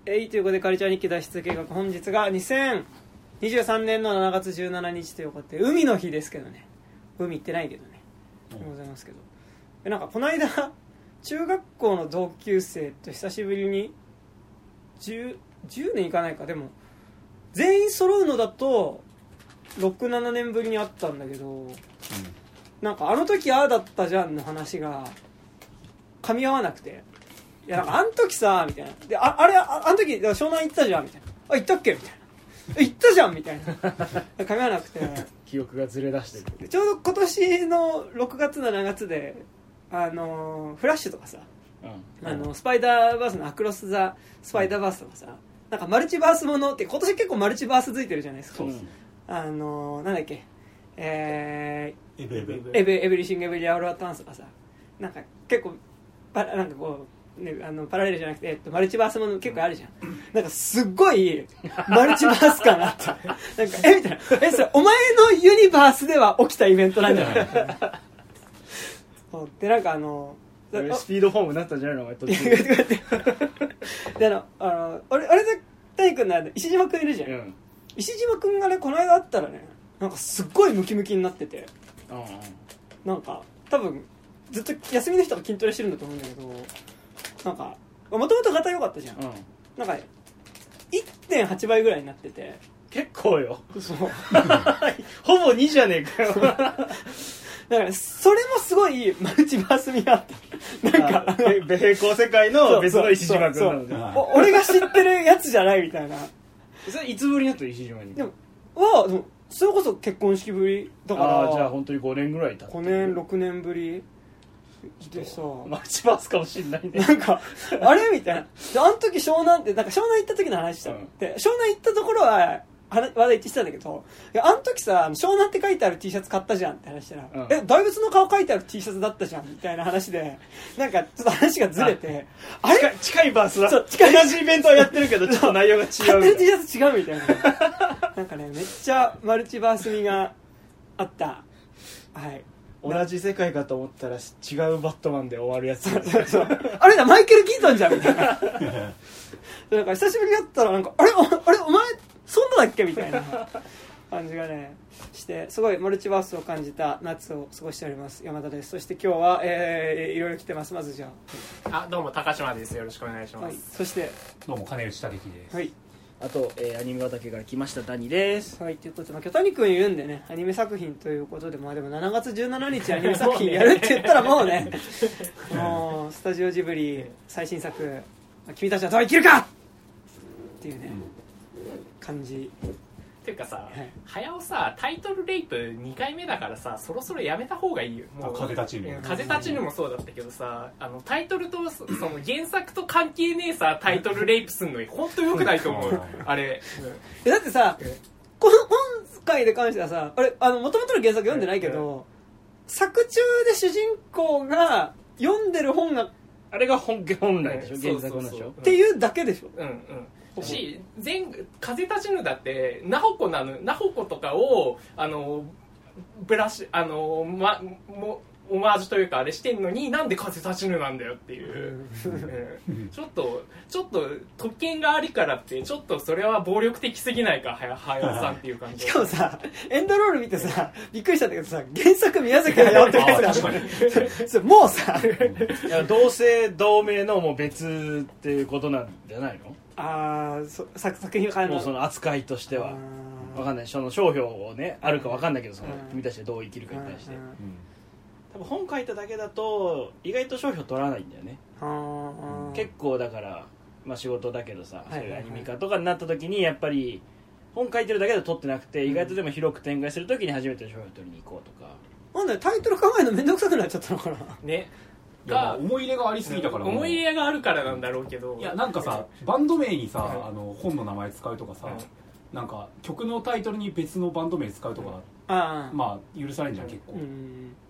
ということでカルチャー日記脱出計画、本日が2023年の7月17日ということで海の日ですけどね、海行ってないけどね、ございますけど、なんかこの間中学校の同級生と久しぶりに10年いかないか、でも全員揃うのだと 6,7 年ぶりに会ったんだけど、なんかあの時ああだったじゃんの話が噛み合わなくて、いやなんかあの時さみたいな、であれあの時湘南行ったじゃんみたいな、あ行ったっけみたいな、行ったじゃんみたいな噛み合わなくて記憶がずれ出してる。 ちょうど今年の6月7月でフラッシュとかさ、スパイダーバースのアクロス・ザ・スパイダーバースとかさ、なんかマルチバースものって今年結構マルチバース付いてるじゃないですか。なんだっけ、エブリシング・エブリ・アウル・アット・ワンスとかさ、なんか結構なんかこう、ね、パラレルじゃなくて、マルチバースもの結構あるじゃん。なんかすっごいマルチバース感あってなんかみたいな、それお前のユニバースでは起きたイベントなんじゃないで、なんかスピードフォームになったんじゃないのお前途中であれで谷君の石島君いるじゃん、石島君がねこの間会ったらね、なんかすっごいムキムキになってて、なんか多分ずっと休みの日とか筋トレしてるんだと思うんだけど、なんかもともと型良かったじゃん、なんか 1.8 倍ぐらいになってて、 結構よそうほぼ2じゃねえかよだからそれもすごいマルチバース味があったなんか平行世界の別の石島君なので、 俺が知ってるやつじゃないみたいな。 それいつぶりになった石島に？ でもそれこそ結婚式ぶりだから、 じゃあ本当に5年ぐらい経って 5年6年ぶりでさ、 マルチバースかもしんないね。 なんかあれみたいな。であの時湘南ってなんか湘南行った時の話したって、湘南行ったところは話題一致したんだけど、あの時さ湘南って書いてある T シャツ買ったじゃんって話したら、大仏の顔書いてある T シャツだったじゃんみたいな話で、なんかちょっと話がずれて、 あれ近いバースだ、同じイベントはやってるけどちょっと内容が違う、 買ってる T シャツ違うみたいななんかねめっちゃマルチバース味があった。はい、 同じ世界かと思ったら違うバットマンで終わるやつそうあれだマイケル・キートンじゃんみたいななんか久しぶりに会ったらなんかあれお前そんなだっけみたいな感じがねして、すごいマルチバースを感じた夏を過ごしております。山田です。そして今日はいろいろ来てます。まずじゃあどうも高島です。よろしくお願いします、 はい、そしてどうも金内武樹です。 はい、 あと、アニメ畑から来ました谷です。 はい、ということで、今日谷君いるんでね、アニメ作品ということで、でも7月17日アニメ作品やるって言ったらもうねもうスタジオジブリ最新作君たちはどう生きるかっていうね、感じっていうかさ、早尾さタイトルレイプ2回目だからさ、そろそろやめた方がいいよ。もう風立ちぬ、 風立ちぬもそうだったけどさ、タイトルとその原作と関係ねえさタイトルレイプすんのに本当良くないと思うあれ、 だってさ、この今回で関してはさ、あれもともとの原作読んでないけど、作中で主人公が読んでる本があれが本来でしょ、原作のでしょっていうだけでしょ。 し風立ちぬだってナホコとかをブラシオマージュというかあれしてんのに、なんで風立ちぬなんだよっていう、ちょっと特権がありからってちょっとそれは暴力的すぎないか、早尾さんっていう感じ。 しかもさエンドロール見てさびっくりしたんだけどさ、原作宮崎駿ってやつがもうさいや同姓同名のもう別っていうことなんじゃないの？ 作品を変えるの、 もうその扱いとしては分かんない。その商標をねあるか分かんないけど、その君たちでどう生きるかに対して、多分本書いただけだと意外と商標取らないんだよね。結構だから、仕事だけどさ、そういうアニメ化とかになった時にやっぱり本書いてるだけで取ってなくて、意外とでも広く展開する時に初めて商標取りに行こうとか。 なんだよ、タイトル考えるのめんどくさくなっちゃったのかなね。 思い入れがありすぎたから、 思い入れがあるからなんだろうけど、 いやなんかさ、バンド名にさ、本の名前使うとかさ、なんか曲のタイトルに別のバンド名使うとか、許されるじゃん結構。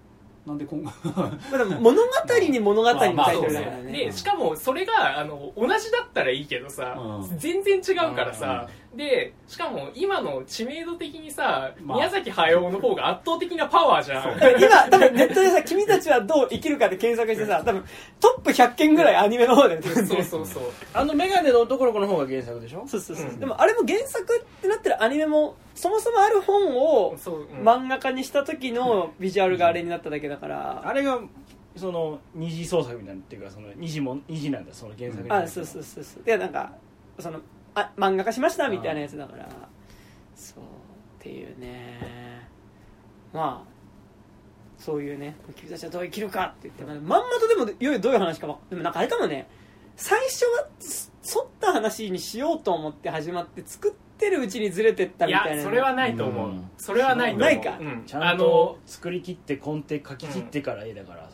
なんで今後でも物語に物語のタイトルだからね。 でしかもそれが同じだったらいいけどさ、全然違うからさ、でしかも今の知名度的にさ、宮崎駿の方が圧倒的なパワーじゃん。 今多分ネットでさ、君たちはどう生きるかって検索してさ、多分トップ100件ぐらいアニメの方でそうメガネの男の子の方が原作でしょ。 そう、でもあれも原作ってなってるアニメもそもそもある本を漫画化にした時のビジュアルがあれになっただけだから、 あれがその二次創作みたいなっていうか、その二次なんだ、その原作に。 そうでなんかその漫画化しましたみたいなやつだから、そうっていうね。まあそういうね、君たちはどう生きるかって言って、まんまとでもいよいよどういう話かでもなんかあれかもね、最初は沿った話にしようと思って始まって作ってるうちにずれてったみたいな。 いやそれはないと思う、それはないと思う。 ないか、 ちゃんと作り切って根底書き切ってから絵だから、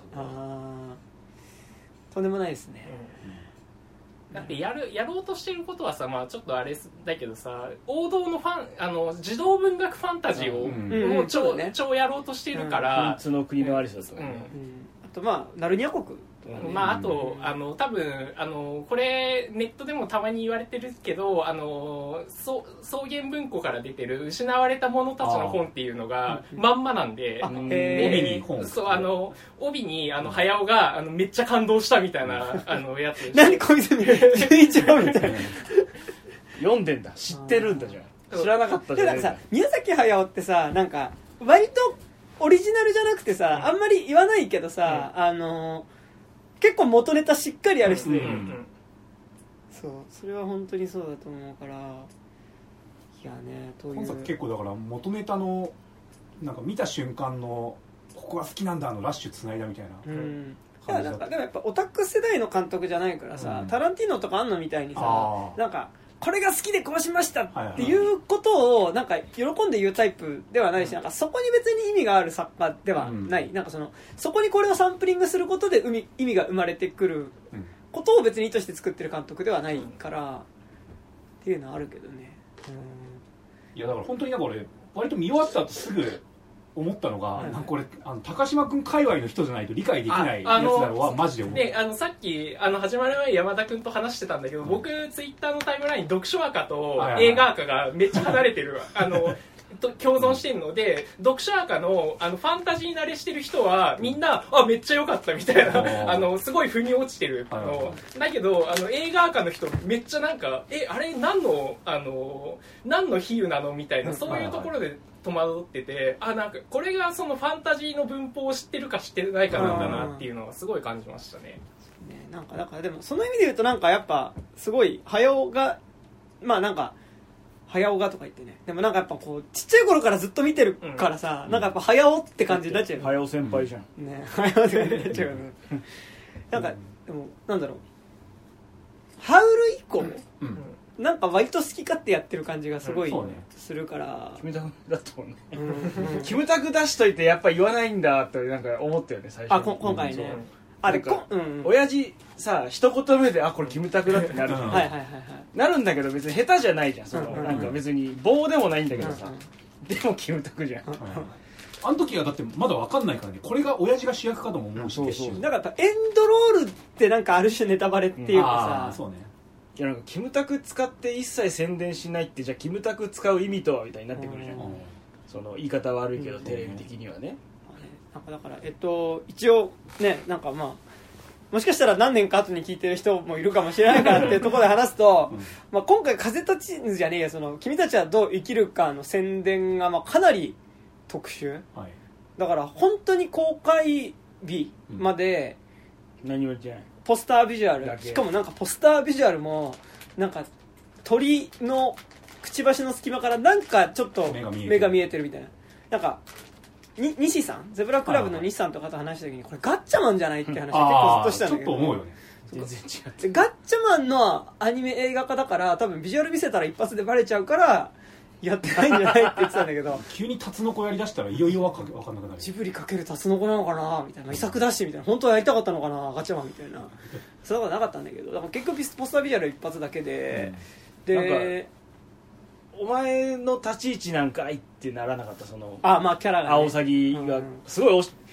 とんでもないですね、 だってやろうとしてることはさ、まあちょっとあれだけどさ、王道の児童文学ファンタジーをもう超やろうとしてるから、 秘密の国のアリスだとかね、 あとまあナルニア国、 まあ、あと多分これネットでもたまに言われてるけど、草原文庫から出てる失われた者たちの本っていうのがまんまなんで、 帯に本、 そう帯に早尾がめっちゃ感動したみたいなやつ何こいつ11話みたいな読んでんだ、知ってるんだじゃん、知らなかったじゃない。 だからさ、宮崎駿ってさ、なんか割とオリジナルじゃなくてさ、あんまり言わないけどさ、結構元ネタしっかりある人で、そうそれは本当にそうだと思うから、いやね、という今作結構だから元ネタのなんか見た瞬間のここが好きなんだラッシュつないだみたいな感じだった。 でもやっぱオタク世代の監督じゃないからさ、タランティーノとかあんのみたいにさ、なんかこれが好きでこうしましたっていうことをなんか喜んで言うタイプではないし、なんかそこに別に意味がある作家ではない、なんかそこにこれをサンプリングすることで意味が生まれてくることを別に意図して作ってる監督ではないからっていうのはあるけどね。 いやだから本当になんか俺割と見終わった後すぐ思ったのが、なんかこれ高島君界隈の人じゃないと理解できないやつだろうはマジで思う。 でさっき始まる前に山田君と話してたんだけど、僕ツイッターのタイムライン読書赤と映画赤がめっちゃ離れてる共存してるので、読書赤のファンタジー慣れしてる人はみんなめっちゃ良かったみたいなすごい腑に落ちてるのだけど、映画赤の人めっちゃなんかあれ何の比喩なのみたいな、そういうところで戸惑ってて、なんかこれがそのファンタジーの文法を知ってるか知ってないかなんだなっていうのはすごい感じましたね。 なんかだからでもその意味で言うとなんかやっぱすごい早尾がなんか早尾がとか言ってね、でもなんかやっぱこうちっちゃい頃からずっと見てるからさ、なんかやっぱ早尾って感じになっちゃうよね。 早尾先輩じゃん、 ね、早尾って感じになっちゃうよねなんかでもなんだろう、ハウル以降、なんか割と好き勝手やってる感じがすごいするから、 キムタクだと思うね、キムタク出しといてやっぱ言わないんだってなんか思ったよね最初に。 今回ね、 親父さ一言目でこれキムタクだってなるじゃん、なるんだけど別に下手じゃないじゃん、なんか別に棒でもないんだけどさ、でもキムタクじゃん、 あの時はだってまだ分かんないからね、これが親父が主役かとも思うし、 だからやっぱエンドロールってなんかある種ネタバレっていうかさ、 そうね、 いやなんかキムタク使って一切宣伝しないって、じゃあキムタク使う意味とはみたいになってくるじゃん、その言い方悪いけどテレビ的にはね、 なんかだから一応ね、なんかもしかしたら何年か後に聞いてる人もいるかもしれないからっていうところで話すと、今回風立ちぬじゃねえや、君たちはどう生きるかの宣伝がかなり特殊、だから本当に公開日まで何も言ってないポスタービジュアル、しかもなんかポスタービジュアルもなんか鳥のくちばしの隙間からなんかちょっと目が見えてるみたいな、なんか西さん、ゼブラクラブの西さんとかと話した時に、これガッチャマンじゃないって話を結構ずっとしたんだけど、 ちょっと思うよね、 全然違う。 ガッチャマンのアニメ映画化だから多分ビジュアル見せたら一発でバレちゃうからやってないんじゃないって言ってたんだけど急にタツノコやりだしたらいよいよ分かんなくなる。 ジブリかけるタツノコなのかなみたいな、遺作出してみたいな、本当はやりたかったのかなガッチャマンみたいな、そういうことなかったんだけど、だから結局ポスタービジュアル一発だけで、でお前の立ち位置なんかいってならなかった、そのキャラが、ね、 アオサギがすごい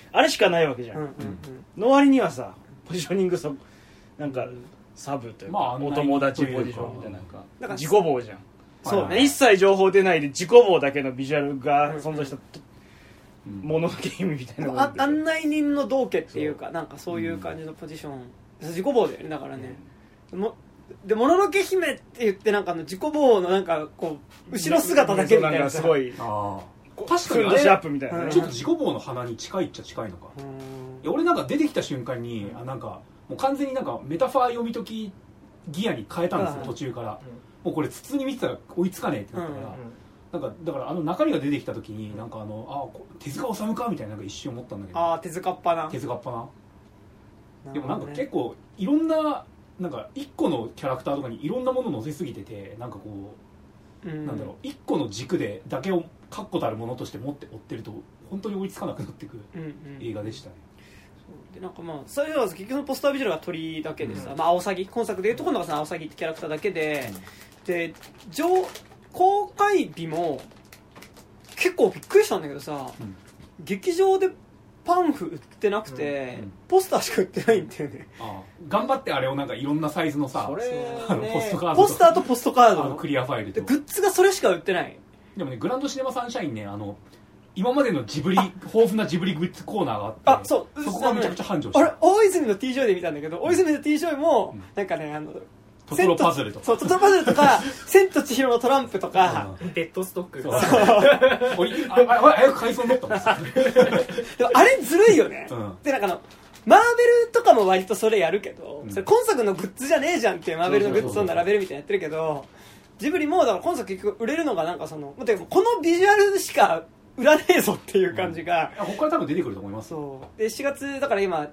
あれしかないわけじゃん、の割にはさポジショニングなんかサブというか、お友達ポジションみたいな、なんか自己棒じゃん。そうね、一切情報出ないで自己棒だけのビジュアルが存在したもののゲームみたいな、 案内人の道家っていうか、なんかそういう感じのポジション、自己棒だよね。だからね、でもののけ姫って言ってなんか自己棒のなんかこう後ろ姿だけみたいな、 すごい確かにあれシャープみたいな、 ちょっと自己棒の鼻に近いっちゃ近いのか。いや俺なんか出てきた瞬間になんかもう完全になんかメタファー読み解きギアに変えたんですよ、途中から。もうこれ普通に見てたら追いつかねえってなったから、なんかだから中身が出てきた時になんか手塚治虫かみたいな、なんか一瞬思ったんだけど、 手塚っぱなでもなんか結構いろんななんか一個のキャラクターとかにいろんなもの載せすぎてて、なんかこう、なんだろう、一個の軸でだけを確固たるものとして持って追ってると本当に追いつかなくなっていく映画でしたね。 でなんかそれは結局ポスタービジュアルが鳥だけでさ、アオサギ、今作でいうところのアオサギってキャラクターだけで、で公開日も結構びっくりしたんだけどさ、劇場でパンフ売ってなくて、ポスターしか売ってないんだよね。 頑張ってあれをなんかいろんなサイズのさ、 ポスターとポストカードのクリアファイルとグッズがそれしか売ってない。 でもね、グランドシネマサンシャインね、今までの豊富なジブリグッズコーナーがあって、そこがめちゃくちゃ繁盛してる。 大泉の T ジョイで見たんだけど、大泉の T ジョイもなんかね、 トトロパズルとか、 トトロパズルとか千と千尋のトランプとか、 デッドストック、 俺早く買いそうになったんですよ。 でもあれずるいよね。でなんかマーベルとかも割とそれやるけど、それ今作のグッズじゃねえじゃんっていうマーベルのグッズを並べるみたいなやってるけど、ジブリもだから今作結局売れるのがなんかこのビジュアルしか売らねえぞっていう感じが、 ここから多分出てくると思います。 そうで4月だから今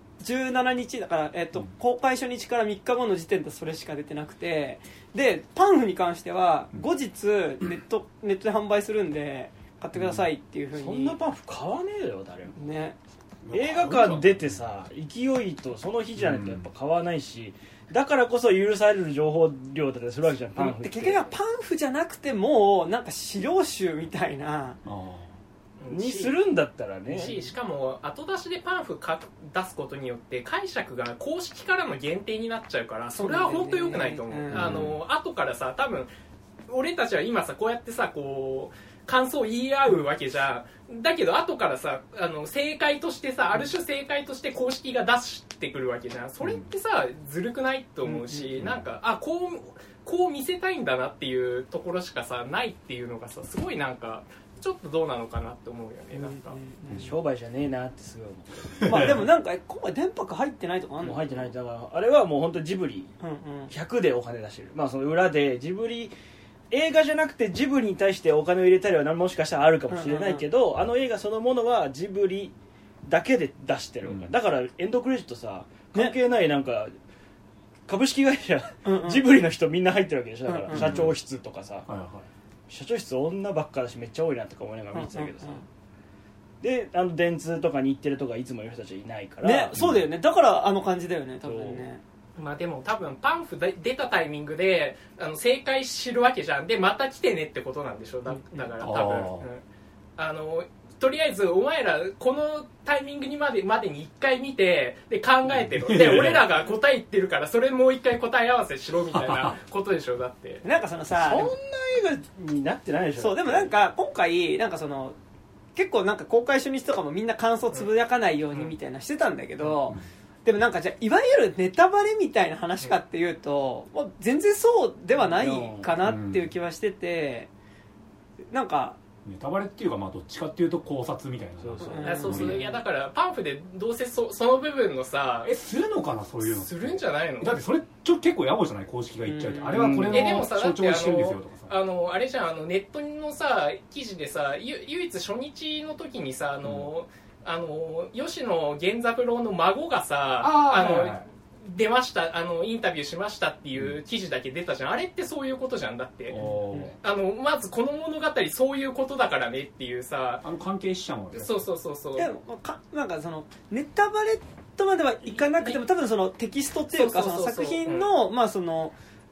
17日だから、公開初日から3日後の時点でそれしか出てなくて、でパンフに関しては後日ネットで販売するんで買ってくださいっていう風に、 そんなパンフ買わねえよ誰もね。 映画館出てさ勢いとその日じゃないとやっぱ買わないし、だからこそ許される情報量だったりするわけじゃん、パンフって。 結局はパンフじゃなくてもなんか資料集みたいなにするんだったらね。 しかも後出しでパンフ出すことによって解釈が公式からの限定になっちゃうから、それは本当良くないと思う。後からさ、多分俺たちは今さこうやってさこう感想を言い合うわけじゃん。だけど後からさ正解としてさ、ある種正解として公式が出してくるわけじゃん。それってさずるくないと思うし、なんかこう見せたいんだなっていうところしかさないっていうのがさ、すごいなんかちょっとどうなのかなって思うよね。なんか商売じゃねえなってすごい思う。でもなんか今回電波入ってないとかあんの？ もう入ってない。だからあれはもう本当にジブリ100でお金出してる。その裏でジブリ映画じゃなくてジブリに対してお金を入れたりはもしかしたらあるかもしれないけど、あの映画そのものはジブリだけで出してる、だからエンドクレジットさ関係ないなんか株式会社、ジブリの人みんな入ってるわけでしょ。だから社長室とかさ、社長室女ばっかだしめっちゃ多いなとか思いながら見てたけどさ、で電通とか日テレとかいつもいる人たちいないからね。そうだよね。だからあの感じだよね多分ね。 でも多分パンフ出たタイミングで正解知るわけじゃん。でまた来てねってことなんでしょ。だから多分、とりあえずお前らこのタイミングにまでに1回見てで考えてろ。で俺らが答え言ってるからそれもう1回答え合わせしろみたいなことでしょ。だってなんかそのさ、 そんな映画になってないでしょ。 そうでもなんか今回なんかその結構なんか公開初日とかもみんな感想つぶやかないようにみたいなしてたんだけど、でもなんかじゃあいわゆるネタバレみたいな話かっていうと、もう全然そうではないかなっていう気はしてて、なんかネタバレっていうかどっちかっていうと考察みたいな。 そういやだからパンフでどうせその部分のさするのかな、そういうのするんじゃないの。 だってそれ結構野暮じゃない、公式が言っちゃうと。あれはこれの象徴してるんですよとかさ。 あれじゃん、ネットのさ記事でさ唯一初日の時にさ吉野源三郎の孫がさ出ました、インタビューしましたっていう記事だけ出たじゃん。あれってそういうことじゃん。だってまずこの物語そういうことだからねっていうさ、 関係者もね。 そうでもなんかそのネタバレとまではいかなくても多分そのテキストっていうかその作品のその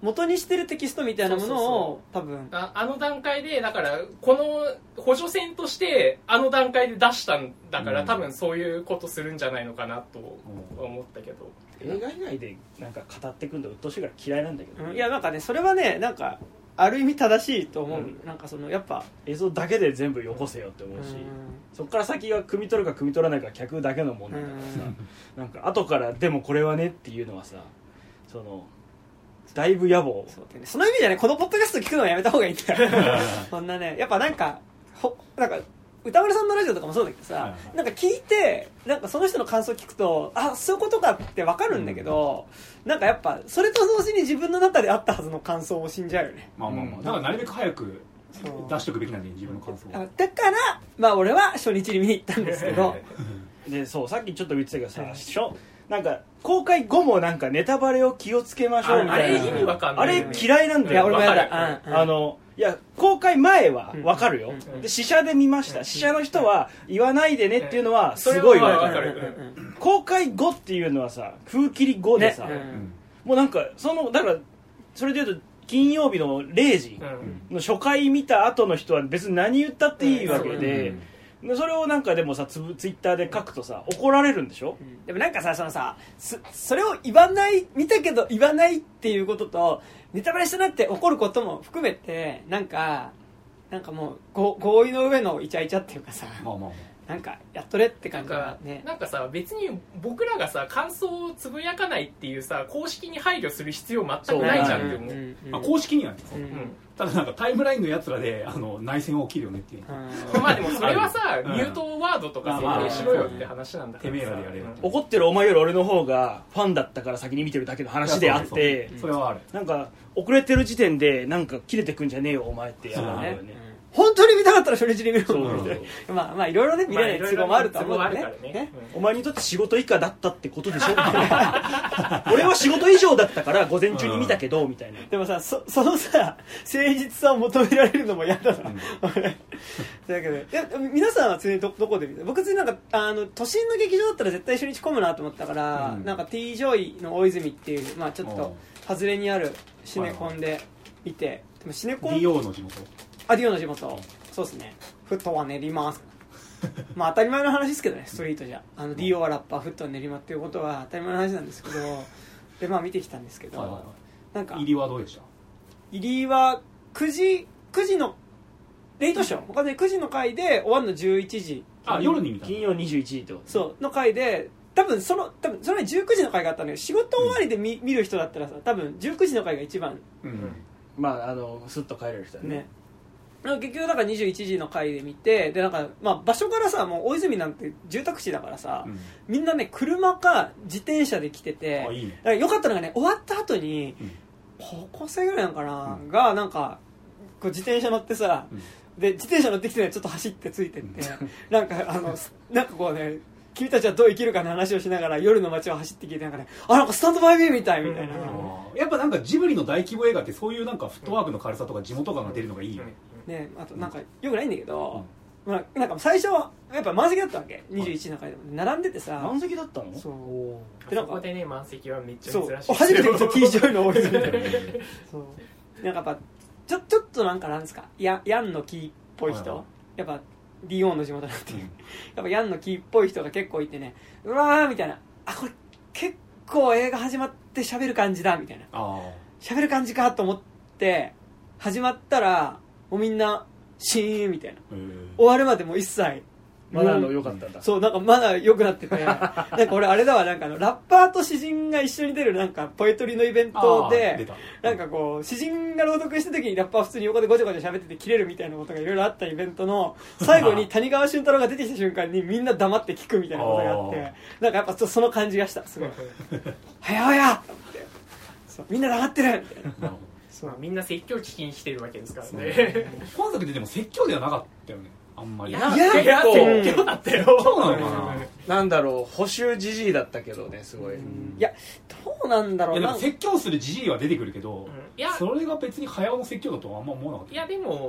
元にしてるテキストみたいなものを多分あの段階でだからこの補助線としてあの段階で出したんだから、多分そういうことするんじゃないのかなと思ったけど、 映画以外でなんか語ってくるの鬱陶しいから嫌いなんだけど、 いやなんかねそれはねなんかある意味正しいと思う、なんかそのやっぱ映像だけで全部よこせよって思うし、そっから先が汲み取るか汲み取らないか客だけの問題だからさ、なんか後からでもこれはねっていうのはさ、そのだいぶ野暮。 その意味じゃねこのポッドキャスト聞くのはやめた方がいいんだよそんなねやっぱなんか歌丸さんのラジオとかもそうだけどさ、なんか聞いてなんかその人の感想聞くとあそういうことかって分かるんだけど、なんかやっぱそれと同時に自分の中であったはずの感想を死んじゃうよね。 まあだからなるべく早く出しとくべきなんで自分の感想を。 だからまあ俺は初日に見に行ったんですけどでそうさっきちょっと言ってたけどさ、なんか公開後もなんかネタバレを気をつけましょうみたいな、 あれ意味わかんない、 あれ嫌いなんだよ。 いや俺もやだ、 いや公開前は分かるよ、で試写で見ました、試写の人は言わないでねっていうのはすごい分かる、公開後っていうのはさ風切り後でさ、もうなんかだからそれでいうと金曜日の0時の初回見た後の人は別に何言ったっていいわけで、それをなんかでもさツイッターで書くとさ怒られるんでしょ、 でもなんかさそれを言わない見たけど言わないっていうこととネタバレしたなって怒ることも含めてなんかもう合意の上のイチャイチャっていうかさ、なんかやっとれって感じだね。 なんかさ別に僕らがさ感想をつぶやかないっていうさ公式に配慮する必要全くないじゃんって思う。 公式にはね、ただなんかタイムラインのやつらで内戦起きるよねっていう、 まあでもそれはさミュートワードとか設定しろよって話なんだから、 てめえらでやれよ、 怒ってるお前より俺の方がファンだったから先に見てるだけの話であって、 それはある。 なんか遅れてる時点でなんか切れてくんじゃねえよお前ってやるんだよね。 本当に見たかったら初日に見るもんね。まあいろいろね見れない都合もあると思うんでね。 お前にとって仕事以下だったってことでしょ俺は仕事以上だったから午前中に見たけどみたいな。 でもさそのさ誠実さを求められるのも嫌だなだけど皆さんは常にどこで見て、僕別になんか都心の劇場だったら絶対初日混むなと思ったから、なんか T ジョイの大泉っていうまあちょっと外れにあるシネコンで見て、でもシネコン DO の地元ディオの地元、そうですね。フットは練馬まあ当たり前の話ですけどね、ストリートじゃDO はラッパー、フットは練馬っていうことは当たり前の話なんですけどでまあ見てきたんですけど、なんか入りはどうでした？ 入りは9時のレイトショー、他で9時の回で終わるの11時、 夜に見た金曜21時ってことそうの回で、多分その前19時の回があったのよ。仕事終わりで見る人だったらさ多分19時の回が一番、 まあスッと帰れる人だね。 結局だから21時の回で見て、でなんか、まあ、場所からさもう大泉なんて住宅地だからさ、みんなね車か自転車で来てて、 いいね、 だからよかったのがね終わった後に、高校生ぐらいなのかな、がなんかこう自転車乗ってさ、で自転車乗ってきてねちょっと走ってついてって、なんかなんかこうね君たちはどう生きるかの話をしながら夜の街を走ってきて、なんかねなんかスタンドバイミーみたいみたいな、 やっぱなんかジブリの大規模映画ってそういうなんかフットワークの軽さとか地元感が出るのがいいよね。 あとなんかよくないんだけど、まあ、なんか最初はやっぱ満席だったわけ、21時の回でも並んでてさ。 満席だったの？ そうでなんかそこでね満席はめっちゃ珍しいですよ。 初めて見た T ジョイの大泉そうなんかやっぱちょっとなんかなんですかヤンのキーっぽい人、やっぱDO の地元なんて、やっぱヤンのキーっぽい人が結構いてね、うわーみたいな、これ結構映画始まって喋る感じだみたいな、喋る感じかと思って始まったらもうみんなシーンみたいな、終わるまでもう一切まだ良かったんだ。 そうなんかまだ良くなっててなんか俺あれだわ、なんかラッパーと詩人が一緒に出るなんかポエトリーのイベントで、なんかこう詩人が朗読した時にラッパーは普通に横でごちゃごちゃ喋ってて切れるみたいなことがいろいろあったイベントの最後に谷川俊太郎が出てきた瞬間にみんな黙って聞くみたいなことがあって、なんかやっぱその感じがした、すごいはやはやってそうみんな黙ってるみたいなみんな説教聞きに来てるわけですからね。 本作ででも説教ではなかったよね、あんまり。 いや説教だったよ。 そうなのかな。 なんだろう、補修じじいだったけどね、すごい。 いやどうなんだろうな。 説教するじじいは出てくるけど、それが別に早尾の説教だとはあんま思わなかった。 いやでも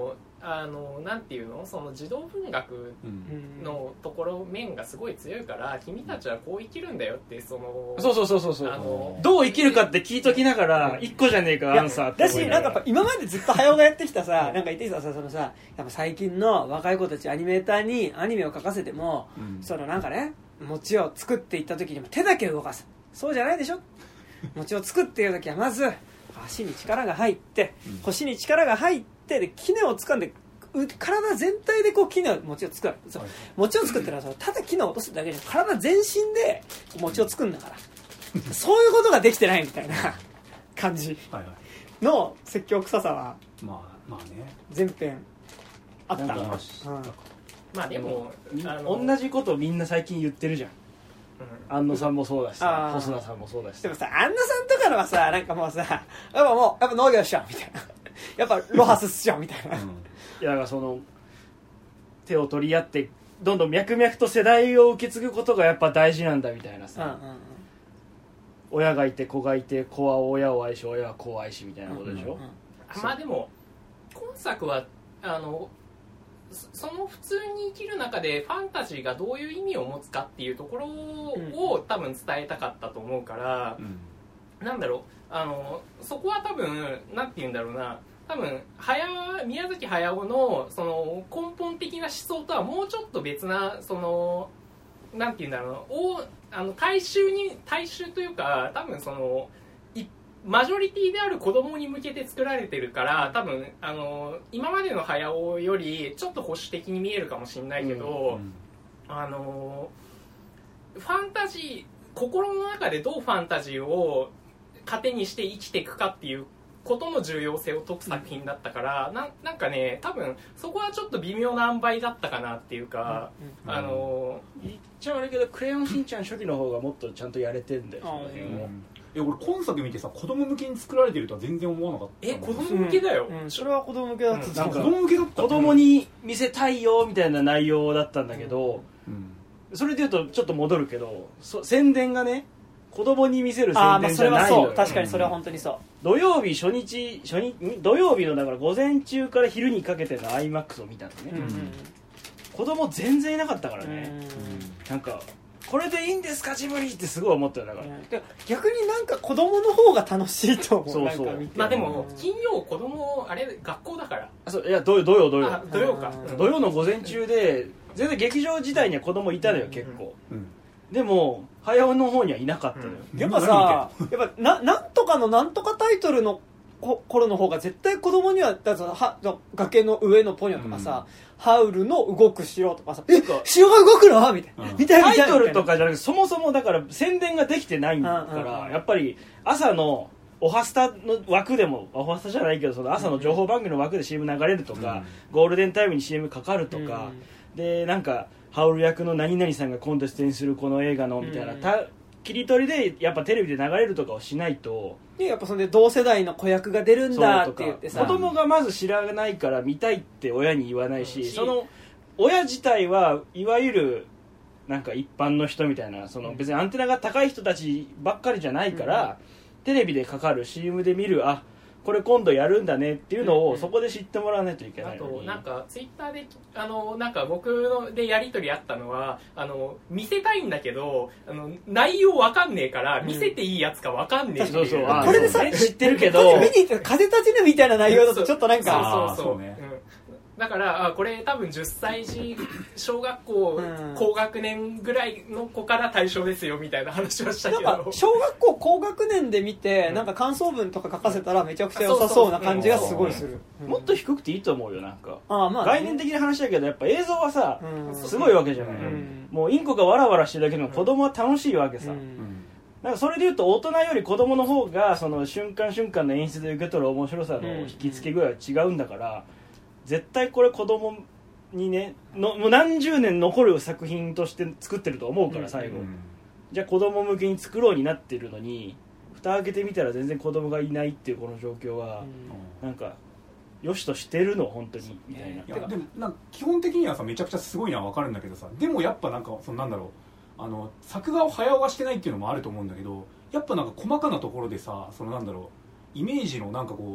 なんていうの、その児童文学のところ面がすごい強いから、君たちはこう生きるんだよって、そうどう生きるかって聞いときながら一個じゃねえかアンサーってだし、なんかやっぱ今までずっと早尾がやってきたさ、なんか言ってきたさ、そのさ、やっぱ最近の若い子たちアニメーターにアニメを描かせても、そのなんかね、餅を作っていった時にも手だけ動かす、そうじゃないでしょ。餅を作っている時はまず足に力が入って、腰に力が入って、で杵を掴んで体全体でこう杵を餅を作る、餅を作ってのはただ杵を落とすだけじゃ体全身で餅を作るんだからそういうことができてないみたいな感じの説教臭さはまあね、 全編あった。 まあでも同じことをみんな最近言ってるじゃん。安野さんもそうだしさ、細田さんもそうだしさ。 でもさ、安野さんとかのはさ、なんかもうさ、やっぱ農業っしょみたいな、やっぱロハスっしょみたいな、いやだからその手を取り合ってどんどん脈々と世代を受け継ぐことがやっぱ大事なんだみたいなさ、親がいて子がいて、子は親を愛し親は子を愛しみたいなことでしょ。 まあでも今作はその普通に生きる中でファンタジーがどういう意味を持つかっていうところを多分伝えたかったと思うから、なんだろう、そこは多分なんて言うんだろうな、多分宮崎駿のその根本的な思想とはもうちょっと別な、そのなんて言うんだろう、大衆というか、多分そのマジョリティである子供に向けて作られてるから、多分今までの駿よりちょっと保守的に見えるかもしれないけど、ファンタジー、心の中でどうファンタジーを糧にして生きていくかっていうことの重要性を説く作品だったから、なんかね、多分そこはちょっと微妙な塩梅だったかなっていうか、言っちゃ悪いけどクレヨンしんちゃん初期の方がもっとちゃんとやれてんだよ、その辺も。 俺今作見てさ、子供向けに作られてるとは全然思わなかった。 子供向けだよ、 それは子供向けだった。 子供向けだった。 子供に見せたいよみたいな内容だったんだけど、それでいうとちょっと戻るけど、宣伝がね、子供に見せる宣伝じゃないのよ。 確かにそれは本当にそう。 土曜日土曜日のだから午前中から昼にかけての IMAX を見たのね、子供全然いなかったからね、なんかこれでいいんですかジブリってすごい思ったよ。だから、 逆になんか子供の方が楽しいと思う。 そうまあでも金曜子供あれ学校だから。 いや土曜か、 土曜の午前中で全然劇場自体には子供いたのよ、結構。でも早尾の方にはいなかったのよ。 やっぱさ、やっぱなんとかのなんとかタイトルの頃の方が絶対子供には、崖の上のポニョとかさ、ハウルの動く城とかさ、城が動くのみたいな、 タイトルとかじゃなくて、そもそもだから宣伝ができてないんだから、やっぱり朝のオハスタの枠でも、オハスタじゃないけど、その朝の情報番組の枠で CM 流れるとか、ゴールデンタイムに CM かかるとか、でなんかハウル役の何々さんが今度出演するこの映画のみたいな、切り取りでやっぱテレビで流れるとかをしないと、 でやっぱそんで同世代の子役が出るんだって言ってさ、 子供がまず知らないから見たいって親に言わないし、その親自体はいわゆるなんか一般の人みたいな、その別にアンテナが高い人たちばっかりじゃないから、テレビでかかる CM で見る、あこれ今度やるんだねっていうのをそこで知ってもらわないといけないのに。 あとなんかツイッターでなんか僕のでやり取りあったのは、見せたいんだけど内容わかんねえから見せていいやつかわかんねえっていう、 そうこれでさ、 知ってるけど見に行って風立ちぬみたいな内容だとちょっとなんか、 そうね、だからこれ多分10歳児小学校高学年ぐらいの子から対象ですよみたいな話をしたけど、 なんか小学校高学年で見てなんか感想文とか書かせたらめちゃくちゃ良さそうな感じがすごいする。 もっと低くていいと思うよ。なんかまあ概念的な話だけど、やっぱ映像はさすごいわけじゃない。もうインコがワラワラしてるだけでも子供は楽しいわけさ。なんかそれでいうと大人より子供の方がその瞬間瞬間の演出で受け取る面白さの引き付け具合は違うんだから、絶対これ子供にねもう何十年残る作品として作ってると思うから最後、じゃあ子供向けに作ろうになってるのに蓋開けてみたら全然子供がいないっていうこの状況は、なんかよしとしてるの本当にみたいな。 いやでもなんか基本的にはさめちゃくちゃすごいのは分かるんだけどさ、でもやっぱなんかそのなんだろう、作画を早尾がしてないっていうのもあると思うんだけど、やっぱなんか細かなところでさ、そのなんだろう、イメージのなんかこう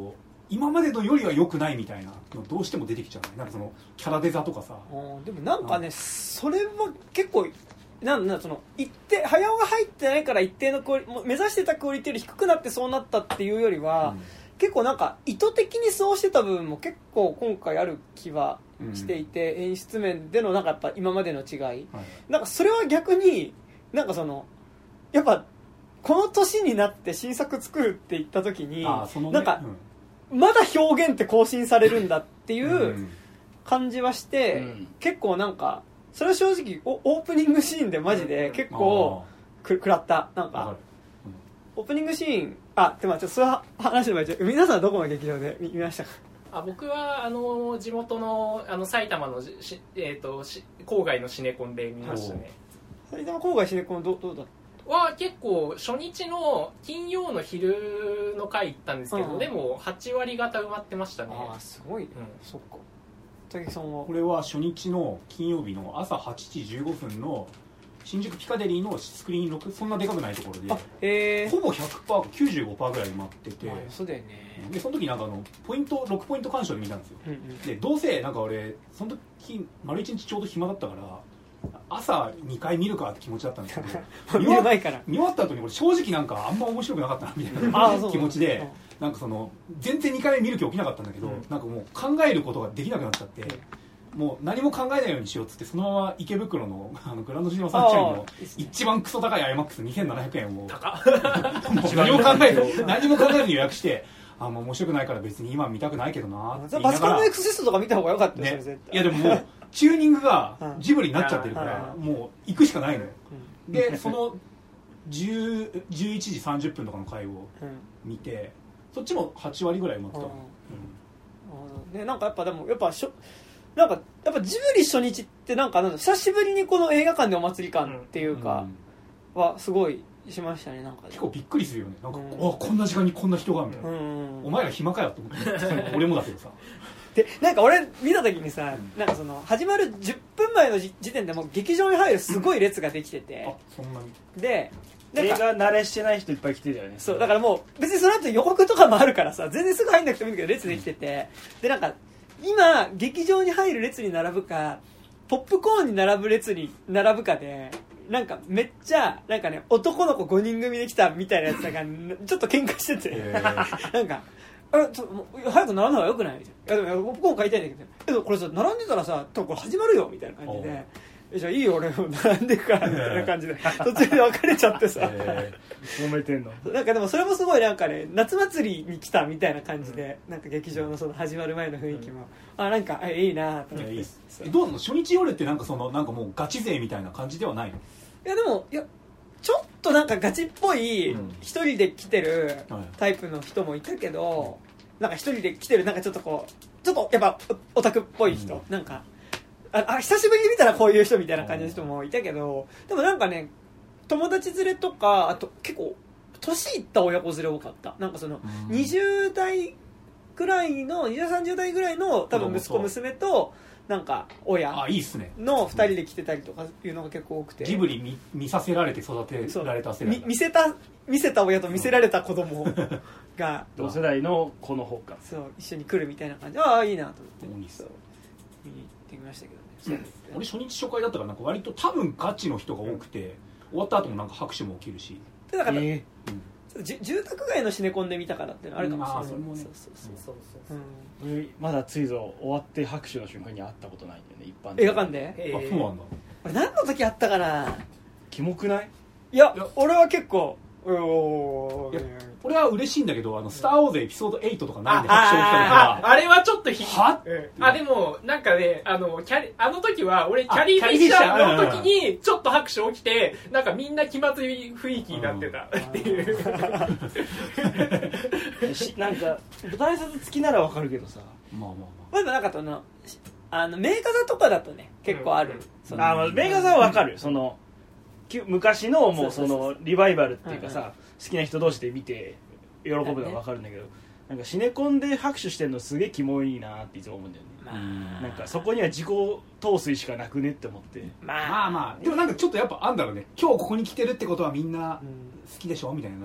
今までのよりは良くないみたいなのどうしても出てきちゃう。なんかそのキャラデザとかさ。 でもなんかね、それは結構その一定早尾が入ってないから一定の目指してたクオリティより低くなってそうなったっていうよりは、結構なんか意図的にそうしてた部分も結構今回ある気はしていて、演出面でのなんかやっぱ今までの違い、なんかそれは逆になんかそのやっぱこの年になって新作作るって言った時に、なんかまだ表現って更新されるんだっていう感じはして、結構なんかそれは正直オープニングシーンでマジで結構食らった。なんかオープニングシーンでもちょっとそういう話でも皆さんどこの劇場で見ましたか？ 僕は地元の埼玉の郊外のシネコンで見ましたね。 埼玉郊外シネコンどうだったは結構初日の金曜の昼の回行ったんですけど、でも8割方埋まってましたね。 すごいね、そっか。武木さんは？ これは初日の金曜日の朝8時15分の新宿ピカデリーのスクリーン6、そんなでかくないところで、ほぼ 100%、95% ぐらい埋まってて、 そうだよね。 でその時なんか6ポイント鑑賞で見たんですよ、でどうせなんか俺その時丸1日ちょうど暇だったから朝2回見るかって気持ちだったんですけど見る前から見終わった後に俺正直なんかあんま面白くなかったなみたいな気持ちで、なんかその全然2回目見る気起きなかったんだけど、なんかもう考えることができなくなっちゃって、もう何も考えないようにしようっつって、そのまま池袋のグランドシネマサンシャインの一番クソ高い IMAX2700 円を何も考えずに予約して、もう面白くないから別に今見たくないけどなって言いながら、 バスカンのエクセスとか見た方が良かったよ、 ね、いやでももうチューニングがジブリになっちゃってるからもう行くしかないのよ、でその11時30分とかの回を見て、そっちも8割ぐらい埋まってた、 なんかやっぱでもなんかやっぱジブリ初日ってなんか久しぶりにこの映画館でお祭り感っていうかはすごいしましたね。なんか結構びっくりするよね。なんかこんな時間にこんな人がみたいな、お前ら暇かよって思って俺もだけどさでなんか俺見た時にさ、なんかその始まる10分前の時点でもう劇場に入るすごい列ができてて、 そんなにで映画慣れしてない人いっぱい来てるよね。 そうだからもう別にその後予告とかもあるからさ、全然すぐ入んなくてもいいんだけど列できてて、でなんか今劇場に入る列に並ぶかポップコーンに並ぶ列に並ぶかでなんかめっちゃなんかね男の子5人組で来たみたいなやつだからちょっと喧嘩しててなんか早く並んだ方がよくないみたいな、いやでもポップコーン買いたいんだけどこれさ並んでたらさ多分これ始まるよみたいな感じで、じゃあいいよ俺も並んでくからみたいな感じで途中で別れちゃってさ揉めてんの。 なんかでもそれもすごいなんかね夏祭りに来たみたいな感じで、なんか劇場のその始まる前の雰囲気もなんかいいなと思って。 どうなの初日夜ってなんかなんかもうガチ勢みたいな感じではないの？ いやでもちょっとなんかガチっぽい一人で来てるタイプの人もいたけど、なんか一人で来てるなんかちょっとやっぱオタクっぽい人、なんか久しぶりに見たらこういう人みたいな感じの人もいたけど、でもなんかね友達連れとかあと結構年いった親子連れ多かった。なんかその20代ぐらいの20、30代ぐらいの多分息子娘となんか親の2人で来てたりとかいうのが結構多くて、 ジブリ 見させられて育てられた世代、 見せた親と見せられた子供が同世代の子の方か、 そう一緒に来るみたいな感じ、いいなと思ってそう見に行ってきましたけどね。 俺初日初回だったからなんか割と多分ガチの人が多くて、終わった後もなんか拍手も起きるし、 だから、住宅街のシネコンで見たからっていうのあるかもしれない。それもね、 まだついぞ終わって拍手の瞬間に会ったことないんだよね、一般で。 映画館で？ そうなんだ。 あれ何の時あったかな。 キモくない？ いや俺は結構俺は嬉しいんだけど、スター・ウォーズエピソード8とかないんで拍手を起きたりとか、 あれはちょっとはでもなんかねあの時は俺キャリー・フィッシャーの時にちょっと拍手起きて、なんかみんな気まずい雰囲気になってたっていうなんか舞台挨拶付きならわかるけどさ、 でもなんか名画座とかだとね結構ある。 名画座はわかる。その昔のもうそのリバイバルっていうかさ、好きな人同士で見て喜ぶのが分かるんだけど、なんかシネコンで拍手してるのすげえキモいなっていつも思うんだよね。なんかそこには自己陶酔しかなくねって思って、 まあでもなんかちょっとやっぱあんだろうね、今日ここに来てるってことはみんな好きでしょみたいな、なんか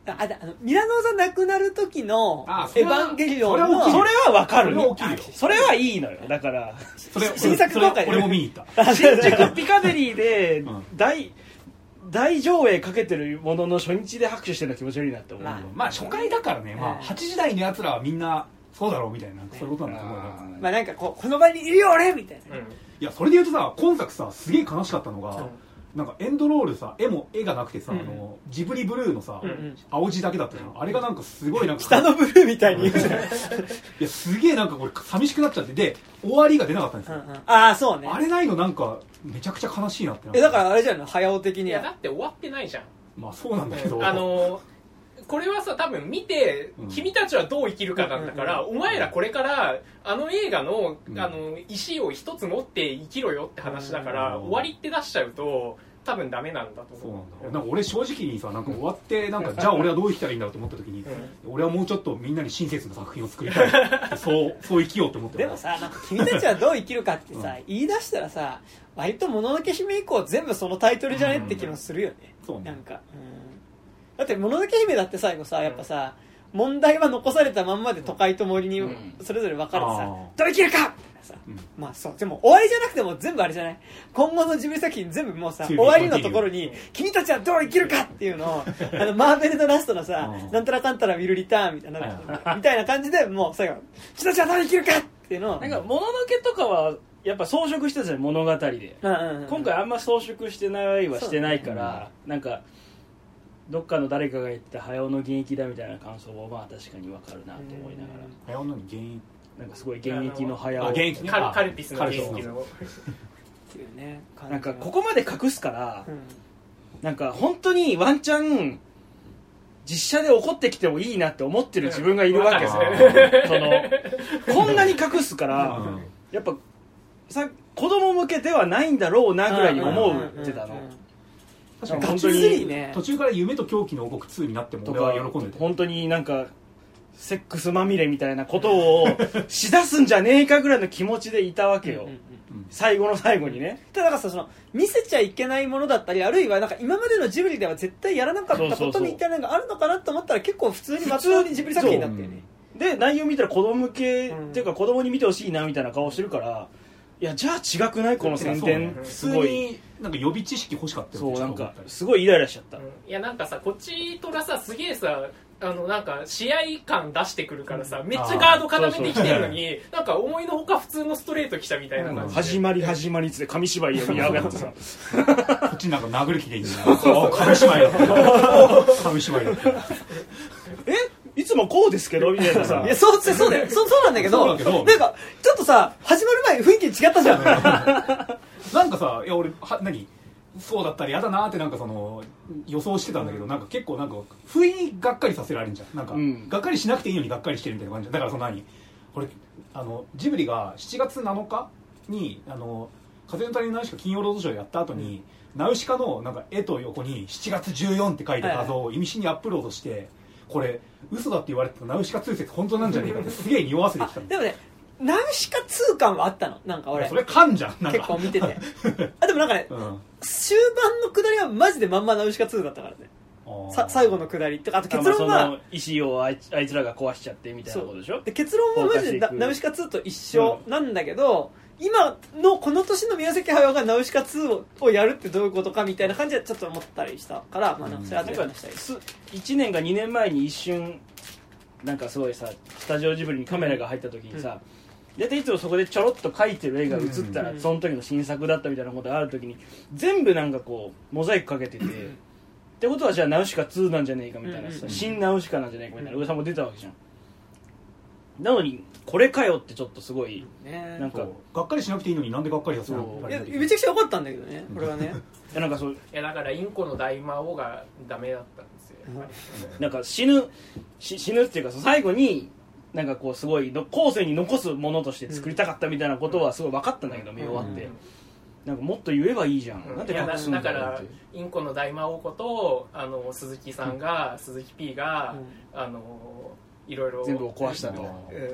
ミラノ座亡くなる時のエヴァンゲリオンのそれは分かる、それはいいのよ。だから新作公開俺も見に行った新宿ピカデリーで大上映かけてるものの初日で拍手してるの気持ち悪いなって思う。 まあ初回だからね、まあ8時台のやつらはみんなそうだろうみたいな、そういうことなんだと思うよ。 まあなんかこの場にいるよ俺みたいな。 いやそれで言うとさ、今作さすげえ悲しかったのが、なんかエンドロールさ、絵がなくてさ、ジブリブルーのさ、青字だけだったじゃん。あれがなんかすごいなんか北のブルーみたいに言うじゃん。いやすげえなんかこれ寂しくなっちゃって、で終わりが出なかったんですよ。 ああそうね。 あれないのなんかめちゃくちゃ悲しいなって。 だからあれじゃんの早尾的には。 いやだって終わってないじゃん。 まあそうなんだけど、 これはさ多分見て、君たちはどう生きるかなんだから、お前らこれからあの映画の、石を一つ持って生きろよって話だから、終わりって出しちゃうと多分ダメなんだと思う。 そうなんだ。なんか俺正直にさ、なんか終わってなんかじゃあ俺はどう生きたらいいんだろうと思った時に、俺はもうちょっとみんなに親切な作品を作りたいそう生きようと思って。 でもさ、なんか君たちはどう生きるかってさ、言い出したらさ、割ともののけ姫以降全部そのタイトルじゃねって気もするよね。 そうね。 なんか、だってもののけ姫だって最後さ、やっぱさ、問題は残されたまんまで都会と森にそれぞれ分かれてさ、どう生きるかみたいなさ、まあそうでも終わりじゃなくても全部あれじゃない、今後のジブリ作品全部もうさ、終わりのところに君たちはどう生きるかっていうのをマーベルのラストのさ、なんたらかんたらウィルリターンみたいなみたいな感じでもう最後君たちはどう生きるかっていうのを、 なんかもののけとかはやっぱ装飾してたじゃん、物語で。今回あんま装飾してないはしてないから、なんかどっかの誰かが言って早尾の現役だみたいな感想もまあ確かに分かるなと思いながら、 早尾の現役なんかすごい現役の早尾、 現役ね、 カルピスの現役のっていうね、 なんかここまで隠すから、なんか本当にワンチャン実写で怒ってきてもいいなって思ってる自分がいるわけですよ。こんなに隠すからやっぱさ子供向けではないんだろうなぐらいに思ってたの。 確かに本当にね、 途中から夢と狂気の王国2になっても俺は喜んでて、 本当になんかセックスまみれみたいなことをしだすんじゃねえかぐらいの気持ちでいたわけよ。最後の最後にね。 たださ、その見せちゃいけないものだったり、あるいはなんか今までのジブリでは絶対やらなかったことみたいなのがあるのかなと思ったら、結構普通にまともにジブリ作品だったよね。 で内容見たら子供向けっていうか子供に見てほしいなみたいな顔してるから、いやじゃあ違くないこの宣伝、すごいなんか予備知識欲しかったよね。 そうなんかすごいイライラしちゃった。 いやなんかさ、こっちとらさすげえさ、なんか試合感出してくるからさ、めっちゃガード固めてきてるのに、なんか思いのほか普通のストレート来たみたいな感じで、 始まりっつって紙芝居を見やがってさこっちなんか殴る気でいいんだよ。紙芝居だった紙芝居だったいつもこうですけどみたいなさ。 いやそうだよ、そうなんだけど、なんかちょっとさ始まる前雰囲気違ったじゃん。 なんかさ、いや俺そうだったら嫌だなってなんかその予想してたんだけど、なんか結構なんか不意にがっかりさせられるんじゃん。なんか、がっかりしなくていいのにがっかりしてるみたいな感じだから、そのこれジブリが7月7日に風の谷のナウシカ金曜ロードショーやった後に、ナウシカのなんか絵と横に7月14って書いた画像を意味深にアップロードして、これ嘘だって言われてたナウシカ2説本当なんじゃねえかってすげえ匂わせてきたの。 でもね、ナウシカ2感はあったの。なんか俺それ感じゃん、なんか結構見ててでもなんかね、終盤の下りはマジでまんまナウシカ2だったからね。最後の下りとか、あと結論は、 その石をあいつらが壊しちゃってみたいなことでしょ。 で結論はマジでナウシカ2と一緒なんだけど、今のこの年の宮崎駿がナウシカ2をやるってどういうことかみたいな感じでちょっと思ったりしたから、まあなんかそれは後で話したいです。 1年か2年前に一瞬なんかすごいさ、スタジオジブリにカメラが入った時にさ、大体いつもそこでちょろっと描いてる絵が映ったらその時の新作だったみたいなことがある時に、全部なんかこうモザイクかけてて、ってことはじゃあナウシカ2なんじゃねえかみたいなさ、新ナウシカなんじゃねえかみたいな噂も出たわけじゃん。なのにこれかよってちょっとすごいなんかがっかりしなくていいのになんでがっかりさせるの。 いやめちゃくちゃ良かったんだけどね、これはね。 なんかそう、いやだからインコの大魔王がダメだったんですよ。 なんか死ぬっていうか、最後になんかこうすごい後世に残すものとして作りたかったみたいなことはすごい分かったんだけど、見終わって、なんかもっと言えばいいじゃん、なんで隠すんだだからインコの大魔王こと鈴木さんが、鈴木 P がいろいろ全部を壊したと、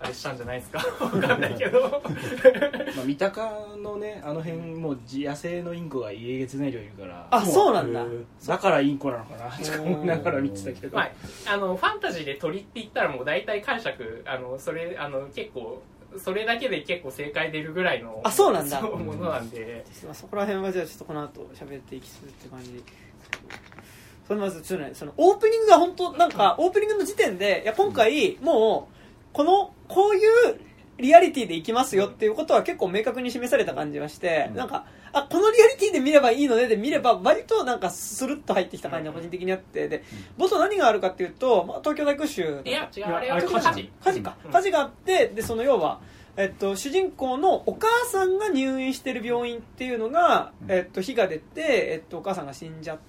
あれしたんじゃないですか分かんないけどまあ三鷹のねあの辺もう野生のインコがえげつない量いるから、 あ、そうなんだ。 だからインコなのかなと思いながら見てたけど、 まあ、ファンタジーで鳥って言ったらもう大体解釈それ結構それだけで結構正解出るぐらいのあ、そうなんだものなんで、 そこら辺はじゃあちょっとこの後喋っていきするって感じ。それまずちょっとね、そのオープニングが本当なんかオープニングの時点でいや今回もうこういうリアリティでいきますよっていうことは結構明確に示された感じがして、なんかこのリアリティで見ればいいのねで見れば割となんかスルッと入ってきた感じが個人的にあって、で冒頭何があるかっていうと、東京大空襲、 いや違う、あれは火事があって、でその要は主人公のお母さんが入院してる病院っていうのが、火が出て、お母さんが死んじゃって、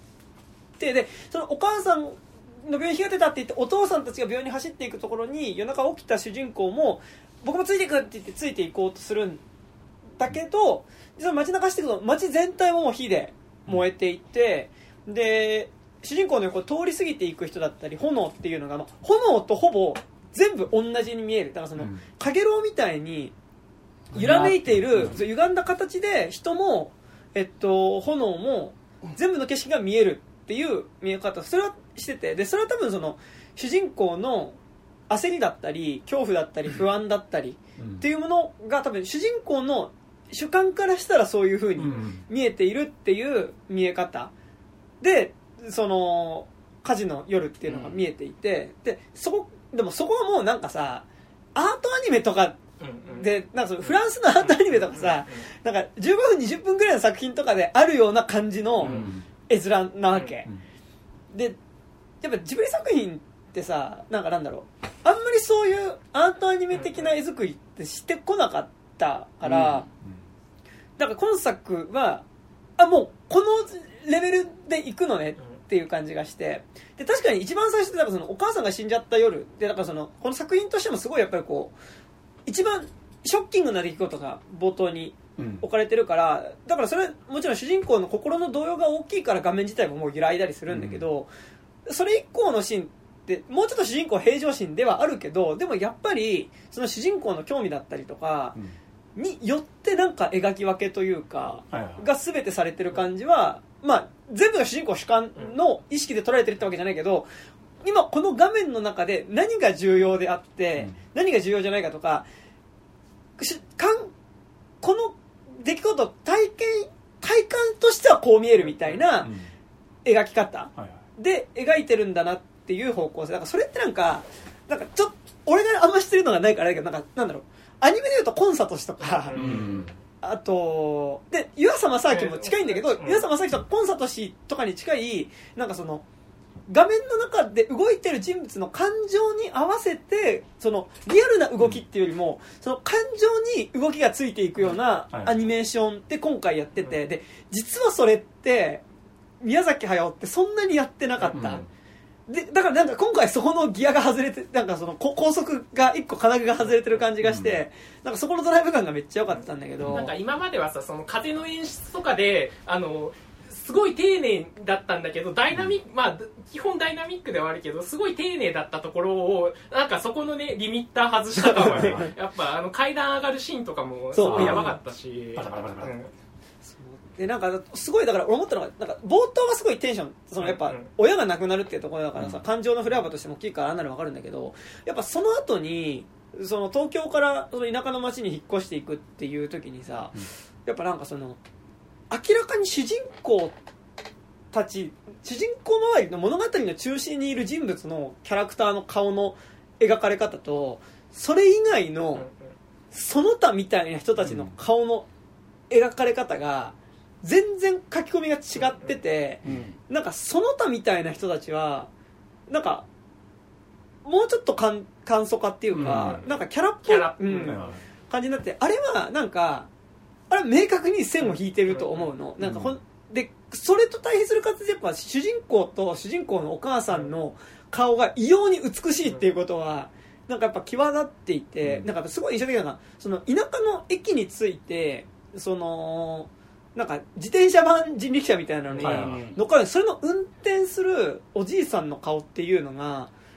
でそのお母さんの病院火が出たって言ってお父さんたちが病院に走っていくところに夜中起きた主人公も僕もついていくって言ってついていこうとするんだけど、その街中走っていくと街全体も火で燃えていて、で主人公の横を通り過ぎていく人だったり炎っていうのが、炎とほぼ全部同じに見える。だからそのかげろうみたいに揺らめいている、歪んだ形で人も、炎も全部の景色が見えるっていう見え方、それはしてて、でそれは多分その主人公の焦りだったり恐怖だったり不安だったりっていうものが多分主人公の主観からしたらそういう風に見えているっていう見え方で、その火事の夜っていうのが見えていて、でもそこはもうなんかさアートアニメとかでなんかそのフランスのアートアニメとかさ、なんか15分20分ぐらいの作品とかであるような感じの絵面なわけで、やっぱジブリ作品ってさ、なんだろう、あんまりそういうアートアニメ的な絵作りってしてこなかったから、だから今作はもうこのレベルでいくのねっていう感じがして、で確かに一番最初でそのお母さんが死んじゃった夜で、だからそのこの作品としてもすごいやっぱりこう一番ショッキングな出来事が冒頭に置かれてるから、だからそれもちろん主人公の心の動揺が大きいから画面自体ももう揺らいだりするんだけど、それ以降のシーンってもうちょっと主人公平常心ではあるけど、でもやっぱりその主人公の興味だったりとかによってなんか描き分けというかが全てされてる感じは、まあ全部が主人公主観の意識で捉えてるってわけじゃないけど、今この画面の中で何が重要であって何が重要じゃないかとか、この出来事体感としてはこう見えるみたいな描き方で描いてるんだなっていう方向性だから、それってなんかちょっと俺があんま知ってるのがないからだけど、なんだろう、アニメでいうとコンサトシとか、あとで湯浅正明も近いんだけど、湯浅正明とかコンサトシとかに近いなんかその画面の中で動いてる人物の感情に合わせてそのリアルな動きっていうよりもその感情に動きがついていくようなアニメーションって今回やってて、で実はそれって宮崎駿ってそんなにやってなかった、でだからなんか今回そこのギアが外れて、なんかその高速が一個金具が外れてる感じがして、なんかそこのドライブ感がめっちゃ良かったんだけど、 なんか今まではさ、その風の演出とかですごい丁寧だったんだけど、ダイナミック、まあ基本ダイナミックではあるけどすごい丁寧だったところをなんかそこのねリミッター外した感はねやっぱ階段上がるシーンとかもすごいやばかったし、 でなんかすごいだから思ったのがなんか冒頭がすごいテンション、そのやっぱ親が亡くなるっていうところだからさ、感情の振れ幅としても大きいからあんなの分かるんだけど、やっぱその後にその東京からその田舎の町に引っ越していくっていう時にさ、やっぱなんかその明らかに主人公周りの物語の中心にいる人物のキャラクターの顔の描かれ方と、それ以外のその他みたいな人たちの顔の描かれ方が全然書き込みが違ってて、なんかその他みたいな人たちはなんかもうちょっと簡素化っていうか、なんかキャラっぽい感じになって、あれはなんかあれ明確に線を引いてると思うの。なんかでそれと対比する形でやっぱ主人公と主人公のお母さんの顔が異様に美しいっていうことはなんかやっぱ際立っていて、なんかすごい印象的なのがその田舎の駅についてそのなんか自転車版人力車みたいなのに乗っかる、それの運転するおじいさんの顔っていうのが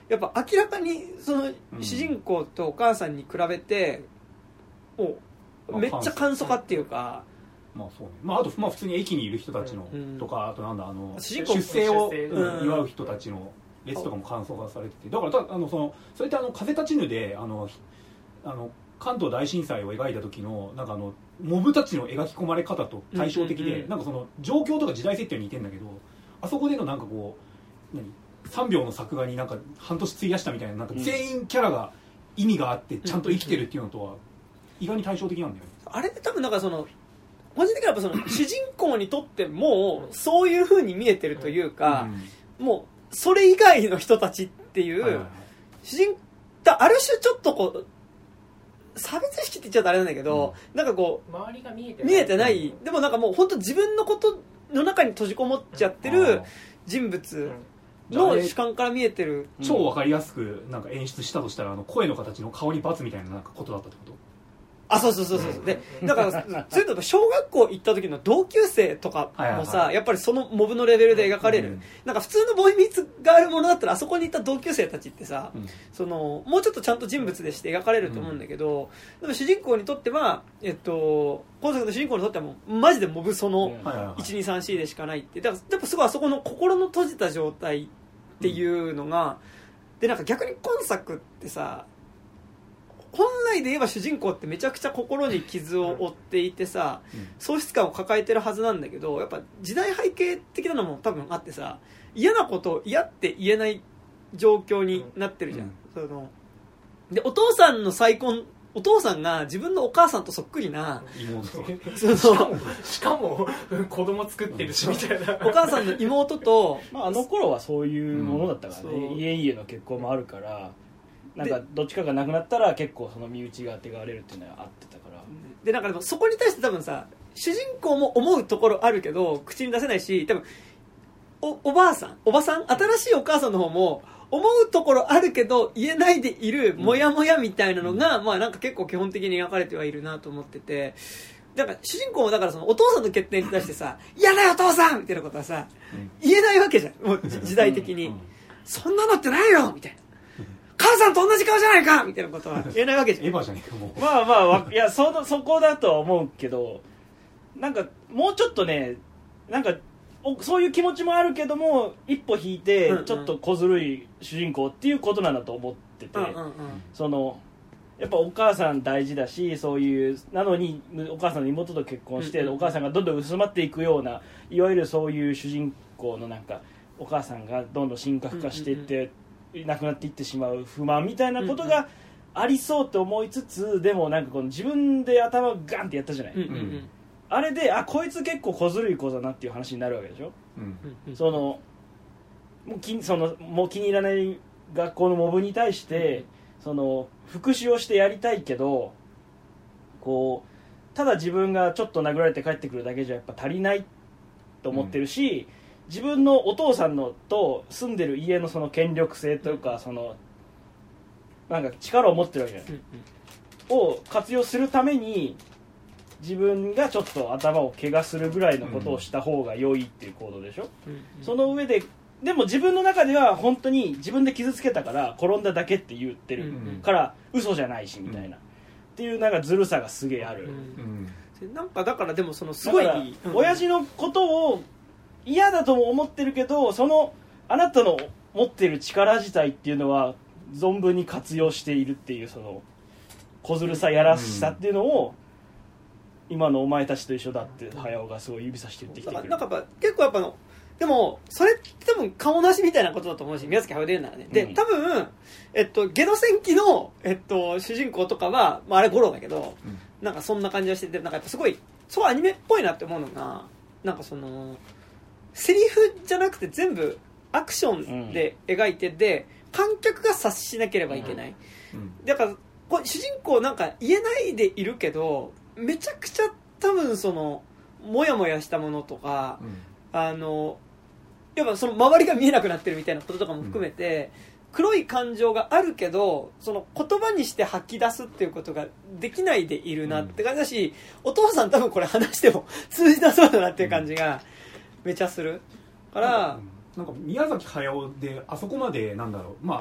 やっぱ明らかにその主人公とお母さんに比べてもうめっちゃ簡素化っていうか、 まあそうね、まあ、あとまあ普通に駅にいる人たちの、とかあとなんだ主人公出生を祝う人たちの列とかも簡素化されてて、だからそれって風立ちぬで関東大震災を描いた時のなんかモブたちの描き込まれ方と対照的で、なんかその状況とか時代設定に似てんだけど、あそこでのなんかこう3秒の作画になんか半年費やしたみたいな、なんか全員キャラが意味があってちゃんと生きてるっていうのとは意外に対照的なんだよね。 あれ多分なんかその個人的にはその主人公にとってもそういう風に見えてるというか、もうそれ以外の人たちっていう、主人ある種ちょっとこう差別意識って言っちゃうとあれなんだけど、なんかこう周りが見えてない、でもなんかもう本当自分のことの中に閉じこもっちゃってる人物の主観から見えてる、 超わかりやすくなんか演出したとしたら声の形の顔に×みたいななんかことだったってこと？ あ、そうでだからそれと小学校行った時の同級生とかもさ、やっぱりそのモブのレベルで描かれる、なんか普通のボーイミーツがあるものだったらあそこにいた同級生たちってさ、そのもうちょっとちゃんと人物でして描かれると思うんだけど、でも主人公にとっては今作の主人公にとってはもうマジでモブその 1,2,3,4 でしかないって、だからやっぱすごいあそこの心の閉じた状態っていうのが、でなんか逆に今作ってさ、本来で言えば主人公ってめちゃくちゃ心に傷を負っていてさ、喪失感を抱えてるはずなんだけど、やっぱ時代背景的なのも多分あってさ、嫌なことを嫌って言えない状況になってるじゃん、でお父さんの再婚、お父さんが自分のお母さんとそっくりなしかも子供作ってるしみたいな、 お母さんの妹と、 まあ、あの頃はそういうものだったからね、家々の結婚もあるから、なんかどっちかがなくなったら結構その身内が手が割れるっていうのはあってたから、 でなんかでもそこに対して多分さ、主人公も思うところあるけど口に出せないし、多分おばさん新しいお母さんの方も思うところあるけど言えないでいるモヤモヤみたいなのが、まあなんか結構基本的に描かれてはいるなと思ってて、だから主人公もだからそのお父さんの決定に対してさ嫌だよお父さんみたいなことはさ、言えないわけじゃん、もう時代的に、そんなのってないよみたいな、母さんと同じ顔じゃないかみたいなことは言えないわけじゃん。 エヴァじゃねえかもう。 まあいやそこだとは思うけど、なんかもうちょっとね、なんかそういう気持ちもあるけども一歩引いてちょっと小ずるい主人公っていうことなんだと思ってて、そのやっぱお母さん大事だし、そういうなのにお母さんの妹と結婚して、お母さんがどんどん薄まっていくような、いわゆるそういう主人公のなんかお母さんがどんどん神格化していって、なくなっていってしまう不満みたいなことがありそうと思いつつ、でもなんかこの自分で頭をガンってやったじゃない、あれでこいつ結構小ずるい子だなっていう話になるわけでしょ、そのもう気に入らない学校のモブに対して、その復讐をしてやりたいけど、こうただ自分がちょっと殴られて帰ってくるだけじゃやっぱ足りないと思ってるし、自分のお父さんのと住んでる家のその権力性というか、そのなんか力を持ってるわけじゃない、を活用するために自分がちょっと頭を怪我するぐらいのことをした方が良いっていう行動でしょ、その上ででも自分の中では本当に自分で傷つけたから転んだだけって言ってるから嘘じゃないしみたいな、っていうなんかずるさがすげえある、 なんかだからでもそのすごい親父のことを嫌だとも思ってるけど、そのあなたの持ってる力自体っていうのは存分に活用しているっていう、その小ずるさやらしさっていうのを、今のお前たちと一緒だって早尾がすごい指さして言ってきてくれる。 なんかやっぱ結構やっぱでもそれって多分顔なしみたいなことだと思うし、宮崎駿で言うならね、で多分ゲド戦記の主人公とかは、まあ、あれ五郎だけど、なんかそんな感じがしてて、なんかやっぱすごいアニメっぽいなって思うのが、なんかそのセリフじゃなくて全部アクションで描いて、で観客が察しなければいけない、だからこう主人公なんか言えないでいるけど、めちゃくちゃ多分そのモヤモヤしたものとか、やっぱその周りが見えなくなってるみたいなこととかも含めて、黒い感情があるけどその言葉にして吐き出すっていうことができないでいるなって感じだし、お父さん多分これ話しても通じなそうだなっていう感じがめちゃするから、 なんか宮崎駿であそこまでなんだろう、まあ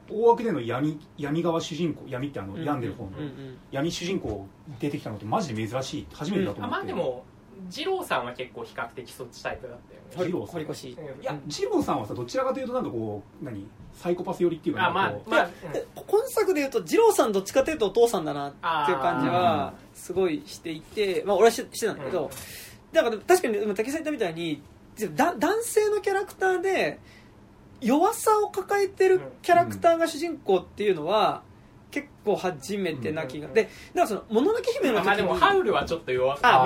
大枠での闇側主人公、闇って病んでる方の闇主人公出てきたのってマジで珍しい、初めてだと思って。 まあでも二郎さんは結構比較的そっちタイプだったよね。 二郎さん、 堀越、 いや二郎さんはさどちらかというとなんかこうサイコパス寄りっていうか、 今作でいうと二郎さんどっちかというとお父さんだなっていう感じはすごいしていて、まあ俺はしてたんだけど、だから確かに竹さん言ったみたいに男性のキャラクターで弱さを抱えてるキャラクターが主人公っていうのは結構初めてな気が、でだからそのもののけ姫の時に、 まあでもハウルはちょっと弱で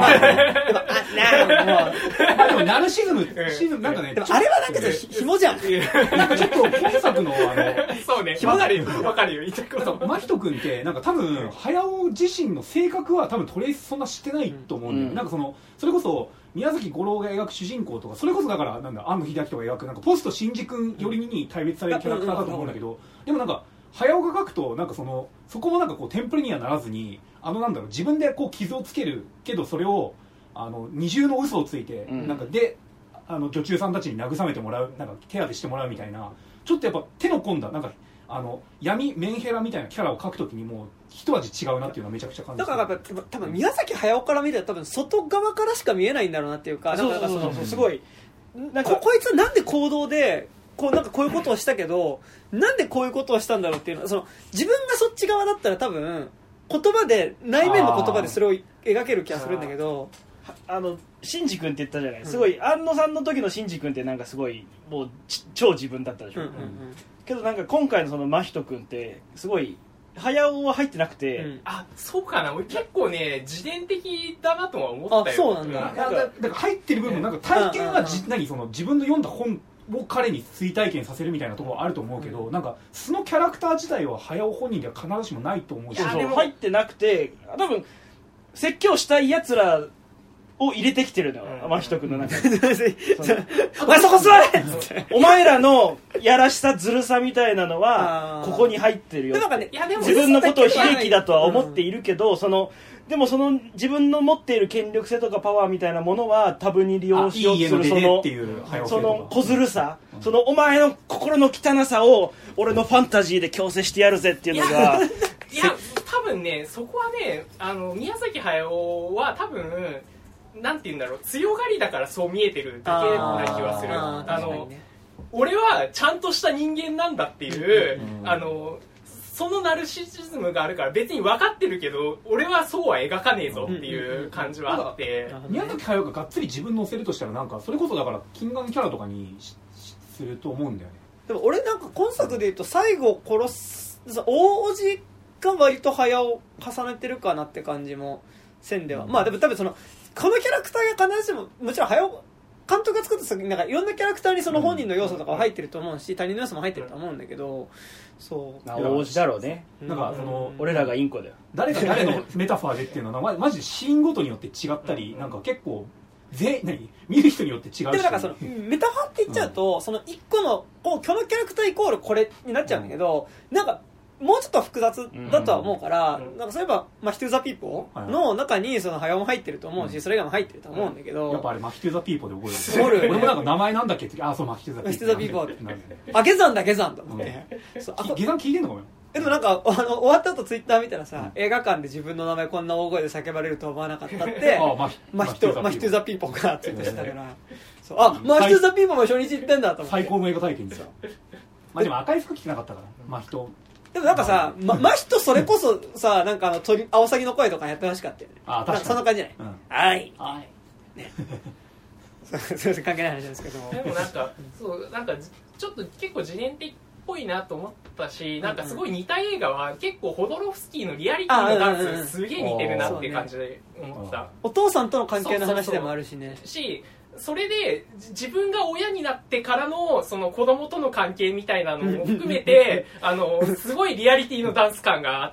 もナルシズムなんかね、 でもあれはなんか紐じゃん、 なんかちょっと今作のそうね、わかるよ言いたいこと。 真人君ってなんか多分早尾自身の性格は多分トレースそんなしてないと思うんだよ、なんかそれこそ宮崎五郎が描く主人公とか、それこそだからなんだ庵野秀明とか描くなんかポスト新宿寄りに大別されるキャラクターだと思うんだけど、でもなんか早尾が描くとなんかそこもなんかこうテンプレにはならずに、なんだろう、自分でこう傷をつけるけどそれを二重の嘘をついて、なんかで女中さんたちに慰めてもらう、なんか手当てしてもらうみたいな、ちょっとやっぱ手の込んだなんか闇メンヘラみたいなキャラを描くときにもう一味違うなっていうのはめちゃくちゃ感じて、 だからやっぱ多分宮崎駿から見たら多分外側からしか見えないんだろうなっていうか、なんかすごいなんかこいつなんで行動でなんかこういうことをしたけどなんでこういうことをしたんだろうっていうのは、自分がそっち側だったら多分言葉で内面の言葉でそれを描ける気がするんだけど、 シンジ君って言ったじゃない、すごい安野さんの時のシンジ君ってなんかすごいもう超自分だったでしょ、けどなんか今回のその真人君ってすごい早尾は入ってなくて、 そうかな、俺結構ね自伝的だなとは思ったよ。 そうなんだ、 だから入ってる部分なんか体験は自分の読んだ本を彼に追体験させるみたいなところはあると思うけど、なんかそのキャラクター自体は早尾本人では必ずしもないと思うし、 入ってなくて多分説教したいやつらを入れてきてるのよ、真人君の中にお前そこ座れお前らのやらしさずるさみたいなのはここに入ってるよって、自分のことを悲劇だとは思っているけど、でも自分の持っている権力性とかパワーみたいなものは多分に利用しようとするその小ずるさ、お前の心の汚さを俺のファンタジーで強制してやるぜっていうのがいや多分ね、そこはね宮崎駿は多分なんて言うんだろう、強がりだからそう見えてるだけな気はする。俺はちゃんとした人間なんだっていう、そのナルシシズムがあるから別に分かってるけど俺はそうは描かねえぞっていう感じはあって、 宮崎駿ががっつり自分乗せるとしたらなんかそれこそだから金眼キャラとかにすると思うんだよね。 でも俺なんか今作でいうと最後殺す大叔父が割と早を重ねてるかなって感じもせんでは、まあでも多分このキャラクターが必ずしももちろん早尾監督が作った時になんかいろんなキャラクターにその本人の要素とかは入ってると思うし、他人の要素も入ってると思うんだけど、そう大叔父だろうね、なんか俺らがインコだよ、 誰が誰のメタファーでっていうのはマジでシーンごとによって違ったり、なんか結構見る人によって違うし、でもなんかメタファーって言っちゃうと、その一個のこのキャラクターイコールこれになっちゃうんだけど、なんかもうちょっと複雑だとは思うから、なんかそういえばマヒトゥーザピーポーの中にその早尾も入ってると思うし、それ以外も入ってると思うんだけど、 やっぱあれマヒトゥーザピーポーで覚える。俺もなんか名前なんだっけって、そうマヒトゥーザピーポーって下山だと思って、 下山聞いてんのかもよ。 でもなんか終わった後ツイッター見たらさ、映画館で自分の名前こんな大声で叫ばれると思わなかったってマヒトゥーザピーポーがツイートしたから、マヒトゥーザピーポーも初日行ってんだと思って、 最高の映画体験でさ、でも赤い服着てなかったからマヒト。 でもなんかさ、マヒトそれこそさ、なんかアオサギの声とかやってほしかったよね。 確かにそんな感じじゃない、はいねすいません関係ない話ですけども、 でもなんかなんかちょっと結構自伝的っぽいなと思ったし、なんかすごい似た映画は結構ホドロフスキーのリアリティのダンスすげえ似てるなって感じで思った。 お父さんとの関係の話でもあるしね。 それで自分が親になってからのその子供との関係みたいなのも含めてすごいリアリティのダンス感があって、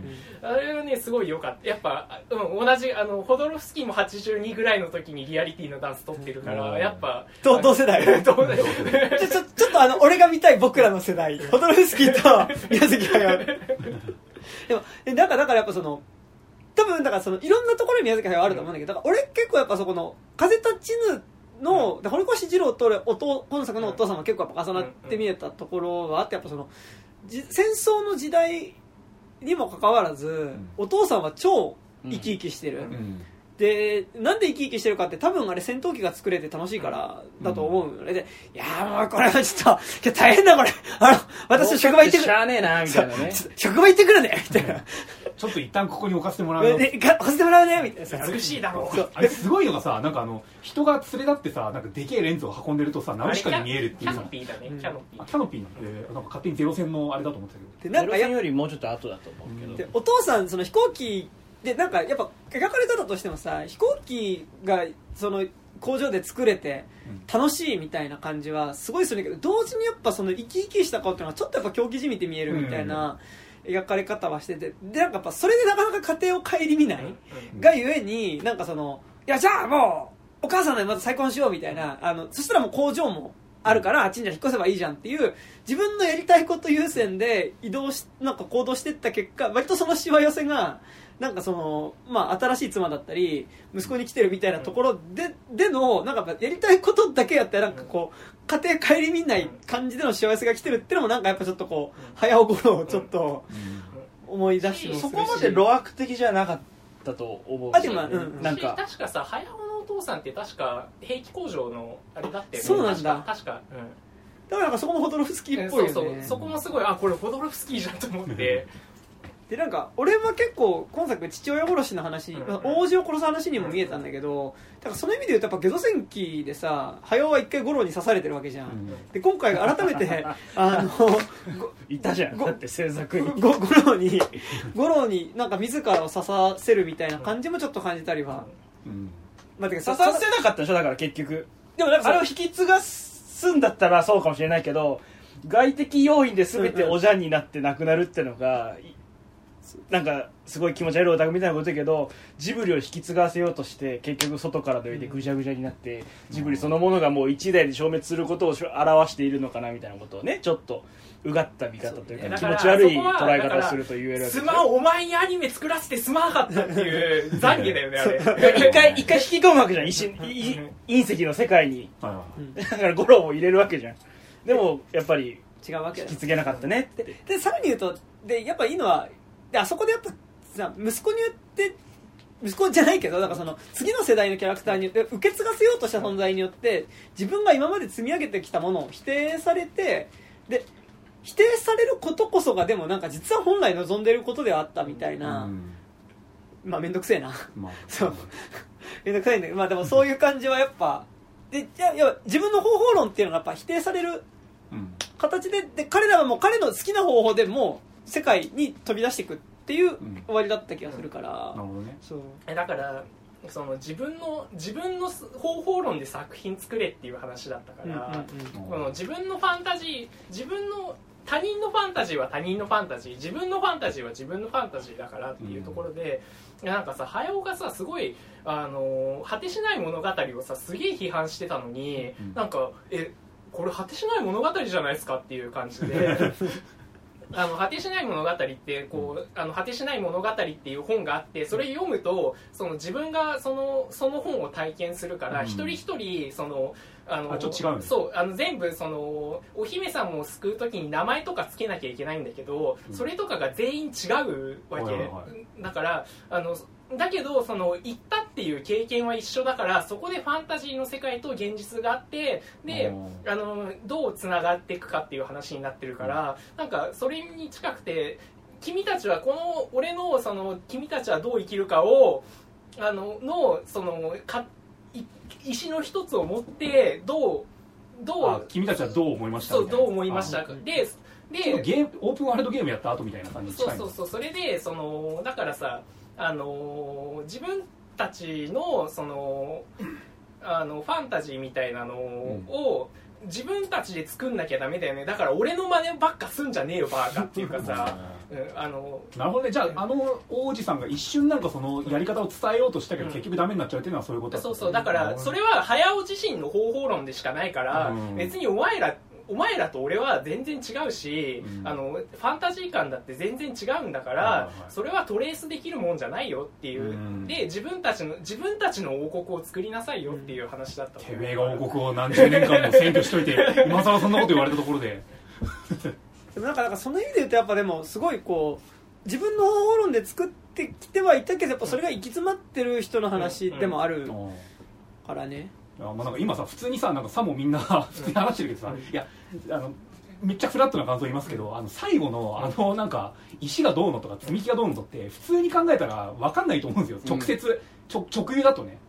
あれはねすごい良かった。やっぱ、同じホドロフスキーも82ぐらいの時にリアリティのダンス撮ってるから、やっぱ同世代ちょっと俺が見たい僕らの世代、ホドロフスキーと宮崎駿でもだからやっぱ多分だからいろんなところに宮崎駿あると思うんだけど、だから俺結構やっぱそこの風立ちぬの堀越二郎と本作のお父さんは結構やっぱ重なって見えたところはあって、やっぱ戦争の時代にもかかわらず、お父さんは超生き生きしてる、でなんで生き生きしてるかって多分あれ戦闘機が作れて楽しいからだと思うので、いやもうこれはちょっと大変だこれ私職場行ってくるしゃあねえなみたいなね職場行ってくるねみたいなちょっと一旦ここに置かせてもらうよ置かせてもらうねみたいな美しいだろう。 あれすごいのがさ、なんか人が連れ立ってさ、なんかでけえレンズを運んでるとさ、ナウシカに見えるっていうさ、 キャノピーだね、キャノピー。 キャノピーなんで、なんか勝手にゼロ戦のあれだと思ってたけど。 でなんかゼロ戦よりもうちょっと後だと思うけど、 でお父さんその飛行機でなんかやっぱ描かれ方としてもさ、飛行機がその工場で作れて楽しいみたいな感じはすごいするんだけど、同時にやっぱその生き生きした顔っていうのはちょっとやっぱ狂気じみて見えるみたいな描かれ方はしてて、でなんかやっぱそれでなかなか家庭を顧みないがゆえに、なんかそのいやじゃあもうお母さんのまず再婚しようみたいな、そしたらもう工場もあるからあっちに引っ越せばいいじゃんっていう自分のやりたいこと優先でなんか行動していった結果、割とそのしわ寄せがなんかその、まあ、新しい妻だったり息子に来てるみたいなところでのなんかやりたいことだけやってなんかこう家庭顧みない感じでのしわ寄せが来てるっていうのもなんかやっぱちょっとこう早尾頃をちょっと思い出してもするし、 そこまで路悪的じゃなかったと思うし、 でもなんか確かさ、早尾のお父さんって確か兵器工場のあれだってそうなんだ、 確か、 だからなんかそこもホドロフスキーっぽいよね、 そうそこもすごいこれホドロフスキーじゃんと思ってでなんか俺は結構今作父親殺しの話、王子を殺す話にも見えたんだけど、だからその意味で言うとやっぱゲド戦記でさ早尾は一回五郎に刺されてるわけじゃん、で今回改めていたじゃんだって制作に五郎になんか自らを刺させるみたいな感じもちょっと感じたりは、 まあ、てか刺させなかったでしょ、だから結局でもなんかあれを引き継がすんだったらそうかもしれないけど、外的要因で全ておじゃんになってなくなるってのが、なんかすごい気持ち悪いオタクみたいなことだけど、ジブリを引き継がせようとして結局外からの絵でぐちゃぐちゃになって、ジブリそのものがもう一代で消滅することを表しているのかなみたいなことをね、ちょっとうがった見方というか気持ち悪い捉え方をすると言えるわけすまん、お前にアニメ作らせてすまなかったっていう懺悔だよねあれ一回引き込むわけじゃん、隕石の世界に、だから五郎を入れるわけじゃん。でもやっぱり違うわけだ引き継げなかったねって。 でさらに言うとでやっぱいいのはで、あそこでやっぱさ息子によって息子じゃないけどなんかその次の世代のキャラクターによって受け継がせようとした存在によって自分が今まで積み上げてきたものを否定されて、で否定されることこそがでもなんか実は本来望んでることではあったみたいな、まあ面倒くせえな、そう面倒くさいんだけど、まあでもそういう感じはやっぱで自分の方法論っていうのがやっぱ否定される形で、彼らはもう彼の好きな方法でもう世界に飛び出していくっていう終わりだった気がするから、 なるほどね。 そうだからその自分の方法論で作品作れっていう話だったから、この自分のファンタジー、他人のファンタジーは他人のファンタジー、自分のファンタジーは自分のファンタジーだからっていうところで、なんかさ早尾がさすごい果てしない物語をさすげえ批判してたのに、なんかこれ果てしない物語じゃないですかっていう感じで果てしない物語って果てしない物語っていう本があって、それ読むとその自分がその本を体験するから、一人一人そのちょっと違うね。 そう全部そのお姫さんを救う時に名前とかつけなきゃいけないんだけど、それとかが全員違うわけ、だからだけどその行ったっていう経験は一緒だから、そこでファンタジーの世界と現実があって、でどうつながっていくかっていう話になってるから、なんかそれに近くて、君たちは俺のその君たちはどう生きるかをその石の一つを持ってどう君たちはどう思いましたそうどう思いましたかでオープンワールドゲームやった後みたいな感じに近いの。 それでだからさ自分たちのファンタジーみたいなのを、自分たちで作んなきゃダメだよね、だから俺の真似ばっかすんじゃねえよバーカっていうかさなるほどね。じゃあ王子さんが一瞬なんかそのやり方を伝えようとしたけど、結局ダメになっちゃうっていうのはそういうことだった。 そうだからそれは早尾自身の方法論でしかないから、別にお前らと俺は全然違うし、ファンタジー感だって全然違うんだから、それはトレースできるもんじゃないよっていう、で自分たちの王国を作りなさいよっていう話だった。 てめえが王国を何十年間も占拠しといて今更そんなこと言われたところででもなんかその意味で言うとやっぱでもすごいこう自分の方法論で作ってきてはいたけどやっぱそれが行き詰まってる人の話でもあるからね。 いやまあなんか今さ普通にさなんかさもみんな普通に話してるけどさ、いやめっちゃフラットな感想言いますけど、最後のなんか石がどうのとか積み木がどうのとって普通に考えたら分かんないと思うんですよ、直接、直輸だとね。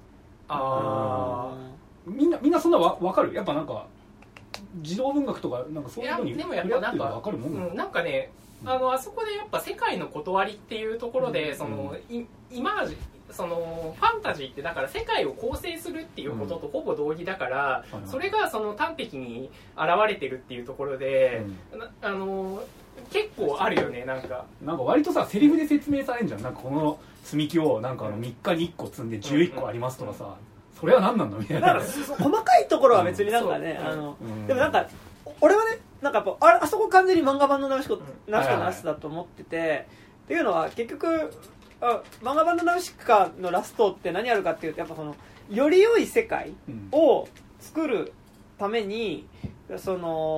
みんなそんな分かる？やっぱなんか児童文学とかなんかそういうのに触れ合ってるの分かるもんなの？ なんかね、あそこでやっぱ世界の断りっていうところで、イマージファンタジーってだから世界を構成するっていうこととほぼ同義だから、それがその端的に現れてるっていうところで、結構あるよね。なんか割とさセリフで説明されるんじゃん。なんかこの積み木をなんか3日に1個積んで11個ありますとかさ、それは何なんだみたいな。 細かいところは別になんかね、でもなんか俺はねなんかやっぱあそこ完全に漫画版のナウシカのラストだと思ってて、っていうのは結局漫画版のナウシカのラストって何あるかっていうとやっぱそのより良い世界を作るためにだから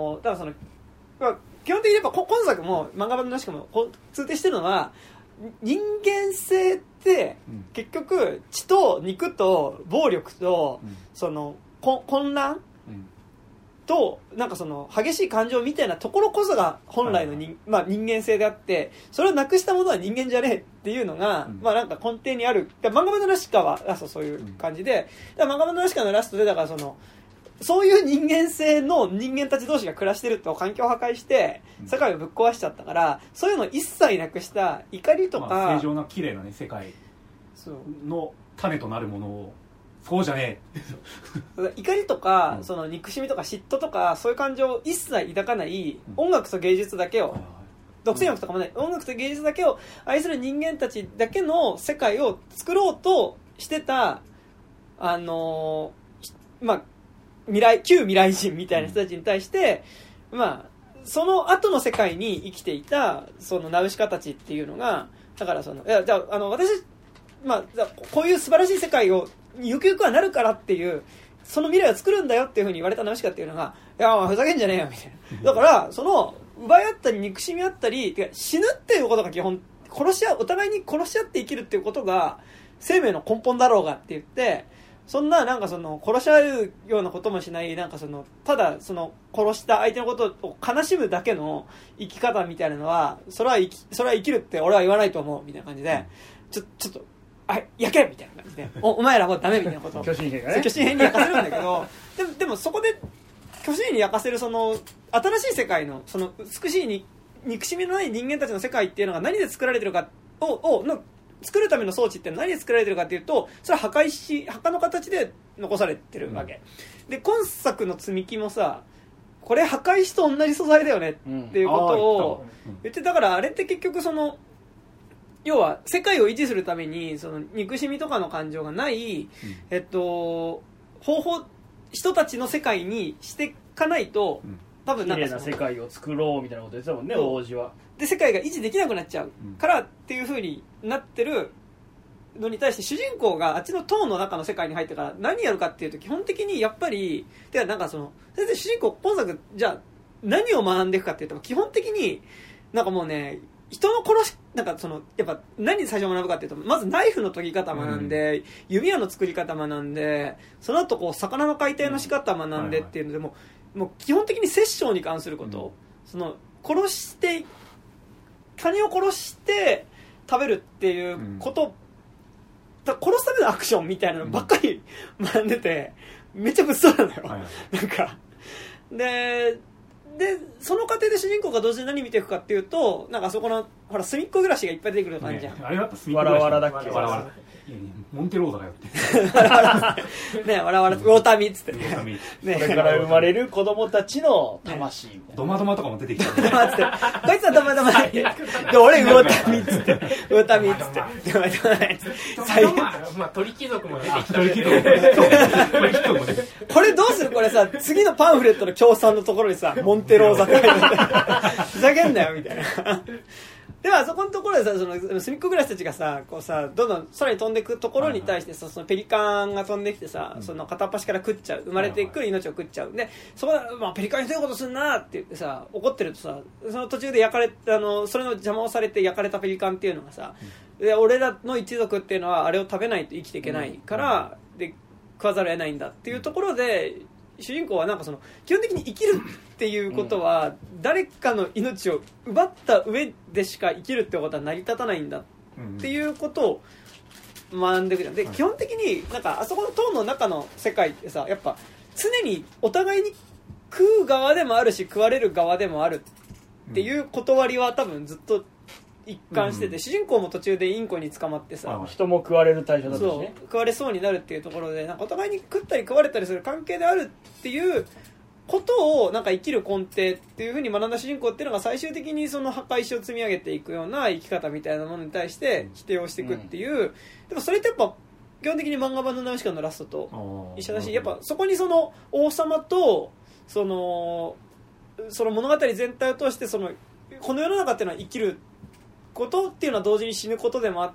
基本的にやっぱ今作も漫画版のナウシカも通底してるのは人間性って結局血と肉と暴力とその混乱となんかその激しい感情みたいなところこそが本来の人間性であって、それをなくしたものは人間じゃねえっていうのが、なんか根底にある。漫画版のナウシカはラストそういう感じで、漫画版のナウシカのラストでだからそういう人間性の人間たち同士が暮らしてると環境を破壊して世界をぶっ壊しちゃったから、そういうのを一切なくした怒りとか、 正常な綺麗なね世界の種となるものをそうじゃねえ怒りとか、その憎しみとか嫉妬とかそういう感情を一切抱かない音楽と芸術だけを、独占欲とかもない音楽と芸術だけを愛する人間たちだけの世界を作ろうとしてた旧未来人みたいな人たちに対して、その後の世界に生きていたそのナウシカたちっていうのが、だから私こういう素晴らしい世界をゆくゆくはなるからっていうその未来を作るんだよっていう風に言われたナウシカっていうのが、いやふざけんじゃねえよみたいな。だからその奪い合ったり憎しみ合ったり死ぬっていうことが基本、お互いに殺し合って生きるっていうことが生命の根本だろうがって言って、そんななんかその殺し合うようなこともしない、なんかただその殺した相手のことを悲しむだけの生き方みたいなのはそれは生きるって俺は言わないと思うみたいな感じで、ちょっと焼けみたいな感じでお前らもうダメみたいなことを巨神兵がね巨神兵に焼かせるんだけどでもそこで巨神兵に焼かせるその新しい世界のその美しい憎しみのない人間たちの世界っていうのが何で作られてるか作るための装置って何で作られてるかっていうと、それは墓の形で残されてるわけ、で今作の積み木もさ、これ墓石と同じ素材だよねっていうことを言って、だからあれって結局要は世界を維持するためにその憎しみとかの感情がない、人たちの世界にしていかないと、多分なんか綺麗な世界を作ろうみたいなこと言ってたもんね、王子は。 で世界が維持できなくなっちゃうからっていう風になってるのに対して、主人公があっちの塔の中の世界に入ってから何やるかっていうと、基本的にやっぱりなんか先生主人公今作じゃあ何を学んでいくかっていうと、基本的になんかもうね、人の殺しなんかやっぱ何最初学ぶかっていうと、まずナイフの研ぎ方学んで、弓矢の作り方学んで、その後こう魚の解体の仕方学んでっていうので、もう基本的に殺生に関すること、カニを殺して食べるっていうこと、殺すためのアクションみたいなのばっかり学んでて、めっちゃ物騒なのよ、なんかでその過程で主人公が同時に何見ていくかっていうと、なんかそこのほら隅っこ暮らしがいっぱい出てくる感じじゃん、 あれだった隅っこ暮らしわらわらだっけ、 わらわらモンテローザがよってね、わらわらウォーターミーっつってね、これから生まれる子供たちの魂みたいな、 ドマドマとかも出てきたこいつはドマドマで俺ウォーターミーっつってウォーターミーっつってドマドマっつって最悪、 鳥貴族も出てきたこれどうする、これさ次のパンフレットの協賛のところにさモンテローザって書いてあるふざけんなよみたいなではそこのところでさ、その隅っこ暮らしたちがさ、こうさ、どんどん空に飛んでいくところに対してさ、そのペリカンが飛んできてさ、その片っ端から食っちゃう、生まれていく命を食っちゃう。で、そこで、まあ、ペリカンにそういうことすんなって言ってさ、怒ってるとさ、その途中で焼かれ、それの邪魔をされて焼かれたペリカンっていうのがさ、で、俺らの一族っていうのはあれを食べないと生きていけないから、で、食わざるを得ないんだっていうところで、主人公はなんかその基本的に生きるっていうことは誰かの命を奪った上でしか生きるってことは成り立たないんだっていうことを学んでいくじゃん。で、基本的になんかあそこの塔の中の世界ってさ、やっぱ常にお互いに食う側でもあるし食われる側でもあるっていう断りは多分ずっと一貫してて、主人公も途中でインコに捕まってさ、 人も食われる対象だったしそうね、 食われそうになるっていうところで、なんかお互いに食ったり食われたりする関係であるっていうことをなんか生きる根底っていう風に学んだ主人公っていうのが最終的にその墓石を積み上げていくような生き方みたいなものに対して否定をしていくっていう、でもそれってやっぱ基本的に漫画版のナウシカのラストと一緒だし、やっぱそこにその王様とその物語全体を通してこの世の中っていうのは生きることっていうのは同時に死ぬことでもあって、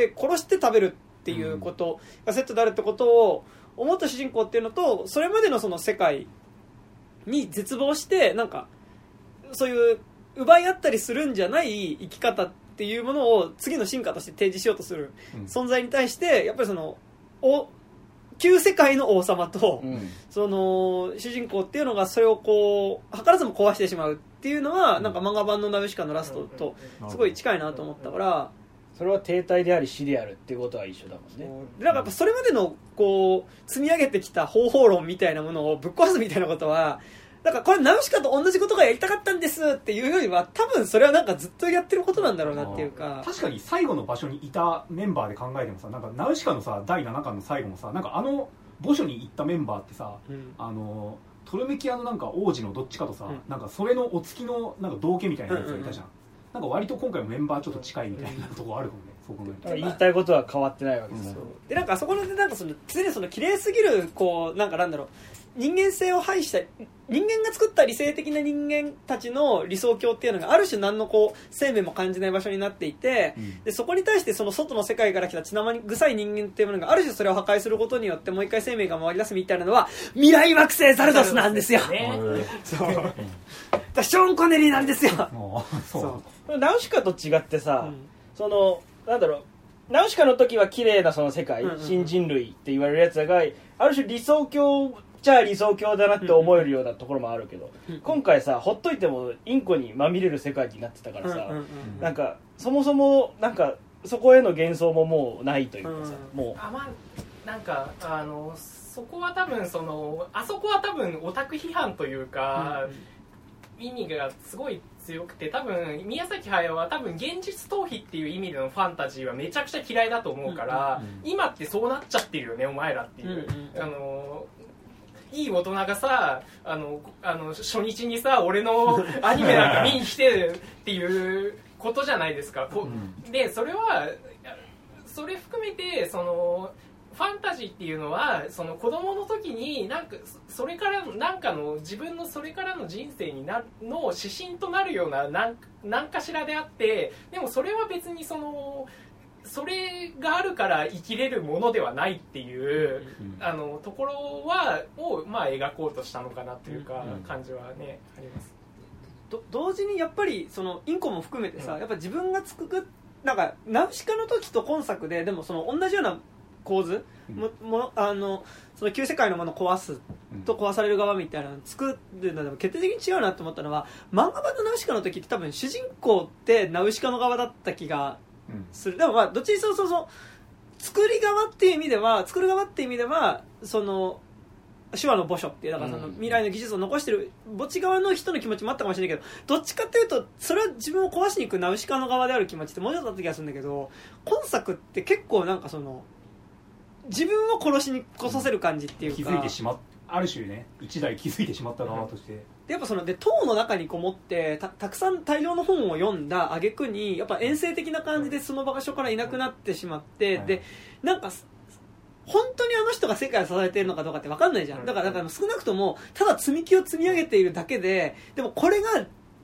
殺して食べるっていうことがセットであるってことを思った主人公っていうのと、それまでのその世界に絶望してなんかそういう奪い合ったりするんじゃない生き方っていうものを次の進化として提示しようとする存在に対して、やっぱりその旧世界の王様と、その主人公っていうのがそれをこう図らずも壊してしまうっていうのは、なんか漫画版のナウシカのラストとすごい近いなと思ったから、 それは停滞であり死であるっていうことは一緒だもんね。 なんかやっぱそれまでのこう積み上げてきた方法論みたいなものをぶっ壊すみたいなことは、なんかこれナウシカと同じことがやりたかったんですっていうよりは、多分それはなんかずっとやってることなんだろうなっていうか。 確かに最後の場所にいたメンバーで考えてもさ、なんかナウシカのさ第7巻の最後もさ、なんか墓所に行ったメンバーってさ、トルメキアのなんか王子のどっちかとさ、なんかそれのお付きのなんか道家みたいなやつがいたじゃん。なんか割と今回もメンバーちょっと近いみたいなところあるかもね。そう考えると言いたいことは変わってないわけですよ。 でなんかあそこでなんか常にその綺麗すぎるこうなんだろう、人間性を排した人間が作った理性的な人間たちの理想郷っていうのがある種何のこう生命も感じない場所になっていて、でそこに対してその外の世界から来た血生臭い人間っていうものがある種それを破壊することによってもう一回生命が回り出すみたいなのは未来惑星ザルドスなんですよ。そうだショーン・コネリーなんですよ。 そうナウシカと違ってさ、そのなんだろう、ナウシカの時は綺麗なその世界、新人類って言われるやつがある種理想郷じゃあ理想郷だなって思えるようなところもあるけど、今回さほっといてもインコにまみれる世界になってたからさ、なんかそもそもなんかそこへの幻想ももうないというかさ、もうなんかそこは多分あそこは多分オタク批判というか、意味がすごい強くて、多分宮崎駿は多分現実逃避っていう意味でのファンタジーはめちゃくちゃ嫌いだと思うから、今ってそうなっちゃってるよねお前らっていう、いい大人がさ初日にさ俺のアニメなんか見に来てるっていうことじゃないですか。でそれ含めてファンタジーっていうのは子供の時になんかそれからなんかの自分のそれからの人生の指針となるような何かしらであって、でもそれは別にそれがあるから生きれるものではないっていうところをまあ描こうとしたのかなというか感じはねあります。 同時にやっぱりインコも含めてさ、やっぱ自分が作るなんかナウシカの時と今作ででも同じような構図、その旧世界のものを壊すと壊される側みたいなのを作るのでも決定的に違うなと思ったのは、漫画版のナウシカの時って多分主人公ってナウシカの側だった気がする。でもまあどっちにそう作る側っていう意味では手話の墓所っていうだから未来の技術を残してる墓地側の人の気持ちもあったかもしれないけど、どっちかっていうとそれは自分を壊しに行くナウシカの側である気持ちってもうちょっとあった気がするんだけど、今作って結構なんか自分を殺しに来させる感じっていうか、 気づいてしまっある種ね一台気づいてしまった側として、 でやっぱ塔の中にこもってたくさん大量の本を読んだ挙句にやっぱ遠征的な感じでその場所からいなくなってしまって、でなんか本当にあの人が世界を支えているのかどうかって分かんないじゃん。だから少なくともただ積み木を積み上げているだけで、でもこれが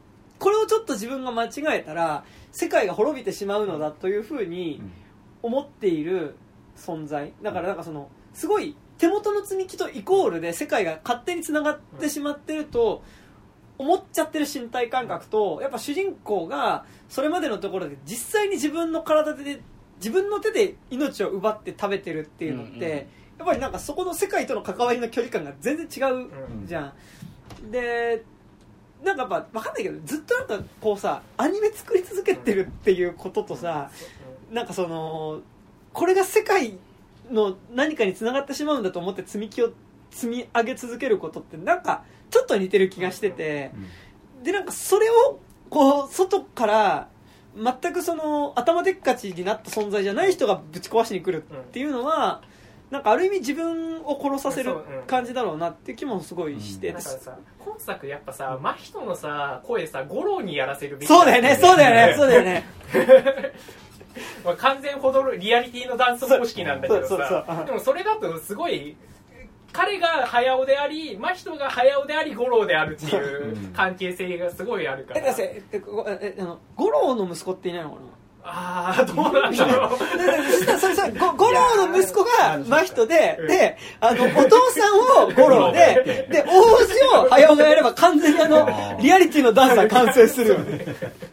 これをちょっと自分が間違えたら世界が滅びてしまうのだというふうに思っている存在だから、なんかそのすごい手元の積み木とイコールで世界が勝手につながってしまってると思っちゃってる身体感覚と、やっぱ主人公がそれまでのところで実際に自分の体で自分の手で命を奪って食べてるっていうのって、やっぱりなんかそこの世界との関わりの距離感が全然違うじゃん。でなんかやっぱ分かんないけど、ずっとなんかこうさアニメ作り続けてるっていうこととさ、なんかそのこれが世界の何かに繋がってしまうんだと思って積み木を積み上げ続けることってなんかちょっと似てる気がしてて、でなんかそれをこう外から全くその頭でっかちになった存在じゃない人がぶち壊しに来るっていうのは、なんかある意味自分を殺させる感じだろうなっていう気もすごいして、 だからさ今作やっぱさ真人のさ声さ五郎にやらせるべきそうだよねそうだよねそうだよねまあ完全ほどリアリティのダンス方式なんだけどさ、でもそれだとすごい彼が早尾であり真人が早尾であり五郎であるっていう関係性がすごいあるから。 五郎の息子っていないのかな。 ああどうなんだろう五郎の息子が真人で、お父さんを五郎で、大星を早尾がやれば完全にリアリティのダンスが完成するよね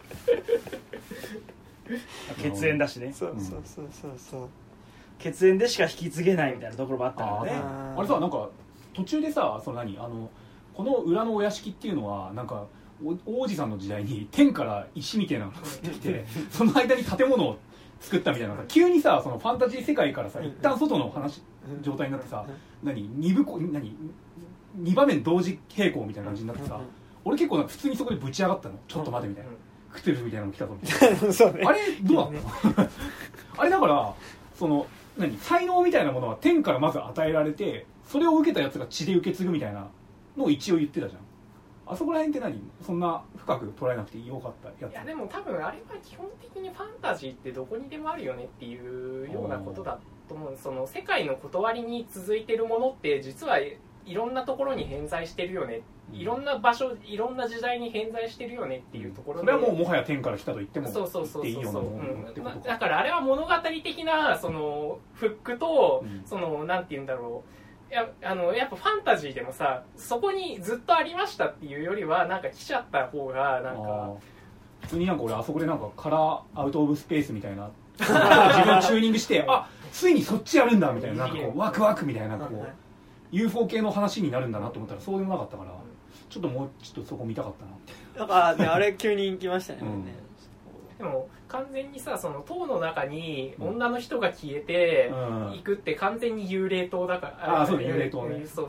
血縁だしね。 そう血縁でしか引き継げないみたいなところもあったからね。 あれさ、なんか途中でさ、そのこの裏のお屋敷っていうのはなんか王子さんの時代に天から石みたいなのが降ってきてその間に建物を作ったみたいなさ、急にさそのファンタジー世界からさ一旦外の状態になってさ、2場面同時並行みたいな感じになってさ、俺結構なんか普通にそこでぶち上がったの。ちょっと待てみたいな、クトゥルフみたいなの来たぞみたいなそうね、あれどうだったのあれだからその才能みたいなものは天からまず与えられて、それを受けたやつが血で受け継ぐみたいなのを一応言ってたじゃん。あそこら辺ってそんな深く捉えなくてよかったやつ。 いやでも多分あれは基本的にファンタジーってどこにでもあるよねっていうようなことだと思う。その世界の断りに続いてるものって実はいろんなところに偏在してるよね、いろんな場所いろんな時代に偏在してるよねっていうところで、 それはもうもはや天から来たと言ってもそういいようなものってことか。 だからあれは物語的なそのフックと、そのなんて言うんだろう、やっぱファンタジーでもさそこにずっとありましたっていうよりはなんか来ちゃった方がなんか普通になんか俺あそこでなんかカラーアウトオブスペースみたいな自分チューニングしてあついにそっちやるんだみたいな、なんかこうワクワクみたいなこう UFO 系の話になるんだなと思ったらそうでもなかったから、ちょっとそこ見たかったなって。 なんか、ね、あれ急に来ましたね、 でも完全にさその塔の中に女の人が消えて行くって完全に幽霊島だから、 そうね幽霊島ね。 そう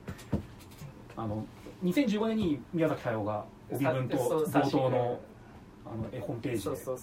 2015年に宮崎駿が帯文と冒頭の絵本ページでやってる。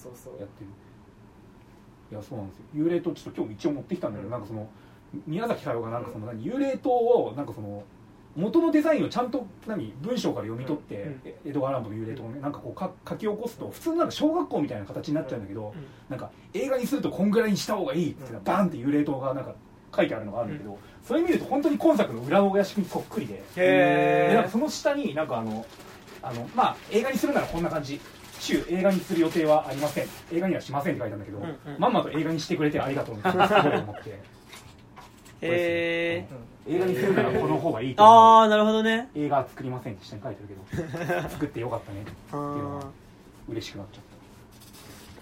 いやそうなんですよ。幽霊島ちょっと今日一応持ってきたんだけど、なんかその宮崎駿がなんかその幽霊島をなんかその元のデザインをちゃんと文章から読み取って、江戸川乱歩の幽霊島をねなんかこう書き起こすと普通なんか小学校みたいな形になっちゃうんだけど、なんか映画にするとこんぐらいにした方がいいってバンって幽霊島がなんか書いてあるのがあるんだけど、それ見ると本当に今作の裏のお屋敷にそっくりで、なんかその下になんかまあ映画にするならこんな感じ、映画にする予定はありません、映画にはしませんって書いてあるんだけど、まんまと映画にしてくれてありがとうみたいなすごい思って映画にするならこの方がいいと思う。 ああなるほどね。 映画は作りませんって下に書いてるけど作ってよかったねっていうのは嬉しくなっちゃった。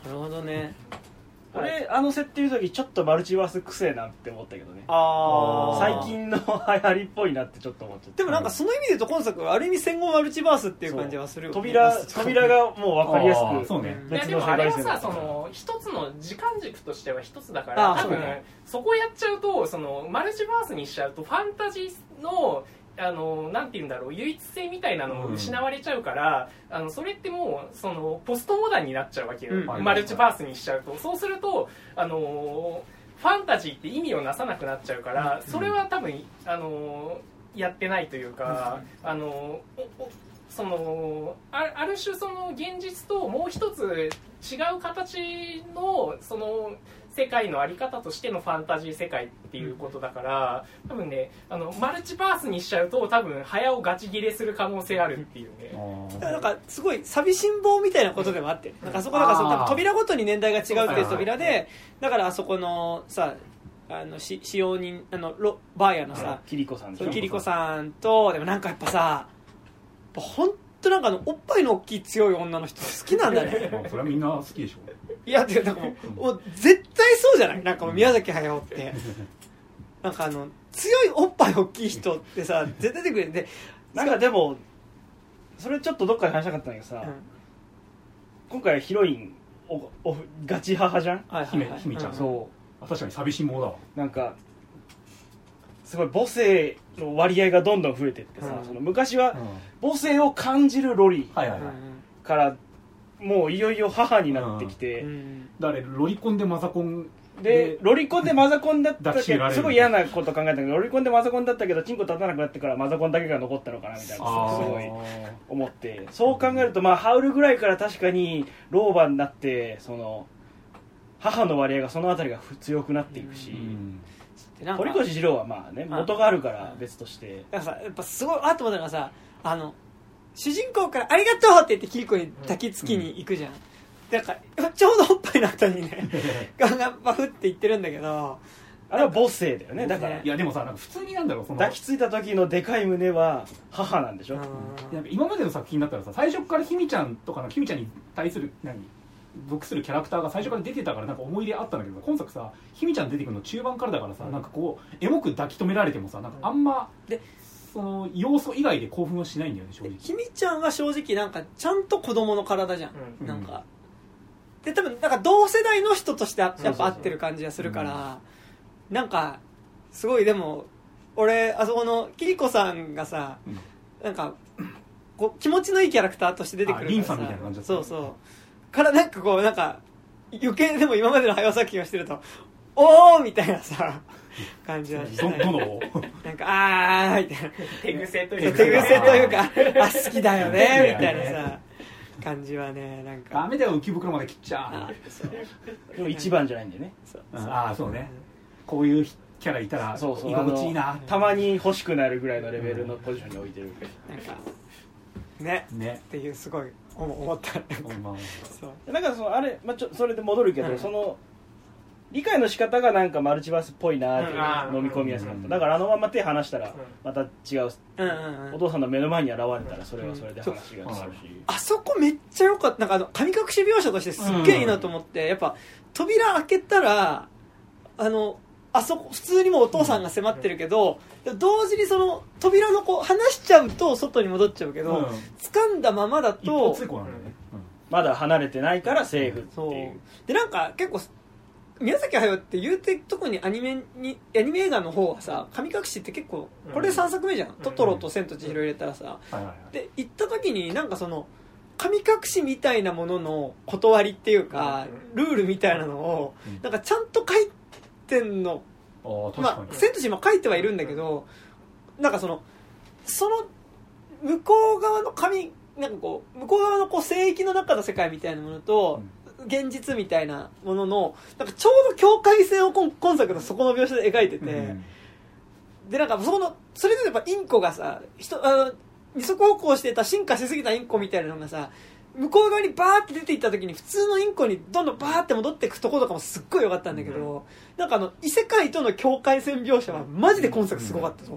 なるほどね。 俺設定の時ちょっとマルチバースくせえなって思ったけどね。最近の流行りっぽいなってちょっと思っちゃった。 でもなんかその意味で言うと今作はある意味戦後マルチバースっていう感じはするよね。 扉がもう分かりやすく。 そうね。 いやでもあれはさその一つの時間軸としては一つだから多分そこやっちゃうとそのマルチバースにしちゃうとファンタジーのなんて言うんだろう唯一性みたいなのも失われちゃうから、それってもうそのポストモダンになっちゃうわけよ、マルチバースにしちゃうと。そうするとファンタジーって意味をなさなくなっちゃうから、それは多分やってないというか、そのある種その現実ともう一つ違う形のその世界のあり方としてのファンタジー世界っていうことだから、多分ねマルチバースにしちゃうと多分早尾ガチ切れする可能性あるっていうね。 なんかすごい寂しん坊みたいなことでもあって、なんかあそこだから多分扉ごとに年代が違うっていう扉で、だからあそこのさ使用人バーヤのさキリコさんキリコさんと、でもなんかやっぱさ本当なんかおっぱいの大きい強い女の人好きなんだねそれはみんな好きでしょ。 いやってなんかもう絶対そうじゃない、なんかもう宮崎駿ってなんか強いおっぱい大きい人ってさ絶対出てくるんで、 なんかでもそれちょっとどっかで話したかったんだけどさ、今回ヒロインガチ母じゃん、 姫ちゃん、 そう確かに寂しん坊だわ。 なんかすごい母性の割合がどんどん増えてってさ、その昔は母性を感じるロリからもういよいよ母になってきて、 だからロリコンでマザコンでロリコンでマザコンだったけどすごい嫌なこと考えたけど、ロリコンでマザコンだったけどチンコ立たなくなってからマザコンだけが残ったのかなみたいなすごい思って、そう考えるとまあハウルぐらいから確かに老婆になってその母の割合がそのあたりが強くなっていくし、堀越二郎はまあね元があるから別として、 だからさやっぱすごいあと思ったのがさ、主人公からありがとうって言ってキリコに抱きつきに行くじゃん、だからちょうどおっぱいの後にねガンガンバフって言ってるんだけど、 あれは母性だよね。だからいやでもさなんか普通になんだろう、その抱きついた時のでかい胸は母なんでしょ。 今までの作品だったらさ最初からひみちゃんとかひみちゃんに対する属するキャラクターが最初から出てたからなんか思い入れあったんだけど、今作さひみちゃん出てくるの中盤からだからさ、なんかこうエモく抱き留められてもさなんかあんまでその要素以外で興奮はしないんだよね正直。 ひみちゃんは正直なんかちゃんと子供の体じゃん、なんかで多分なんか同世代の人としてやっぱ合ってる感じがするから、なんかすごいでも俺あそこのキリコさんがさ、なんかこう気持ちのいいキャラクターとして出てくるからさ、 リンさんみたいな感じだった。 そうそうからなんかこうなんか余計でも今までの早尾作品をしてるとおーみたいなさ感じはしてどのなんかあーみたいな手癖というかあ好きだよねみたいなさ感じはね、なんかダメだよ浮き袋まで切っちゃでも一番じゃないんだよね。 そうね、こういうキャラいたら居心地いいな、 たまに欲しくなるぐらいのレベルのポジションに置いてる、 なんかねっていうすごい思ったそうなんかあれ、それで戻るけど、その理解の仕方がなんかマルチバースっぽいなって飲み込みやすかった。だからあのまま手離したらまた違う、お父さんの目の前に現れたらそれはそれで話がするし、 あそこめっちゃ良かった。なんか神隠し描写としてすっげえいいなと思って、やっぱ扉開けたらあそこ普通にもお父さんが迫ってるけど、同時にその扉のこう離しちゃうと外に戻っちゃうけど、掴んだままだとまだ離れてないからセーフっていう。 でなんか結構宮崎駿って言うて特にアニメ映画の方はさ、神隠しって結構これで3作目じゃん、トトロと千と千尋入れたらさ、で行った時になんかその神隠しみたいなものの断りっていうかルールみたいなのをなんかちゃんと書いてんの、千と千尋も書いてはいるんだけど、なんかその向こう側のなんかこう向こう側のこう聖域の中の世界みたいなものと、現実みたいなもののなんかちょうど境界線を今作のそこの描写で描いてて、でなんかそれぞれやっぱインコがさ二足歩行してた進化しすぎたインコみたいなのがさ向こう側にバーって出ていった時に普通のインコにどんどんバーって戻っていくところとかもすっごい良かったんだけど、なんか異世界との境界線描写はマジで今作すごかったぞ。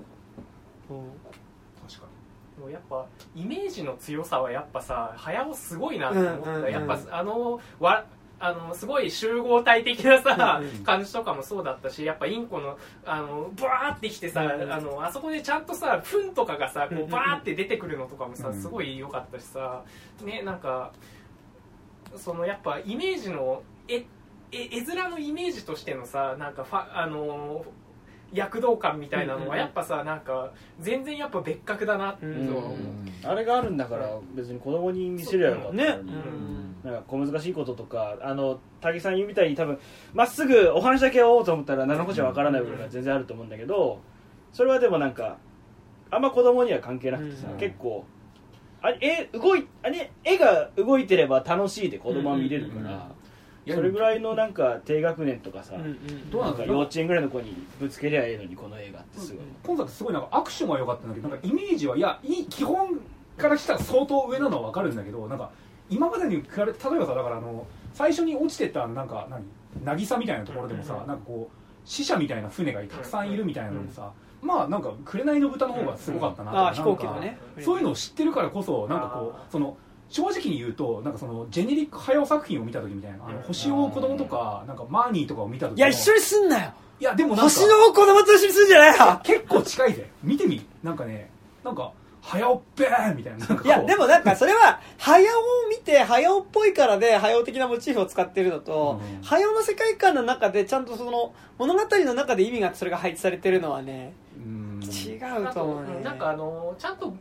やっぱイメージの強さはやっぱさ早尾すごいなと思った、やっぱすごい集合体的なさ感じとかもそうだったし、やっぱインコのブワーってきてさ、あそこでちゃんとさ糞とかがさこうバーって出てくるのとかもさすごい良かったしさね、なんかそのやっぱイメージの絵面のイメージとしてのさなんか躍動感みたいなのはやっぱさなんか全然やっぱ別格だなって思う、 あれがあるんだから別に子供に見せりゃよかったね。なんか小難しいこととか武さん言うみたいに多分まっすぐお話だけ追おうと思ったら何のこっちゃわからない部分が全然あると思うんだけど、それはでもなんかあんま子供には関係なくてさ、結構絵が動いてれば楽しいで子供は見れるから、 それぐらいのなんか低学年とかさ、 どうなんか幼稚園ぐらいの子にぶつけりゃええのにこの映画ってすごい、 今作すごいなんかアクションは良かったんだけど、なんかイメージ基本からしたら相当上なのは分かるんだけど、なんか今までに比べて例えばさ、だから最初に落ちてったなんか渚みたいなところでもさ、なんかこう死者みたいな船がたくさんいるみたいなのでさ、まあなんか紅の豚の方がすごかったなとか、 飛行機のね、 そういうのを知ってるからこそなんかこう正直に言うと、なんかジェネリック早尾作品を見た時みたいな、星を子供とかなんかマーニーとかを見た時、 いや一緒にすんなよ。 いやでもなんか星の子供と一緒にすんじゃないよ。 結構近いぜ、見てみ、なんかね、なんか早尾っぺーみたいな、なんかいやでもなんかそれは早尾を見て早尾っぽいからで早尾的なモチーフを使ってるのと、早尾の世界観の中でちゃんとその物語の中で意味がそれが配置されてるのはね、違うと思うね。 なんかちゃんと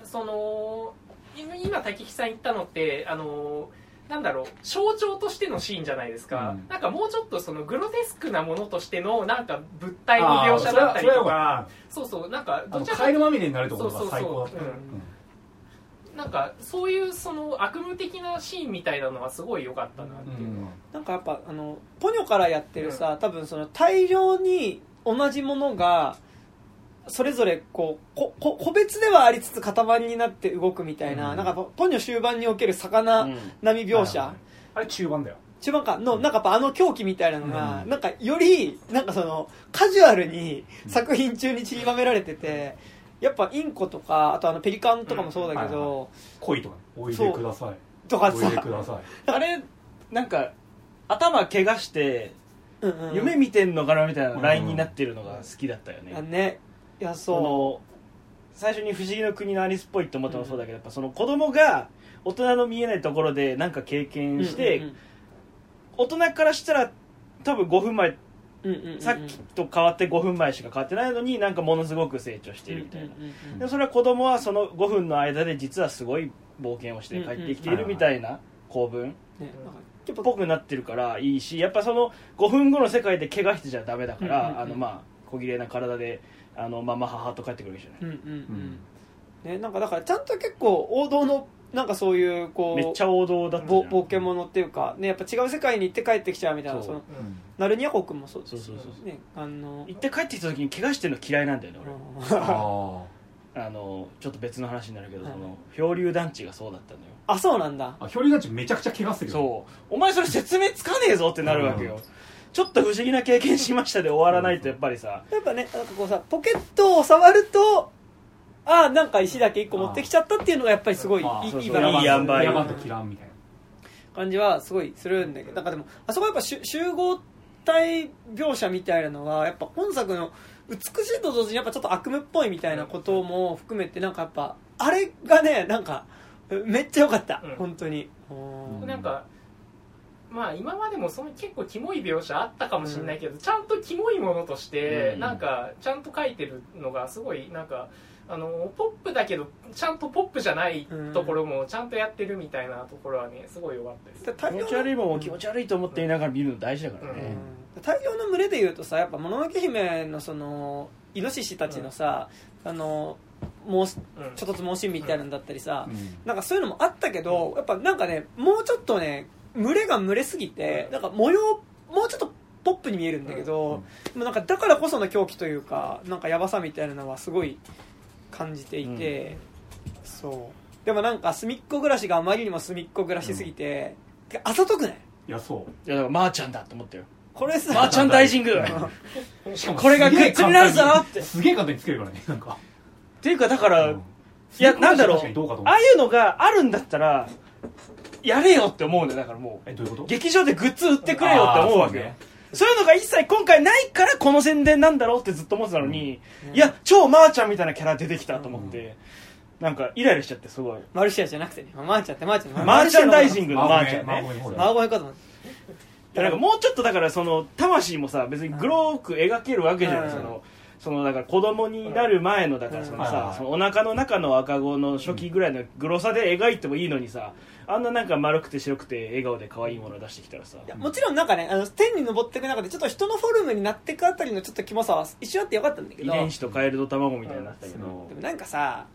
今滝木さん言ったのってなんだろう、象徴としてのシーンじゃないですか、なんかもうちょっとグロテスクなものとしてのなんか物体の描写だったりとか、そうなんかどちらかカエルまみれになるところが最高だった。 なんかそういう悪夢的なシーンみたいなのはすごい良かったなっていうのは、 なんかやっぱポニョからやってるさ、多分大量に同じものがそれぞれ個別ではありつつ塊になって動くみたいな、なんかポニョ終盤における魚並み描写、 あれ中盤だよ、 中盤かのなんかやっぱ狂気みたいなのが、なんかよりなんかカジュアルに作品中に散りばめられてて、やっぱインコとかあとペリカンとかもそうだけど、 恋とかおいでくださいとかさ、 おいでくださいあれなんか頭怪我して夢見てんのかなみたいなラインになってるのが好きだったよね。 いやそう最初に不思議の国のアリスっぽいって思ったのもそうだけど、やっぱ子供が大人の見えないところで何か経験して、大人からしたら多分5分前、さっきと変わって5分前しか変わってないのになんかものすごく成長しているみたいな、でそれは子供はその5分の間で実はすごい冒険をして帰ってきているみたいな構文っぽくなってるからいいし、やっぱ5分後の世界で怪我してちゃダメだから、小綺麗な体でママ母と帰ってくるわけじゃない、 ね、なんかだからちゃんと結構王道のなんかそういうめっちゃ王道だったじゃん、 冒険者っていうか、ね、やっぱ違う世界に行って帰ってきちゃうみたいな、ナルニア国もそうですね、 行って帰ってきた時に怪我してるの嫌いなんだよね俺ちょっと別の話になるけど、漂流団地がそうだったのよ。 あ、そうなんだ。 漂流団地めちゃくちゃ怪我するよ。 そうお前それ説明つかねえぞってなるわけよ、ちょっと不思議な経験しましたで終わらないとやっぱりさ、 やっぱね、なんかこうさポケットを触るとなんか石だけ1個持ってきちゃったっていうのがやっぱりすごいいいバランス、 いい塩梅ヤマンとキランみたいな感じはすごいするんだけど、なんかでもあそこはやっぱ集合体描写みたいなのはやっぱ本作の美しいと同時にやっぱちょっと悪夢っぽいみたいなことも含めて、なんかやっぱあれがねなんかめっちゃ良かった、本当に。 なんかまあ今までも結構キモい描写あったかもしれないけど、ちゃんとキモいものとしてなんかちゃんと書いてるのがすごいなんかポップだけどちゃんとポップじゃないところもちゃんとやってるみたいなところはねすごい良かったです。 気持ち悪いもんも気持ち悪いと思っていながら見るの大事だからね、 大量の群れでいうとさ、やっぱもののけ姫のイノシシたちのさ、もうちょっとつ猛進みたいなんだったりさ、なんかそういうのもあったけど、やっぱなんかねもうちょっとね群れが群れすぎてなんか模様もうちょっとポップに見えるんだけど、でもなんかだからこその狂気というかなんかヤバさみたいなのはすごい感じていて、そうでもなんか隅っこ暮らしがあまりにも隅っこ暮らしすぎて、あざとくない？ いやそういやだからまーちゃんだと思ったよ。 これさまーちゃん大神宮しかもこれがグッズになるぞってすげえ簡単につけるからね、なんかっていうかだから、いやなんだろう、ああいうのがあるんだったらやれよって思うんだよ。だからもうどういうこと？ 劇場でグッズ売ってくれよって思うわけよ。そういうのが一切今回ないからこの宣伝なんだろうってずっと思ってたのに、いや超まーちゃんみたいなキャラ出てきたと思って、なんかイライラしちゃって。すごいマルシアじゃなくてね、まーちゃんってまーちゃんまーちゃん大神宮のまーちゃんね、 マーゴメかと思って、 なんかもうちょっとだから魂もさ別にグローく描けるわけじゃない、だから子供になる前のだからそのお腹の中の赤子の初期ぐらいのグロさで描いてもいいのにさ、あんななんか丸くて白くて笑顔で可愛いものを出してきたらさ、 いやもちろんなんかね天に昇っていく中でちょっと人のフォルムになっていくあたりのちょっとキモさは一瞬あってよかったんだけど、 遺伝子とカエルの卵みたいになったけど、 でもなんかさ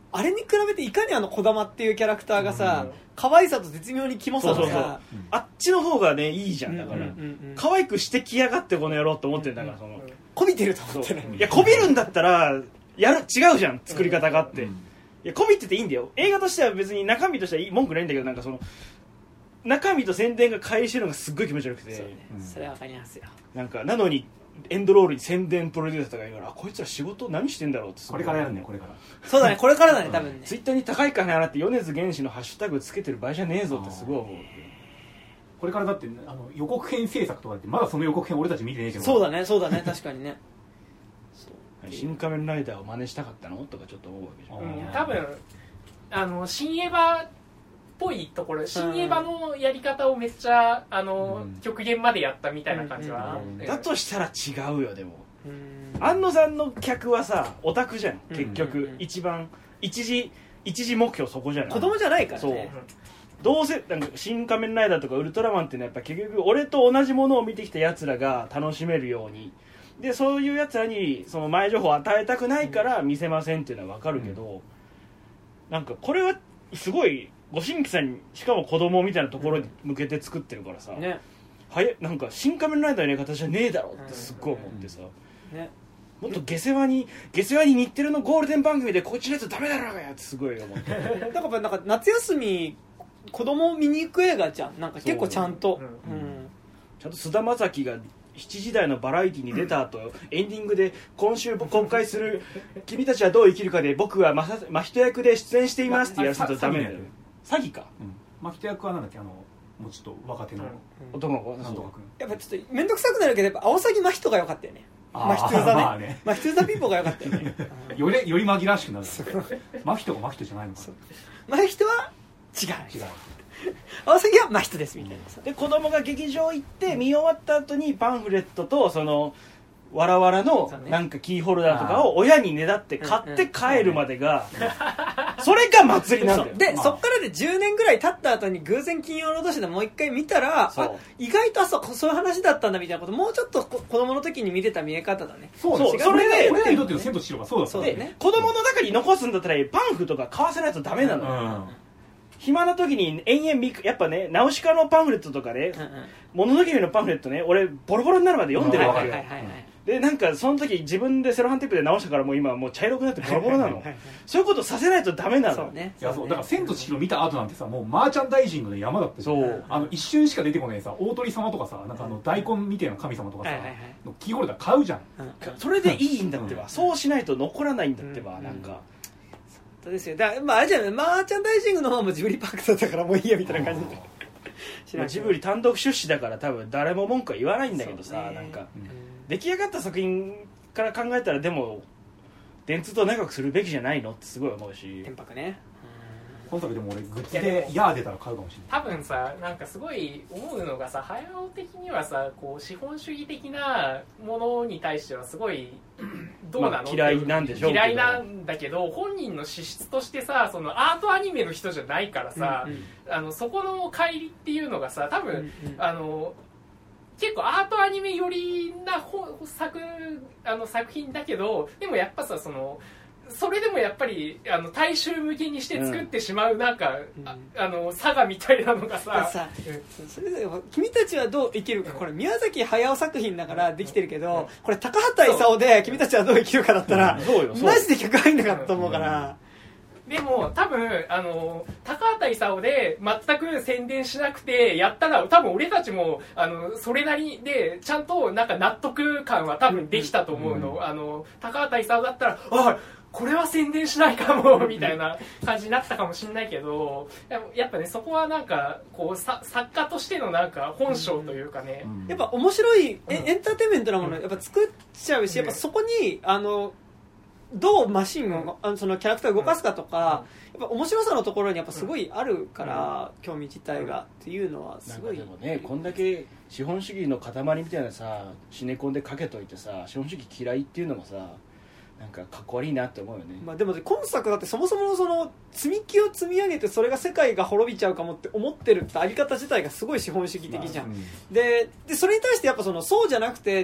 あれに比べていかに児玉っていうキャラクターがさ、可愛さと絶妙にキモさがさ、 あっちの方がねいいじゃん。だから可愛くしてきやがってこの野郎って思ってるんだから、そのこびてると思ってる。 いやこびるんだったら違うじゃん作り方があって、いやこびってていいんだよ。映画としては別に中身としては文句ないんだけど、なんかその中身と宣伝が乖離してるのがすっごい気持ち悪くて、 それはわかりますよ。 なんかなのにエンドロールに宣伝プロデューサーとかいるから、こいつら仕事何してんだろうって。 これからやるね、これから。 そうだね、これからだね、多分ね。 ツイッターに高い金払って米津玄師のハッシュタグつけてる場合じゃねえぞってすごい思う。 これからだって予告編制作とかってまだその予告編俺たち見てねえけど。 そうだね、そうだね、確かにね。 新仮面ライダーを真似したかったのとかちょっと思うわけじゃん。 多分新エヴァっぽいところ、新エヴァのやり方をめっちゃ極限までやったみたいな感じは、 だとしたら違うよ。でも安野さんの客はさオタクじゃん結局、一番一時目標そこじゃない。 子供じゃないからね。 そうどうせなんか新仮面ライダーとかウルトラマンっていうのはやっぱ結局俺と同じものを見てきたやつらが楽しめるようにで、そういうやつらにその前情報を与えたくないから見せませんっていうのは分かるけど、なんかこれはすごいご新規さんにしかも子供みたいなところに向けて作ってるからさ、なんか新仮面ライダーのやり方じゃねえだろってすっごい思ってさ、もっと下世話に日テレのゴールデン番組でこっちのやつダメだろうがやってすごい思ってだからなんか夏休み子供見に行く映画じゃん。なんか結構ちゃんとちゃんと菅田将暉が7時台のバラエティに出た後、エンディングで今週公開する君たちはどう生きるかで僕は真人役で出演していますってやらせるとダメだよ。詐欺か。 真人役はなんだっけ、もうちょっと若手の男の子なんとか君。 やっぱちょっと面倒くさくなるけど、やっぱ青崎真人が良かったよね。真人座ね。真人座ピーポーが良かったよね。 より紛らわしくなる。真人が真人じゃないのか。 真人は違う。青崎は真人ですみたいな。 で子供が劇場行って見終わった後にパンフレットとそのわらわらのなんかキーホルダーとかを親にねだって買って帰るまでがそれが祭りなんだよ。 でそっからで10年ぐらい経った後に偶然金曜ロードショーでもう一回見たら、意外とそういう話だったんだみたいなこともうちょっと子供の時に見てた見え方だね。 そうそれで俺らにとっての千と千尋がそうだったね。子供の中に残すんだったらパンフとか買わせないとダメなの。暇な時に延々やっぱねナウシカのパンフレットとかね、もののけ姫のパンフレットね、俺ボロボロになるまで読んでるわけよ。でなんかその時自分でセロハンテープで直したからもう今もう茶色くなってボロボロなのそういうことさせないとダメなの。 そうね。 いやそうだから千と千尋見た後なんてさ、もうマーチャンダイジングの山だったじゃん。そう一瞬しか出てこないさ大鳥様とかさ、なんか大根みたいな神様とかさのキーホルダー買うじゃん。 それでいいんだってば、そうしないと残らないんだってば、なんかですよ。だからあれじゃん、マーチャンダイジングの方もジブリパークだったからもういいやみたいな感じで、 ジブリ単独出資だから多分誰も文句は言わないんだけどさ、なんか出来上がった作品から考えたらでも電通と長くするべきじゃないのってすごい思うし。 天白ね。 今作でも俺グッズでヤー出たら買うかもしれない。 多分さ、なんかすごい思うのがさ、早尾的にはさ、こう資本主義的なものに対してはすごいどうなの、 嫌いなんでしょうけど、 嫌いなんだけど、本人の資質としてさ、そのアートアニメの人じゃないからさ、そこの乖離っていうのがさ、多分、結構アートアニメ寄りな作品だけど、でもやっぱさ、それでもやっぱり大衆向けにして作ってしまうなんか、差がみたいなのがさ、 それで君たちはどう生きるか、これ宮崎駿作品だからできてるけど、これ高畑勲で君たちはどう生きるかだったらマジで客入んなかったと思うから。 でも多分高畑勲で全く宣伝しなくてやったら多分俺たちもそれなりでちゃんとなんか納得感は多分できたと思うの。高畑勲だったらこれは宣伝しないかもみたいな感じになったかもしれないけど、やっぱねそこはなんかこう作家としてのなんか本性というかね、 やっぱ面白いエンターテインメントなものやっぱ作っちゃうし、やっぱそこにどうマシンをそのキャラクターを動かすかとか、やっぱ面白さのところにやっぱすごいあるから、興味自体がっていうのはすごい。 なんかでもね、こんだけ資本主義の塊みたいなさシネコンでかけといてさ、資本主義嫌いっていうのもさ、なんかかっこ悪いなって思うよね。 でも今作だってそもそもその積み木を積み上げてそれが世界が滅びちゃうかもって思ってるってあり方自体がすごい資本主義的じゃん。でそれに対してやっぱそうじゃなくて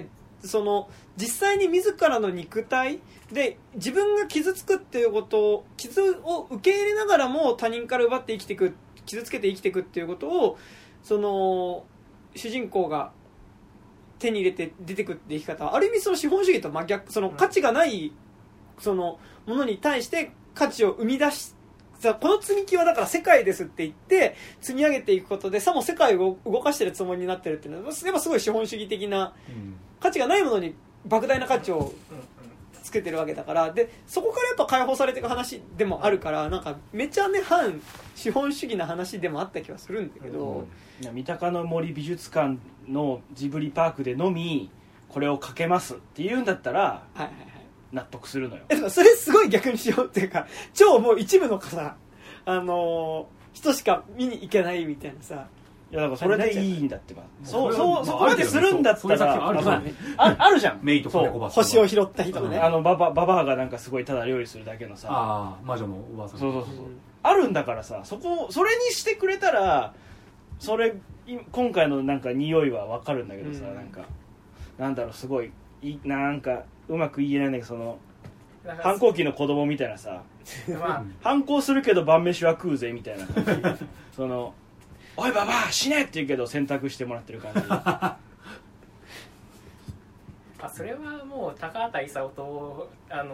その実際に自らの肉体で自分が傷つくっていうことを傷を受け入れながらも他人から奪って生きていく傷つけて生きていくっていうことをその主人公が手に入れて出てくって生き方はある意味その資本主義と真逆その価値がないそのものに対して価値を生み出しこの積み木はだから世界ですって言って積み上げていくことでさも世界を動かしてるつもりになってるっていうのはやっぱすごい資本主義的な価値がないものに莫大な価値をつけてるわけだからでそこからやっぱ解放されていく話でもあるからなんかめちゃね反資本主義な話でもあった気はするんだけど、 三鷹の森美術館のジブリパークでのみこれをかけますって言うんだったら、 はいはいはい、 納得するのよ。 でもそれすごい逆にしようっていうか超もう一部のさ人しか見に行けないみたいなさいやだからそれでいいんだってばそこまあまでするんだったらあるじゃんメイとコネコバス星を拾った人がねババアがなんかすごいただ料理するだけのさ魔女のおばあさんそうあるんだからさそれにしてくれたらそれ今回のなんか匂いは分かるんだけどさ、なんかなんだろうすごいなんかうまく言えないんだけどその反抗期の子供みたいなさ、まあ、反抗するけど晩飯は食うぜみたいな感じそのおいババア死ねって言うけど選択してもらってる感じそれはもう高畑勲と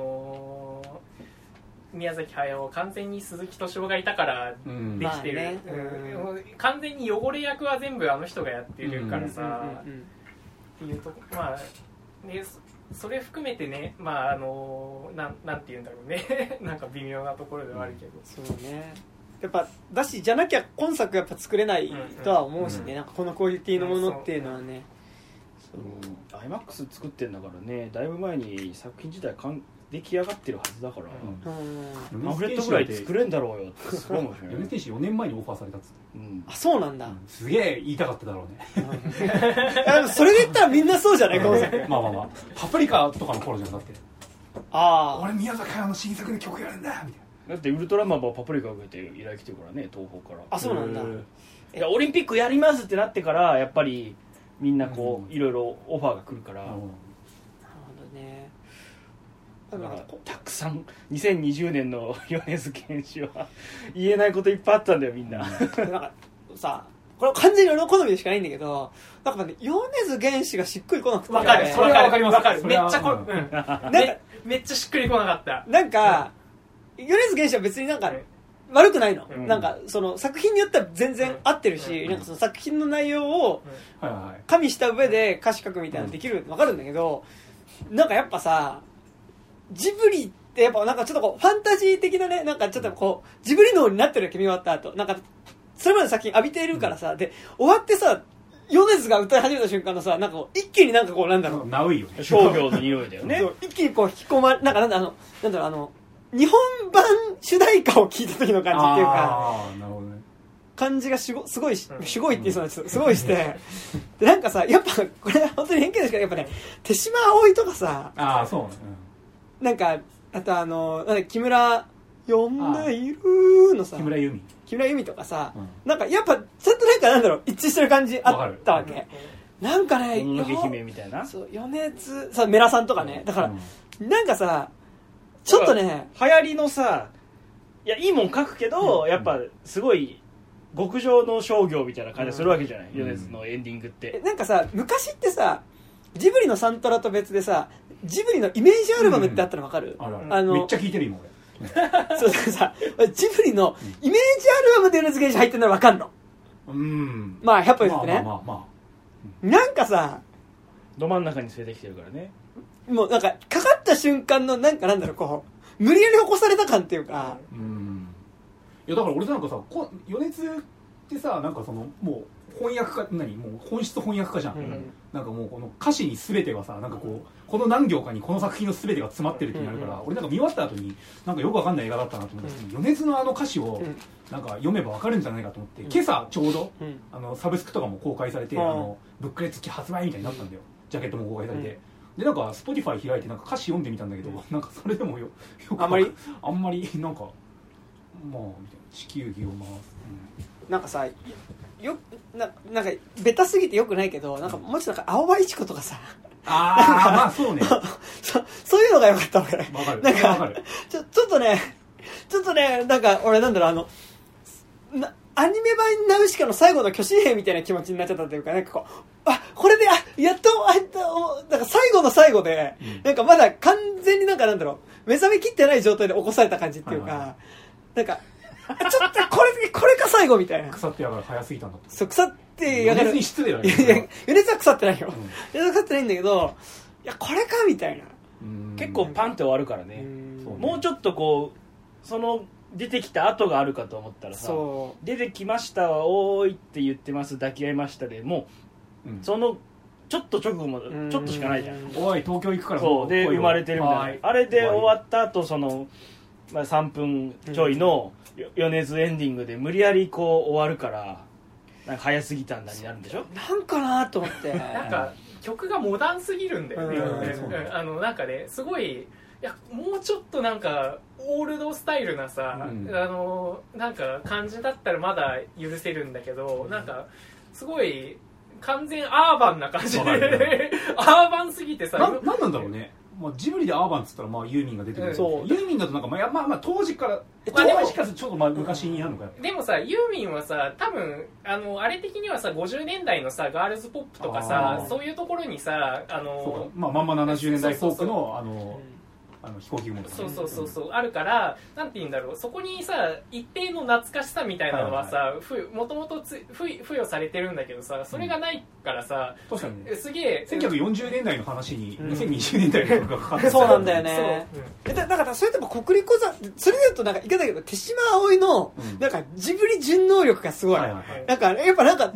宮崎駿完全に鈴木敏夫がいたからできてる、完全に汚れ役は全部あの人がやってるからさ、っていうとまあねそれ含めてねまあなんて言うんだろうねなんか微妙なところではあるけど、 そうねやっぱだしじゃなきゃ今作やっぱ作れないとは思うしね、なんかこのクオリティのものっていうのはね、 IMAX 作ってんだからねだいぶ前に作品自体出来上がってるはずだから、パンフレットぐらい作れんだろうよってすごい面白い米津玄師4年前にオファーされたっつって、 あそうなんだ、 すげえ言いたかっただろうねそれで言ったらみんなそうじゃないこの作まあパプリカとかの頃じゃんだって俺宮崎駿の新作で曲やるんだみたいなだってウルトラマンはパプリカを受けて依頼来てるからね東宝から。 あそうなんだ。 いやオリンピックやりますってなってからやっぱりみんなこういろいろオファーが来るから、なるほどね。 だからたくさん2020年の米津玄師は言えないこといっぱいあったんだよみんな。 なんかさこれは完全に俺の好みでしかないんだけどなんかね米津玄師がしっくりこなくて、 分かるそれは分かります分かるめっちゃなんかめっちゃしっくりこなかったなんか米津玄師は別になんか悪くないの、なんかその作品によっては全然合ってるし、なんかその作品の内容を加味した上で歌詞書くみたいなのできるの分かるんだけど、なんかやっぱさジブリってやっぱなんかちょっとこうファンタジー的なねなんかちょっとこうジブリ脳になってるよ君終わった後なんかそれまでの作品浴びているからさ、で終わってさ米津が歌い始めた瞬間のさなんかこう一気になんかこうなんだろうナウイよね商業の匂いだよね一気にこう引き込まれなんかなんだろう日本版主題歌を聴いた時の感じっていうかなるほど、ね、 感じがすごいって言いそうなんですすごいしてでなんかさやっぱこれ本当に偏見ですけどやっぱね手島葵とかさそう、 なんかあとなんか木村呼んでいるのさ木村由美とかさ、なんかやっぱちゃんとなんかなんだろう一致してる感じあったわけなんかねもののけ姫みたいなそう米津さメラさんとかねだから、なんかさちょっとね流行りのさいやいいもん書くけど、やっぱすごい極上の商業みたいな感じがするわけじゃない、米津のエンディングってなんかさ昔ってさジブリのサントラと別でさジブリのイメージアルバムってあったの分かる、 めっちゃ聴いてる今俺そうさジブリのイメージアルバムで米津玄師入ってるのは分かんのまあ100歩譲ってねなんかさど真ん中に据えてきてるからねもうなんかかかった瞬間のなんかなんだろうこう無理やり起こされた感っていうかいやだから俺なんかさ米津ってさなんかそのもう翻訳家もう本質翻訳家じゃん、なんかもうこの歌詞に全てがさなんかこうこの何行かにこの作品の全てが詰まってるってなるから、俺なんか見終わった後になんかよくわかんない映画だったなと思って、米津の歌詞をなんか読めばわかるんじゃないかと思って、今朝ちょうど、サブスクとかも公開されて、ブックレ付き発売みたいになったんだよ、ジャケットも公開されて、でなんか Spotify 開いてなんか歌詞読んでみたんだけど、なんかそれでもよくあんまりなんかまあみたいな地球儀を回す、 なんかさなんかベタすぎてよくないけどなんかもうちょっと青葉一子とかさまあそうねそういうのが良かった俺。 わかるなんかわかる。 ちょっとねなんか俺なんだろうアニメ版ナウシカの最後の巨神兵みたいな気持ちになっちゃったというか、なんかこうこれでやっとなんか最後の最後で、なんかまだ完全になんだろう目覚めきってない状態で起こされた感じっていうか、なんかちょっとこれか最後みたいな。 腐ってやがる早すぎたんだと。 そう腐ってやがる。 余熱に失礼だね。 いや余熱は腐ってないよ。余熱は腐ってないんだけど、いやこれかみたいな。 結構パンって終わるからね。もうちょっとこうその出てきた後があるかと思ったらさ、出てきましたわおーいって言ってます抱き合いましたでもう、そのちょっと直後もちょっとしかないじゃん。 おい東京行くからそうで生まれてるみたいな。あれで終わった後その、3分ちょいの余熱エンディングで無理やりこう終わるからなんか早すぎたんだになるんでしょ。 なんかなと思ってなんか曲がモダンすぎるんだよね。なんかねすごいいやもうちょっとなんかオールドスタイルなさ、なんか感じだったらまだ許せるんだけど、なんかすごい完全アーバンな感じでアーバンすぎてさ、 なんなんだろうね。ジブリでアーバンっつったらユーミンが出てくる。ユーミンだとなんか当時から当時からちょっと昔になるのかよ。 でもさユーミンはさ多分あれ的にはさ50年代のさガールズポップとかさそういうところにさまんま70年代フォークの飛行機雲とか、 そうあるからなんて言うんだろう、そこにさ一定の懐かしさみたいなのはさもともと付与されてるんだけどさ、それがないからさ、 確かにすげえ 1940年代の話に2020年代の曲がかかってそうなんだよね。だからそれでも国立小座それで言うとなんかいけないけど手島葵のなんかジブリ順応力がすごい。なんかやっぱなんか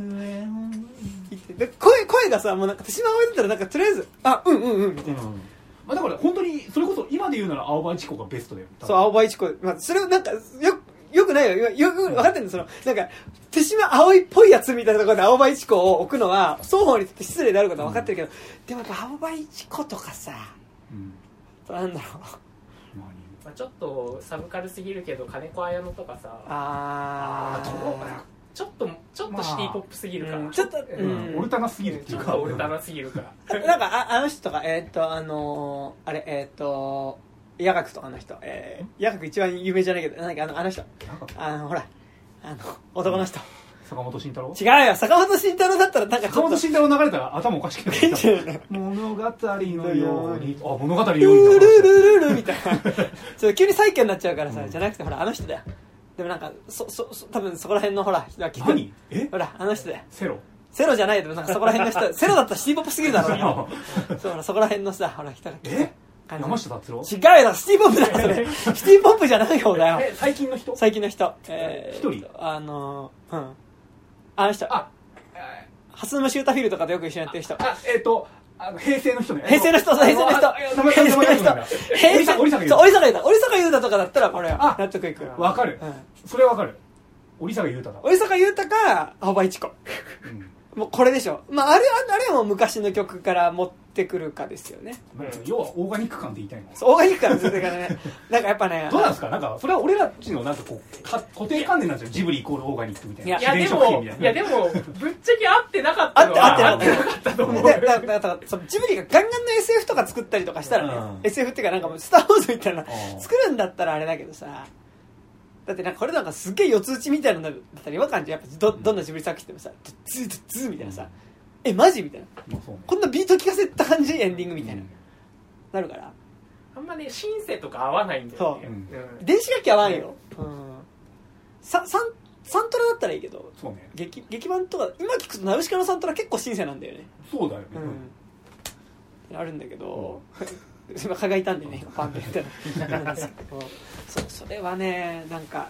声がさもうなんか手島葵だったらなんかとりあえずみたいな。 だから本当にそれこそ今で言うなら青葉一子がベストだよ。 そう青葉一子、それをなんかよくないよく分かってるんだ。なんか手島葵っぽいやつみたいなところで青葉一子を置くのは双方にとって失礼であることは分かってるけど、でもやっぱ青葉一子とかさ、なんだろう、 ちょっとサブカルすぎるけど金子綾乃とかさ、ちょっとシティポップすぎるか、 ちょっとオルタナすぎるっていうか、 オルタナすぎるかなんかあの人とかヤガクとかの人、ヤガク一番有名じゃないけどなんかあの人ほら男の人坂本慎太郎。 違うよ、坂本慎太郎だったらなんか坂本慎太郎流れたら頭おかしくなる。物語のように物語のようにルルルルみたいなちょっと急に再建になっちゃうからさ、じゃなくてほらあの人だよ。でもなんか多分そこら辺のほら人は聞く。 何？ ほらあの人だよ。 セロじゃないよ。でもなんかそこら辺の人セロだったらシティポップすぎるだろうよ。そこら辺のさほら人が聞く。 山下達郎？ 違うよ、シティポップだよそれ。シティポップじゃない方だよ。 最近の人？ 最近の人。 一人？ あの人。蓮沼シュータフィールとかとよく一緒にやってる人。 平成の人ね。 平成の人。織坂優太とかだったらこれ納得いく。 わかる。それわかる。織坂優太だ。 織坂優太か青葉一子。もうこれでしょ。あれはもう昔の曲から持ってくるかですよね。 要はオーガニック感って言いたいの。 オーガニック感って言いたいからね。なんかやっぱね。 どうなんですか。なんかそれは俺らちのなんかこう固定観念なんですよ。ジブリイコールオーガニックみたいな。 いやでもぶっちゃけ合ってなかったのは合ってなかったと思う。だからジブリがガンガンの SF とか作ったりとかしたらね、SF っていうかなんかもうスター・ウォーズみたいな作るんだったらあれだけどさ。だってなんかこれなんかすっげえ四つ打ちみたいなのだったら違和感じゃん。やっぱどんなジブリ作品でもさズーみたいなさ、マジみたいな、こんなビート聞かせた感じエンディングみたいな、なるからあんまねシンセとか合わないんだよね。 電子楽器合わんよ。サントラだったらいいけど、劇版とか今聞くとナウシカのサントラ結構シンセなんだよね。 そうだよね。 あるんだけど蚊がいたんでねパンって言ったらそれはねなんか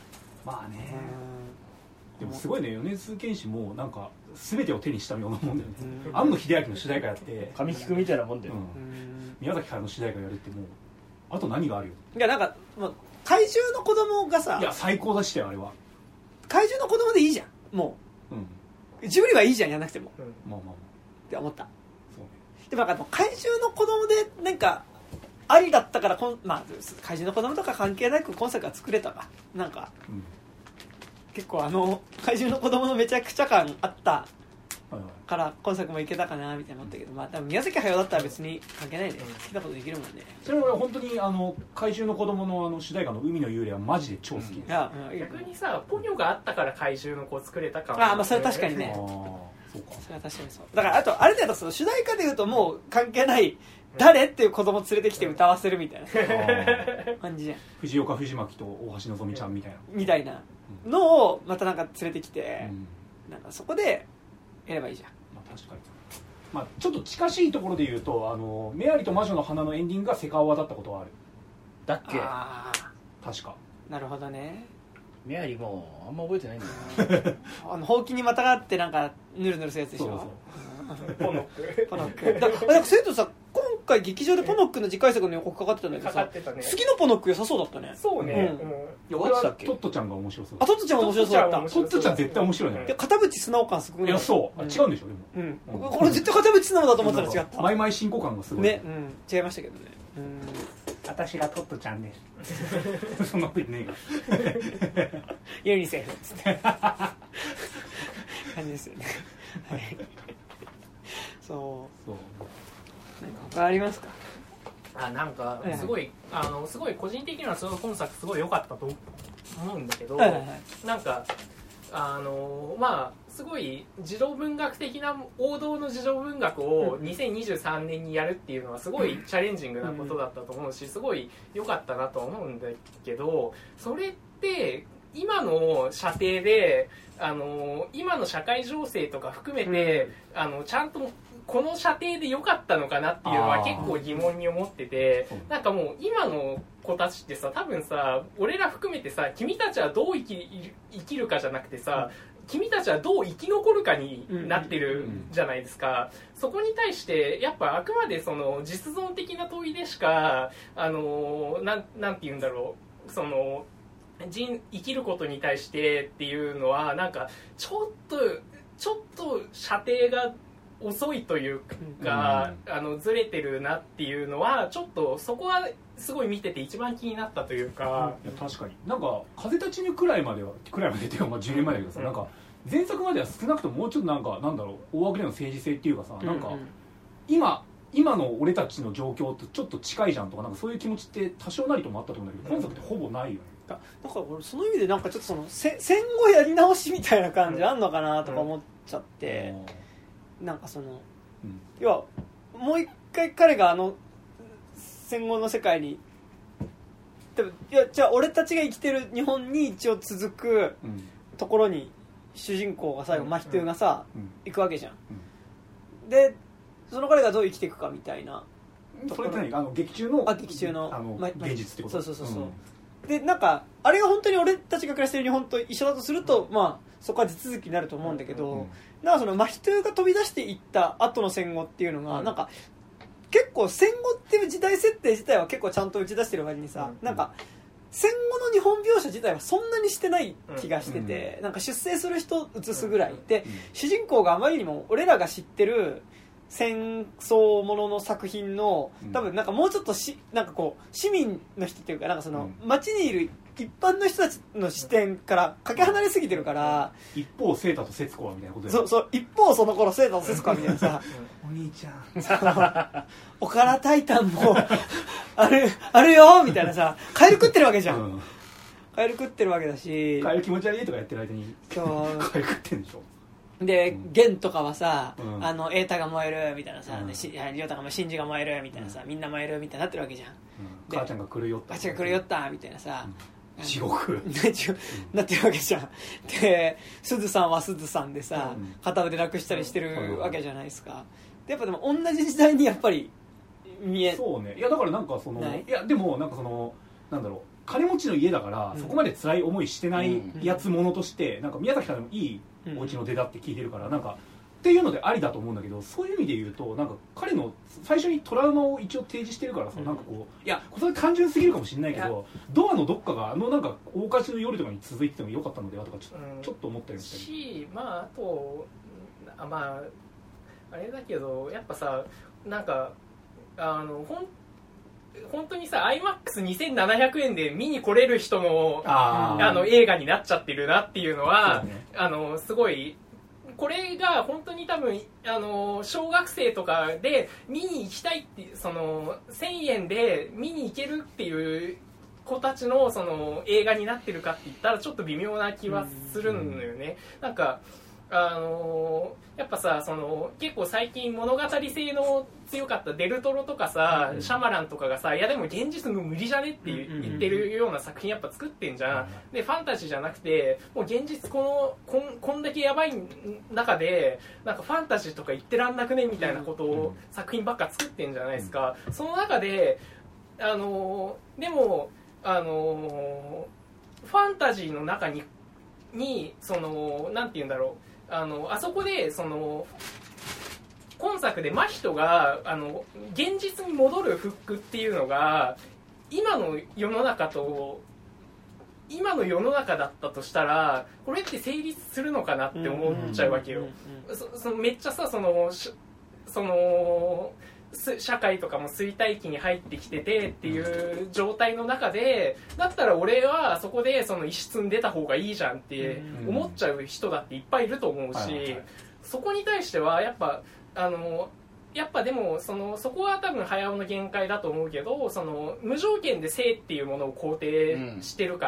でもすごいね。米津玄師もなんか全てを手にしたようなもんだよね。庵野秀明の主題歌やって神木君みたいなもんだよ。 宮崎からの主題歌やるってもうあと何があるよ。 いやなんか怪獣の子供がさ、 いや最高だしたよあれは。 怪獣の子供でいいじゃんもう。ジブリはいいじゃんやんなくても。って思った。でもなんか怪獣の子供でなんかありだったから怪獣の子供とか関係なく今作が作れたわ。なんか、結構怪獣の子供のめちゃくちゃ感あったから今作もいけたかなみたいな思ったけど、まあ多分宮崎駿だったら別に関係ないね、好きなことできるもんね。 それは俺本当に怪獣の子供の主題歌の海の幽霊はマジで超好きです。 逆にさポニョがあったから怪獣の子を作れたかも。 まあそれ確かにね。 そうか。 それは確かにそう。だからあとあれだとその主題歌でいうともう関係ない誰っていう子供連れてきて歌わせるみたいな感じじゃん。 藤岡藤巻と大橋のぞみちゃんみたいなのをまたなんか連れてきて、なんかそこでやればいいじゃん。 まあ確かに。まあちょっと近しいところで言うとメアリと魔女の花のエンディングがセカオワだったことはある。 だっけ。 確か。 なるほどね。 メアリもあんま覚えてないんだよな。ほうきにまたがってなんかヌルヌルするやつでしょ。 そうポノックだから生徒さ今回劇場でポノックの次回作の予告かかってたんだけどさ、次のポノック良さそうだったね。 そうね。 いや俺はトットちゃんが面白そう。 トットちゃん面白そうだった。 トットちゃん絶対面白いね。 で片渕素直感すごくない。 いやそう違うんでしょでも。これ絶対片渕素直だと思ったら違った。 マイマイ進行感がすごいね。違いましたけどね。 私がトットちゃんです。そんなこと言ってねえか。ユニセフっつって感じですよね。はい。そう何か他ありますか。 なんかすごいすごい個人的にはすごい今作すごい良かったと思うんだけど、なんかまあすごい児童文学的な王道の児童文学を2023年にやるっていうのはすごいチャレンジングなことだったと思うし、すごい良かったなと思うんだけど、それって今の射程で今の社会情勢とか含めてちゃんとこの射程で良かったのかなっていうのは結構疑問に思ってて、なんかもう今の子たちってさ多分さ俺ら含めてさ君たちはどう生きるかじゃなくてさ、君たちはどう生き残るかになってるじゃないですか。そこに対してやっぱあくまでその実存的な問いでしかなんて言うんだろう、その生きることに対してっていうのはなんかちょっと射程が遅いというか、ずれてるなっていうのはちょっとそこはすごい見てて一番気になったというか、 いや確かになんか風立ちぬくらいまでっていうか、まあ、10年前だけどさ、なんか前作までは少なくとももうちょっとなんかなんだろう大枠での政治性っていうかさ、なんか今の俺たちの状況とちょっと近いじゃんとか、なんかそういう気持ちって多少なりともあったと思うんだけど、今作ってほぼないよね。 だから俺その意味でなんかちょっとその戦後やり直しみたいな感じあんのかなとか思っちゃって、なんかその、要はもう一回彼が戦後の世界にいやじゃあ俺たちが生きてる日本に一応続くところに主人公が最後マヒトゥがさ、行くわけじゃん、でその彼がどう生きていくかみたいな。 それって何劇中の劇中の現実ってこと。 そうでなんかあれが本当に俺たちが暮らしてる日本と一緒だとすると、まあそこは地続きになると思うんだけど、なんかそのマヒトゥが飛び出していった後の戦後っていうのが、なんか結構戦後っていう時代設定自体は結構ちゃんと打ち出してる割にさ、なんか戦後の日本描写自体はそんなにしてない気がしてて、なんか出征する人を映すぐらいで、主人公があまりにも俺らが知ってる戦争ものの作品の多分なんかもうちょっとなんかこう市民の人っていうか、なんかその街にいる一般の人たちの視点からかけ離れすぎてるから、 一方セータと節子はみたいなことで、そう一方その頃セータと節子はみたいなさお兄ちゃんオカラタイタンもあるよみたいなさ、カエル食ってるわけじゃん、カエル食ってるわけだし、 カエル気持ち悪いとかやってる間にカエル食ってるんでしょ。 でゲンとかはさ、エータが燃えるみたいなさ、リョタがシンジが燃えるみたいなさ、みんな燃えるみたいになってるわけじゃん、 母ちゃんが狂いよったみたいなさ、 地獄なってるわけじゃん。で、すずさんはすずさんでさ、片腕なくしたりしてるわけじゃないですか。でやっぱでも同じ時代にやっぱり見えそうね。いやだからなんかそのいやでもなんかそのなんだろう、金持ちの家だから、そこまで辛い思いしてないやつものとして、なんか宮崎さんでもいいお家の出だって聞いてるから、なんかっていうのでありだと思うんだけど、そういう意味で言うとなんか彼の最初にトラウマを一応提示してるからさ、なんかこういやそれ単純すぎるかもしれないけど、ドアのどっかがなんか大火事の夜とかに続いててもよかったのではとかちょっと思ったりしたり、まああとまああれだけどやっぱさ、なんか本当にさ IMAX2700 円で見に来れる人の映画になっちゃってるなっていうのは、すごいこれが本当に多分小学生とかで見に行きたいっていうその1000円で見に行けるっていう子たちのその映画になってるかって言ったらちょっと微妙な気はするのよね。なんかやっぱさその結構最近物語性の強かったデルトロとかさ、シャマランとかがさいやでも現実無理じゃねって言ってるような作品やっぱ作ってんじゃん。でファンタジーじゃなくてもう現実こんだけやばい中でなんかファンタジーとか言ってらんなくねみたいなことを作品ばっか作ってんじゃないですか。その中ででもファンタジーの中にそのなんて言うんだろうあそこでその今作で真人が現実に戻るフックっていうのが今の世の中だったとしたらこれって成立するのかなって思っちゃうわけよ。めっちゃさその社会とかも衰退期に入ってきててっていう状態の中でだったら俺はそこでその石積んでた方がいいじゃんって思っちゃう人だっていっぱいいると思うし、そこに対してはやっぱでもそこは多分早尾の限界だと思うけどその無条件で性っていうものを肯定してるから、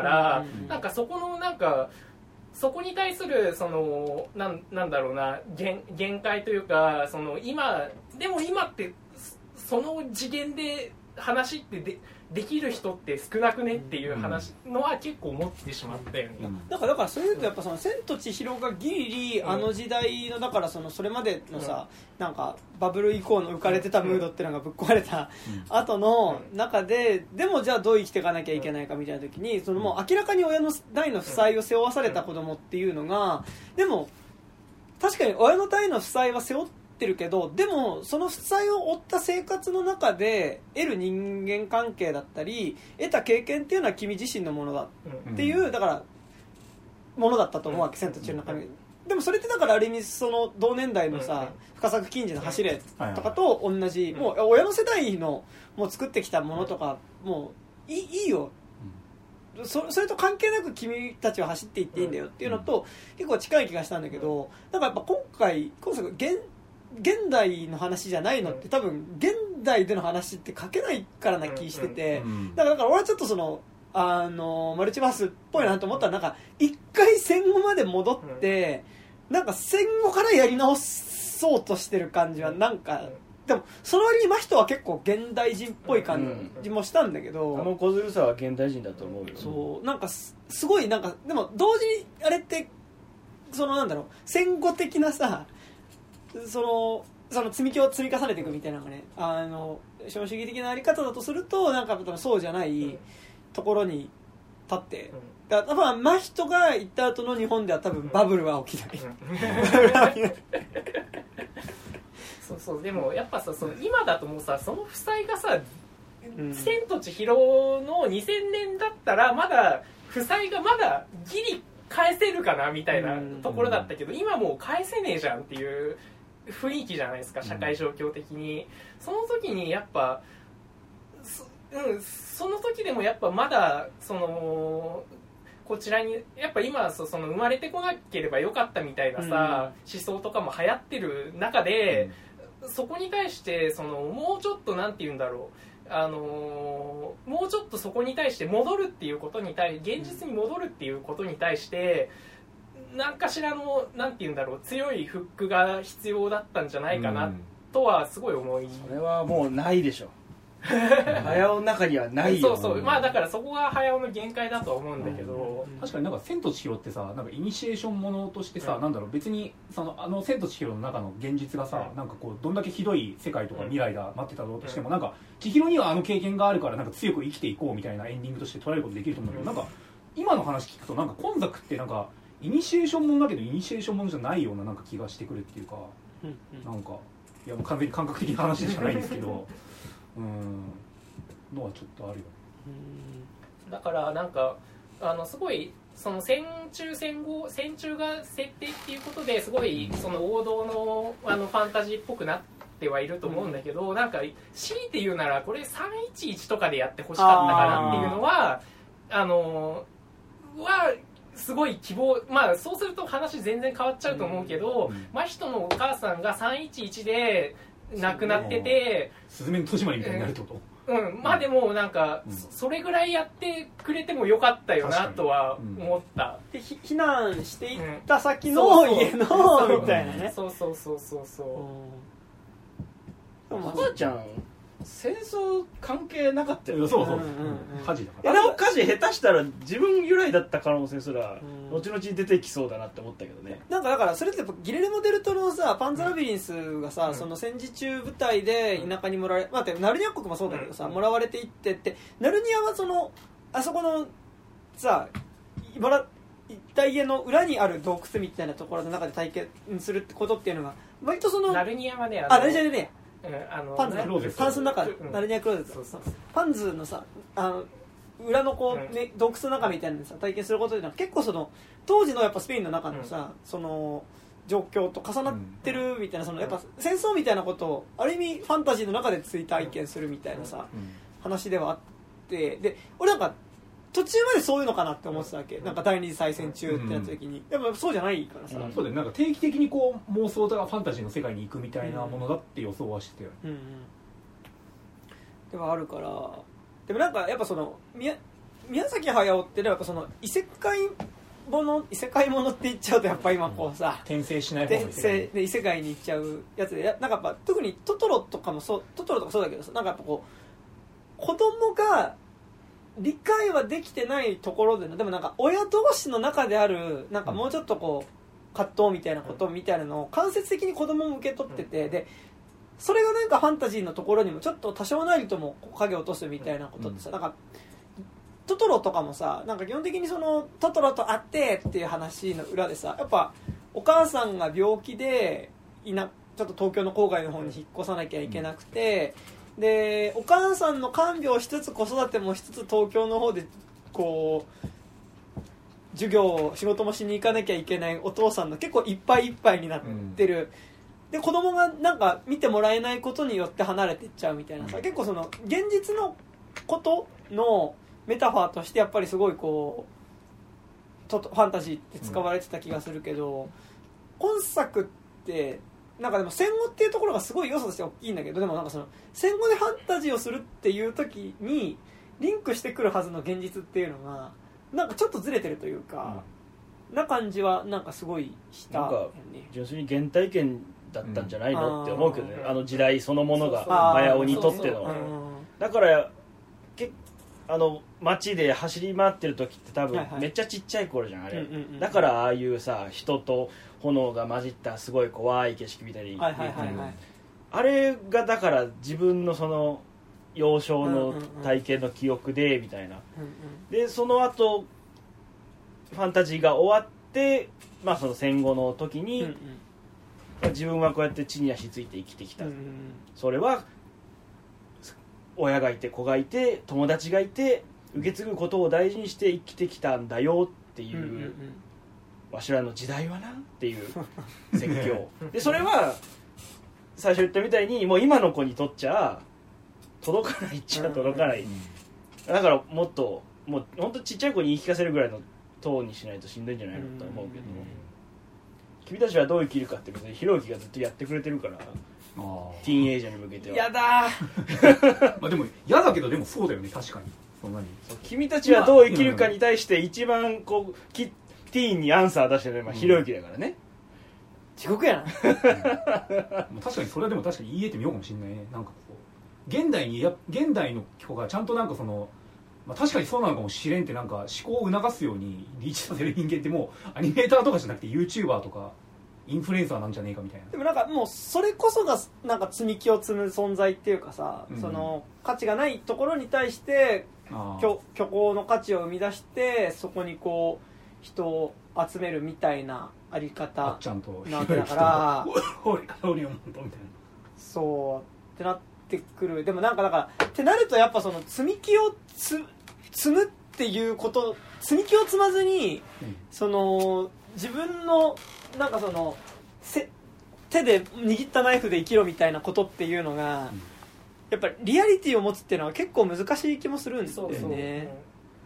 なんかそこのなんかそこに対するそのなんだろうな限界というかその今ってその次元で話ってできる人って少なくねっていう話のは結構思ってしまったよね。 だからそういうとやっぱその千と千尋がギリ時代のだからそれまでのさなんかバブル以降の浮かれてたムードっていうのがぶっ壊れた後の中ででもじゃあどう生きていかなきゃいけないかみたいな時にそのもう明らかに親の代の負債を背負わされた子供っていうのがでも確かに親の代の負債は背負ってるけどでもその負債を負った生活の中で得る人間関係だったり得た経験っていうのは君自身のものだっていうだからものだったと思うわけ千と千尋の中身でもそれってだからある意味その同年代のさ深作金次の走れとかと同じもう親の世代のもう作ってきたものとかもういいよそれと関係なく君たちは走っていっていいんだよっていうのと結構近い気がしたんだけどだからやっぱ今作現代の話じゃないのって多分現代での話って書けないからな気しててだから俺はちょっとそのマルチバースっぽいなと思ったらなんか一回戦後まで戻ってなんか戦後からやり直そうとしてる感じはなんかでもその割に真人は結構現代人っぽい感じもしたんだけど小ずるさは現代人だと思うよ。 そうなんかすごいなんかでも同時にあれってそのなんだろう戦後的なさその積み重ねていくみたいなのがね資本主義的なあり方だとするとなんかそうじゃないところに立ってだから多分真人が行った後の日本では多分バブルは起きないそうでもやっぱさその今だともうさその負債がさ千と千尋の2000年だったらまだ負債がまだギリ返せるかなみたいなところだったけど今もう返せねえじゃんっていう雰囲気じゃないですか社会状況的に。その時にやっぱその時でもやっぱまだそのこちらにやっぱ今その生まれてこなければよかったみたいなさ思想とかも流行ってる中でそこに対してそのもうちょっとなんて言うんだろうもうちょっとそこに対して戻るっていうことに現実に戻るっていうことに対して何かしらのなんて言うんだろう強いフックが必要だったんじゃないかなとはすごい思いそれはもうないでしょ早尾の中にはないよ。 そうまあだからそこが早尾の限界だとは思うんだけど確かになんか千と千尋ってさなんかイニシエーションものとしてさなんだろう別に千と千尋の中の現実がさなんかこうどんだけひどい世界とか未来が待ってたろうとしてもなんか千尋には経験があるからなんか強く生きていこうみたいなエンディングとして捉えることできると思うんだけどなんか今の話聞くとなんか今作ってなんかイニシエーションものだけどイニシエーションものじゃないようななんか気がしてくるっていうかなんかいやもう完全に感覚的な話でしかないんですけどのはちょっとあるよね。 だからなんかすごいその戦中が設定っていうことですごいその王道のファンタジーっぽくなってはいると思うんだけどなんか強いて言うならこれ311とかでやってほしかったかなっていうのはすごい希望、まあそうすると話全然変わっちゃうと思うけど、真人のお母さんが311で亡くなってて、 すずめの戸締まりみたいになるってこと？ まあでもなんか、それぐらいやってくれてもよかったよなとは思った。 で避難していった先の家のみたいなね。 そうそうそうそうそう。 おばあちゃん戦争関係なかったよ。 そうそう、火事だから。 あの火事下手したら自分由来だった可能性すら後々出てきそうだなって思ったけどね。 なんかだからそれってやっぱギレルモ・デルトロのさパンザラビリンスがさ、その戦時中部隊で田舎にもらわれ、待ってナルニア国もそうだけどさ、もらわれていってって、ナルニアはそのあそこのさ行った家の裏にある洞窟みたいなところの中で体験するってことっていうのが割とそのナルニアはね、 ナルニアでね、パンズタンスの中、ナルニアクローゼット、パンズのさ裏のこう、ね、洞窟の中みたいなのさ体験することで結構その当時のやっぱスペインの中のさ、その状況と重なってるみたいな、そのやっぱ戦争みたいなことをある意味ファンタジーの中で追体験するみたいなさ、話ではあって、で俺なんか途中までそういうのかなって思ってたわけ、なんか第二次大戦中ってなった時に、やっぱそうじゃないからさ、 そうだよ、なんか定期的にこう妄想とかファンタジーの世界に行くみたいなものだって予想はしてたよ、 ではあるから、でもなんかやっぱその宮崎駿ってやっぱその異世界ものって言っちゃうとやっぱ今こうさ、 転生しない方で異世界に行っちゃうやつで、なんかやっぱ特にトトロとかそうだけどさ、なんかやっぱこう子供が理解はできてないところでの、でもなんか親同士の中であるなんかもうちょっとこう葛藤みたいなことみたいなのを間接的に子供も受け取ってて、でそれがなんかファンタジーのところにもちょっと多少なりとも影を落とすみたいなことってさ、なんかトトロとかもさ、なんか基本的にそのトトロと会ってっていう話の裏でさ、やっぱお母さんが病気でちょっと東京の郊外の方に引っ越さなきゃいけなくて、でお母さんの看病しつつ子育てもしつつ東京の方でこう仕事もしに行かなきゃいけないお父さんの結構いっぱいいっぱいになってる、で子供がなんか見てもらえないことによって離れていっちゃうみたいなさ、結構その現実のことのメタファーとしてやっぱりすごいこうファンタジーって使われてた気がするけど、今作ってなんかでも戦後っていうところがすごい要素として大きいんだけど、でもなんかその戦後でファンタジーをするっていう時にリンクしてくるはずの現実っていうのがなんかちょっとずれてるというか、な感じはなんかすごいしたなんか純粋に原体験だったんじゃないのって思うけどね、あの時代そのものがマヤオにとっての。だから街で走り回ってる時って多分めっちゃちっちゃい頃じゃんあれ、だからああいうさ人と炎が混じったすごい怖い景色みたいに、あれがだから自分のその幼少の体験の記憶でみたいな、でその後ファンタジーが終わって、まあその戦後の時に、自分はこうやって地に足ついて生きてきた、それは親がいて子がいて友達がいて受け継ぐことを大事にして生きてきたんだよっていう、わしらの時代はなっていう説教で、それは最初言ったみたいにもう今の子にとっちゃ届かないっちゃ届かない、だからもっともう本当ちっちゃい子に言い聞かせるぐらいのトーンにしないとしんどいんじゃないのと思うけど、君たちはどう生きるかって別にひろゆきがずっとやってくれてるから、ティーンエイジャーに向けてはやだまあでも嫌だけどでもそうだよね、確かにそんなに君たちはどう生きるかに対して一番こうティーンにアンサー出してるのはひろゆきだからね、 地獄やな確かにそれはでも確かに言えてみようかもしれないね。なんかこう現代の子がちゃんとなんかその、まあ、確かにそうなのかもしれんってなんか思考を促すようにリーチさせる人間ってもうアニメーターとかじゃなくて YouTuber とかインフルエンサーなんじゃねえかみたいな。 でもなんかもうそれこそがなんか積み木を積む存在っていうかさ、その価値がないところに対して虚構の価値を生み出してそこにこう人を集めるみたいなあり方なわけだから俺から俺をもっとみたいな、 そうってなってくる。でもなんかだからってなるとやっぱその積み木を積むっていうこと、積み木を積まずに、その自分のなんかその手で握ったナイフで生きろみたいなことっていうのが、やっぱりリアリティを持つっていうのは結構難しい気もするんですよね。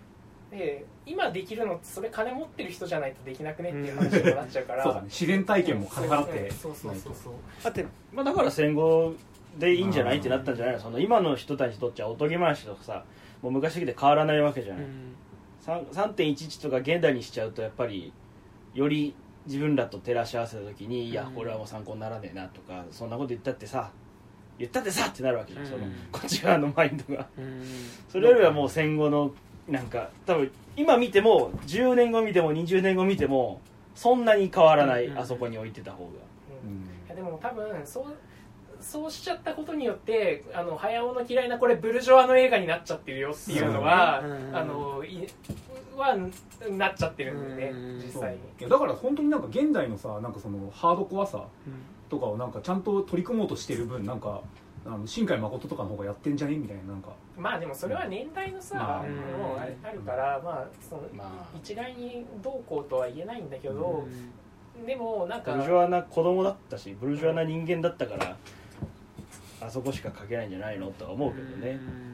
で今できるのってそれ金持ってる人じゃないとできなくねっていう話になっちゃうからそうだね、自然体験も金払ってそうだって、 まあ、だから戦後でいいんじゃないってなったんじゃないの。その今の人たちにとっちゃおとぎ話とかさもう昔的で変わらないわけじゃない、3.11 とか現代にしちゃうとやっぱりより自分らと照らし合わせた時に、いやこれはもう参考にならねえなとか、そんなこと言ったってさってなるわけじゃん、そのこっち側のマインドが、それよりはもう戦後のなんか多分今見ても10年後見ても20年後見てもそんなに変わらない、あそこに置いてた方が、 いやでも多分そうしちゃったことによって早尾の嫌いなこれブルジョワの映画になっちゃってるよっていうのは、はなっちゃってるんでね、実際に。 いやだから本当になんか現代のさなんかそのハードコアさとかをなんかちゃんと取り組もうとしてる分なんか新海誠とかの方がやってんじゃねみたいななんか。 まあでもそれは年代のさ、もうあるからまあその一概にどうこうとは言えないんだけど、でもなんかブルジョワな子供だったしブルジョワな人間だったからあそこしか書けないんじゃないのとは思うけどね。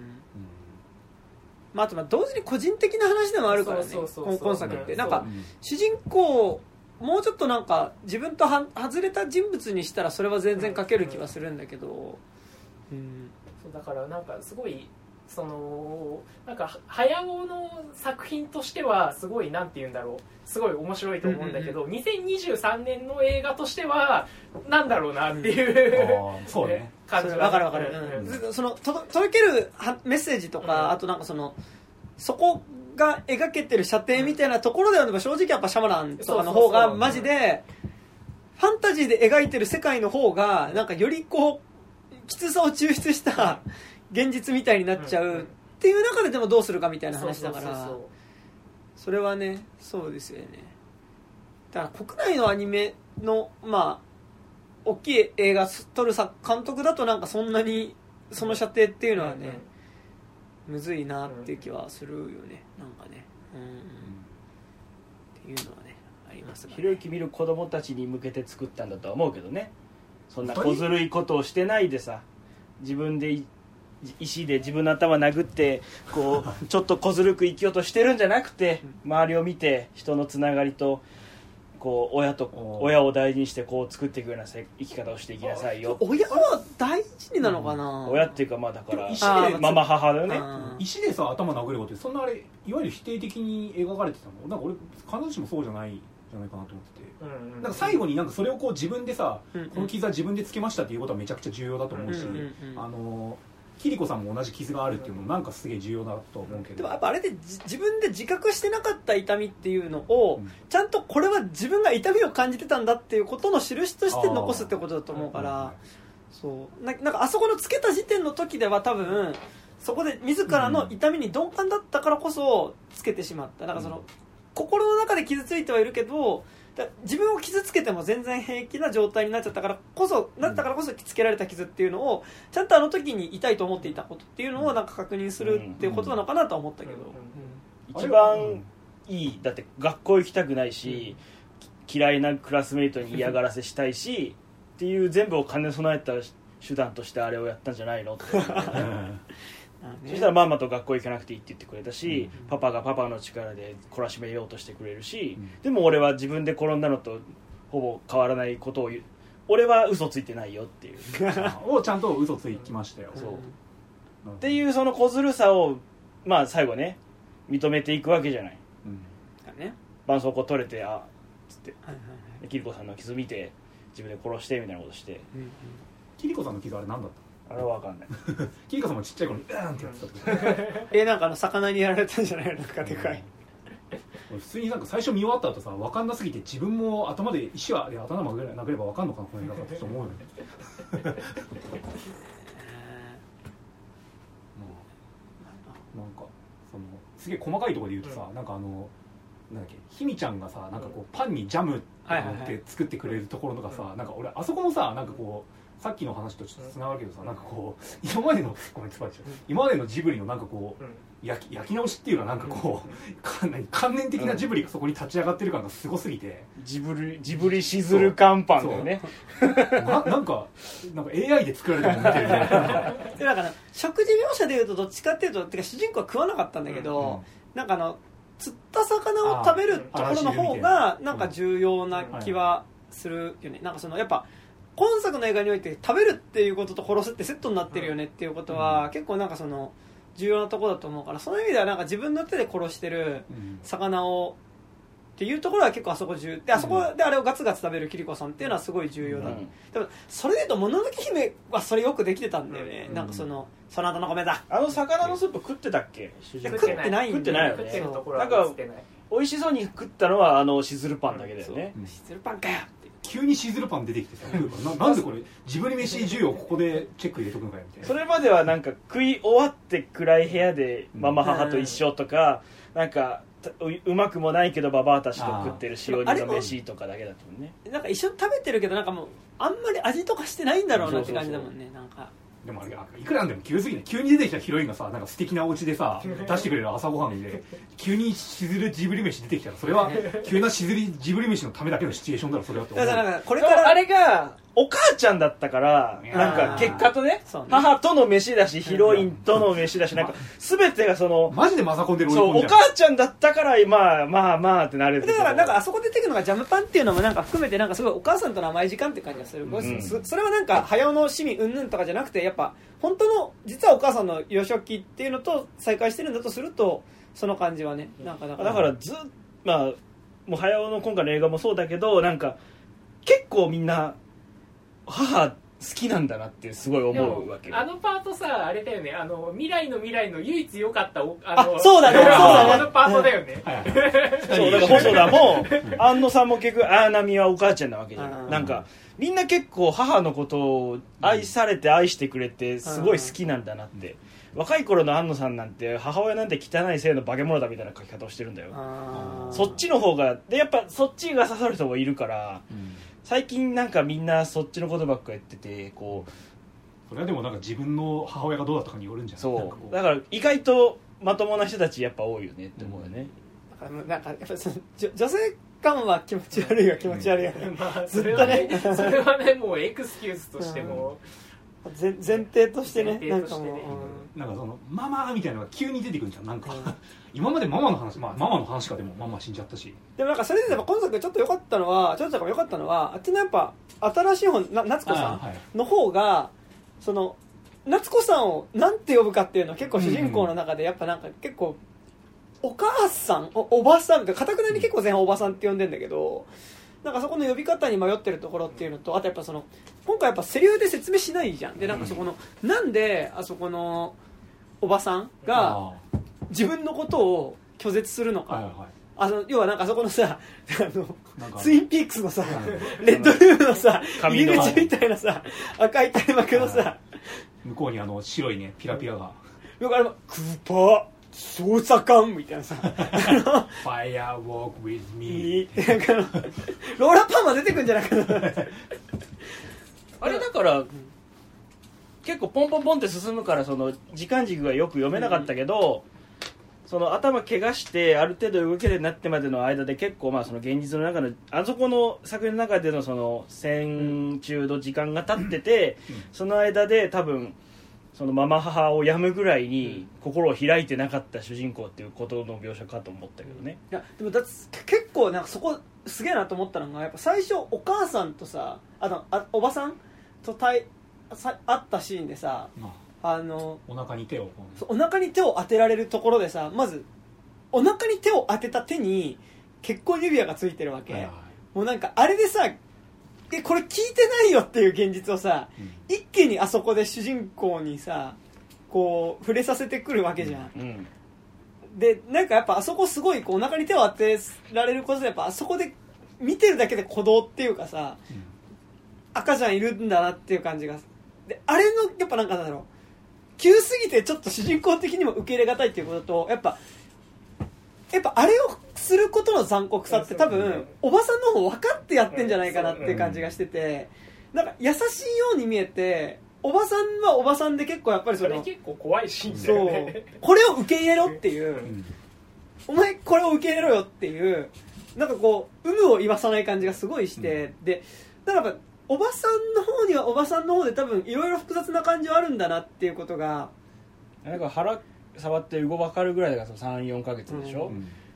まあ、あと同時に個人的な話でもあるからね、今作ってなんか主人公もうちょっとなんか自分と外れた人物にしたらそれは全然書ける気はするんだけど、 そうだからなんかすごいそのなんか早尾の作品としてはすごいなんて言うんだろう、すごい面白いと思うんだけど、2023年の映画としてはなんだろうなっていうそうね感じわかるわかる、その届けるメッセージとか、あとなんかそこが描けてる射程みたいなところでは正直やっぱシャマランとかの方がマジでファンタジーで描いてる世界の方がなんかよりこうきつさを抽出した現実みたいになっちゃうっていう中ででもどうするかみたいな話だから、それはねそうですよね。だから国内のアニメのまあ大きい映画撮る監督だとなんかそんなにその射程っていうのはね、むずいなっていう気はするよね、なんかね、っていうのはねありますが、 ひろゆき見る子供たちに向けて作ったんだとは思うけどね。そんな小ずるいことをしてないでさ、自分で石で自分の頭殴ってこうちょっと小ずるく生きようとしてるんじゃなくて、周りを見て人のつながりとこう親を大事にしてこう作っていくような生き方をしていきなさいよ。 親は大事になのかな、 親っていうかまあだから石でママ母だよね。 石でさ頭殴ることってそんなあれいわゆる否定的に描かれてたの？なんか俺必ずしもそうじゃないかなと思ってて、なんか最後になんかそれをこう自分でさ、この傷は自分でつけましたっていうことはめちゃくちゃ重要だと思うし、キリコさんも同じ傷があるっていうのもなんかすげえ重要だと思うけど、 でもやっぱあれで自分で自覚してなかった痛みっていうのを、ちゃんとこれは自分が痛みを感じてたんだっていうことの印として残すってことだと思うから、そうなんかあそこのつけた時点の時では多分そこで自らの痛みに鈍感だったからこそつけてしまった。なんかその心の中で傷ついてはいるけど自分を傷つけても全然平気な状態になっちゃったからこそつけられた傷っていうのをちゃんとあの時に痛いと思っていたことっていうのをなんか確認するっていうことなのかなとは思ったけど、 一番いいだって学校行きたくないし、嫌いなクラスメイトに嫌がらせしたいしっていう全部を兼ね備えた手段としてあれをやったんじゃないのってそしたらママと学校行かなくていいって言ってくれたし、パパがパパの力で懲らしめようとしてくれるし、でも俺は自分で転んだのとほぼ変わらないことを言う、俺は嘘ついてないよっていうをちゃんと嘘ついきましたよ、 そうっていうその小ずるさをまあ最後ね認めていくわけじゃない、絆創膏取れてつって、キリコさんの傷見て自分で殺してみたいなことして、 キリコさんの傷あれ何だったあれは分かんないキリコさんもちっちゃい頃にーンってやってたなんか魚にやられたんじゃないの？なんかでかい普通になんか最初見終わった後さ分かんなすぎて自分も頭で石は頭殴れば分かんのかなこの映画だって思うよねなんかそのすげえ細かいところで言うとさ、なんかなんだっけひみちゃんがさなんかこうパンにジャムって作ってくれるところとかさ、なんか俺あそこもさなんかこうさっきの話とちょっとつながるけどさ、なんかこう今までのジブリのなんかこう、焼き直しっていうかなんかこう観念的なジブリがそこに立ち上がってる感がすごすぎて、 ジブリしずる乾パンだよねなんか AI で作られたの見てるみたいなだから食事描写でいうとどっちかっていうとてか主人公は食わなかったんだけど、なんか釣った魚を食べるところの方がなんか重要な気はするよね。なんかそのやっぱ今作の映画において食べるっていうことと殺すってセットになってるよねっていうことは結構なんかその重要なところだと思うから、その意味ではなんか自分の手で殺してる魚をっていうところは結構あそこ重要で、あそこであれをガツガツ食べるキリコさんっていうのはすごい重要だ、でもそれでいうともののけ姫はそれよくできてたんだよね、なんかその後の米だ、 あの魚のスープ食ってたっけ？ 食ってないんだよね。 食ってるところはなんか食ってない。 美味しそうに食ったのはシズルパンだけだよね。 シズルパンかよって。 急にシズルパン出てきてさなんでこれジブリ飯需要ここでチェック入れとくのかよみたいな。 それまではなんか食い終わって暗い部屋でママ母と一緒とか、なんかうまくもないけどババアたちと食ってる塩煮の飯とかだけだったもんね。 なんか一緒に食べてるけどなんかもうあんまり味とかしてないんだろうなって感じだもんね。なんかでもあれいくらなんでも急すぎない？急に出てきたヒロインがさ、なんか素敵なお家でさ出してくれる朝ごはんで急にしずるジブリ飯出てきたら、それは急なしずるジブリ飯のためだけのシチュエーションだろそれはって思う。 だからなんかこれからあれがお母ちゃんだったから、なんか結果とね、母との飯だしヒロインとの飯だし、なんか全てがそのマジでマザコンでそうお母ちゃんだったからまあってなれる。 だからなんかあそこで出てくるのがジャムパンっていうのもなんか含めてなんかすごいお母さんとの甘い時間って感じがする、それはなんか早尾の趣味うんぬんとかじゃなくて、やっぱ本当の実はお母さんの幼少期っていうのと再会してるんだとするとその感じはね、なんかだからまあもう早尾の今回の映画もそうだけど、なんか結構みんな母好きなんだなってすごい思うわけよ。 あのパートさ、あれだよね、未来の唯一良かったそうだねあのパートだよね。 そうだから細田も安野さんも結局綾波はお母ちゃんなわけじゃん。なんかみんな結構母のことを愛されて愛してくれてすごい好きなんだなって。若い頃の安野さんなんて母親なんて汚い性の化け物だみたいな書き方をしてるんだよ。そっちの方がでやっぱそっちが刺さる人もいるから、最近なんかみんなそっちのことばっかやってて、こうそれはでもなんか自分の母親がどうだったかによるんじゃない？ そうだから意外とまともな人たちやっぱ多いよねって思うよね。 なんかやっぱその女性感は気持ち悪いよ、気持ち悪いよね。 まあそれはねもうエクスキューズとしても、 前提としてね、なんかもうなんかそのママみたいなのが急に出てくるじゃん。なんか今までママの話、ママの話か、でもママ死んじゃったし。 でもなんかそれでやっぱ今作ちょっと良かったのは、あっちのやっぱ新しい本夏子さんの方が、その夏子さんをなんて呼ぶかっていうのは結構主人公の中でやっぱなんか結構お母さん おばさんってかたくなに結構前半おばさんって呼んでんだけど、なんかそこの呼び方に迷ってるところっていうのと、あとやっぱその今回やっぱセリフで説明しないじゃん。でなんかそこのなんであそこのおばさんが自分のことを拒絶するのか、要はなんかあそこのさツインピークスのさレッドルームのさ入り口みたいなさ赤い垂れ幕のさ向こうに白いねピラピラがよくクーパー捜査官みたいなさ Firewalk with me ローラパーマ出てくんじゃないかなあれだから、結構ポンポンポンって進むからその時間軸がよく読めなかったけど、その頭怪我してある程度動けるようになってまでの間で結構まあその現実の中のあそこの作品の中でのその戦中の時間が経ってて、その間で多分そのママ母をやむぐらいに心を開いてなかった主人公っていうことの描写かと思ったけどね。 いやでも結構なんかそこすげえなと思ったのが、やっぱ最初お母さんとさおばさんと会ったシーンでさ、 お腹に手を当てられるところでさ、まずお腹に手を当てた手に結婚指輪がついてるわけ、もうなんかあれでさこれ聞いてないよっていう現実をさ、一気にあそこで主人公にさこう触れさせてくるわけじゃん、でなんかやっぱあそこすごいこうお腹に手を当てられることでやっぱあそこで見てるだけで鼓動っていうかさ、赤ちゃんいるんだなっていう感じがで、あれのやっぱなんかなんだろう、急すぎてちょっと主人公的にも受け入れがたいっていうことと、やっぱあれをすることの残酷さって多分おばさんの方分かってやってんじゃないかなっていう感じがしてて、なんか優しいように見えて、おばさんはおばさんで結構やっぱりそれ結構怖いシーンだよね。 これを受け入れろっていう、お前これを受け入れろよっていう、なんかこう有無を言わさない感じがすごいして、でだからやっぱおばさんの方にはおばさんの方で多分いろいろ複雑な感じはあるんだなっていうことが、 なんか腹触って動分かるぐらいだから 3,4 ヶ月でしょ、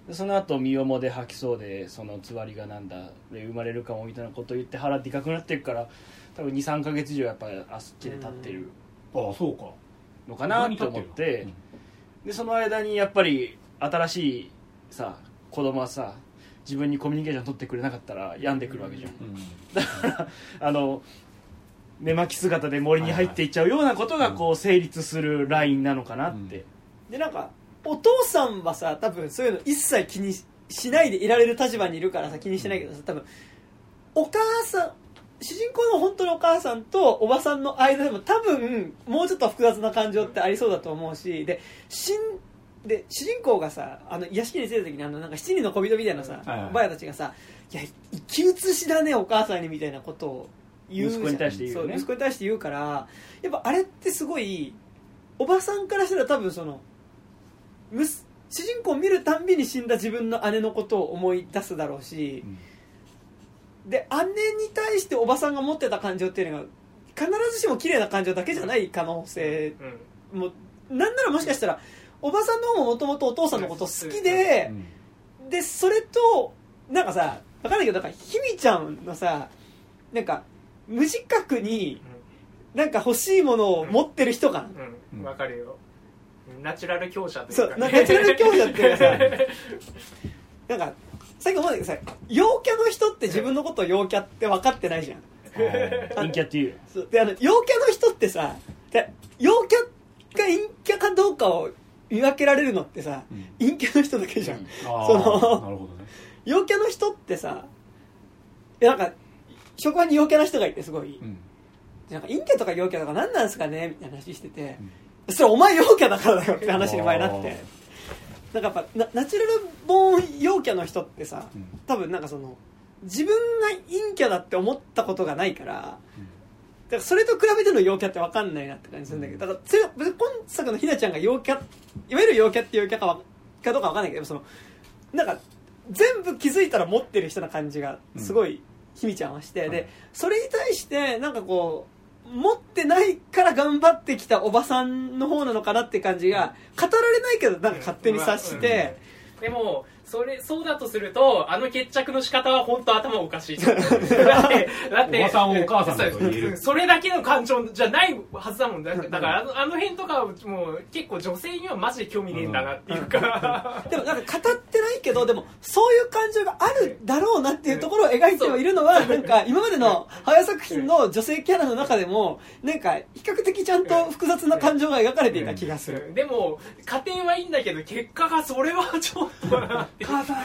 その後身重で吐きそうでそのつわりがなんだで生まれるかもみたいなことを言って腹でかくなっていくから多分 2,3 ヶ月以上やっぱりあっちで立ってるああそうかのかなと思って、でその間にやっぱり新しいさ子供はさ自分にコミュニケーション取ってくれなかったら病んでくるわけじゃん、だから寝巻き姿で森に入っていっちゃうようなことがこう成立するラインなのかなって、 でなんかお父さんはさ多分そういうの一切気にしないでいられる立場にいるからさ気にしてないけどさ、多分お母さん主人公の本当のお母さんとおばさんの間でも多分もうちょっと複雑な感情ってありそうだと思うし、で主人公がさ屋敷に着いた時になんか7人の小人みたいなさ、おばあやたちがさいや生き写しだねお母さんにみたいなことを言うじゃん。 息子に対して言うよね。 そう息子に対して言うからやっぱあれってすごいおばさんからしたら多分その主人公を見るたんびに死んだ自分の姉のことを思い出すだろうし、で姉に対しておばさんが持ってた感情っていうのが必ずしも綺麗な感情だけじゃない可能性も、なんならもしかしたらおばさんの方ももともとお父さんのこと好きで、でそれとなんかさ分かんないけどなんかひみちゃんのさなんか無自覚になんか欲しいものを持ってる人かな、分かるよ。ナチュラル強者というか、ね、そうナチュラル強者っていうかさなんかさっき思うんだけどさ陽キャの人って自分のことを陽キャって分かってないじゃん。 陰キャっていうそうで陽キャの人ってさ陽キャが陰キャかどうかを見分けられるのってさ、陰キャの人だけじゃん、そのなるほどね。 陽キャの人ってさなんか職場に陽キャな人がいてすごい、なんか陰キャとか陽キャとか何なんですかねみたいな話してて、それお前陽キャだからだよって話に前になって、なんかやっぱナチュラルボーン陽キャの人ってさ多分なんかその自分が陰キャだって思ったことがないから、だからそれと比べての陽キャって分かんないなって感じするんだけど、だから別に今作のひなちゃんが陽キャいわゆる陽キャって陽キャかどうか分かんないけど、そのなんか全部気づいたら持ってる人な感じがすごいひみちゃんはして、でそれに対してなんかこう持ってないから頑張ってきたおばさんの方なのかなって感じが語られないけどなんか勝手に察して、 でもそうだとすると決着の仕方は本当頭おかしいだっておばさんをお母さんだと言えるそれだけの感情じゃないはずだもん。だから辺とかもう結構女性にはマジで興味ねえんだなっていうか、 でもなんか語ってないけどでもそういう感情があるだろうなっていうところを描いてはいるのはなんか今までの早作品の女性キャラの中でもなんか比較的ちゃんと複雑な感情が描かれていた気がする。 でも家庭はいいんだけど結果がそれはちょっとなって母さん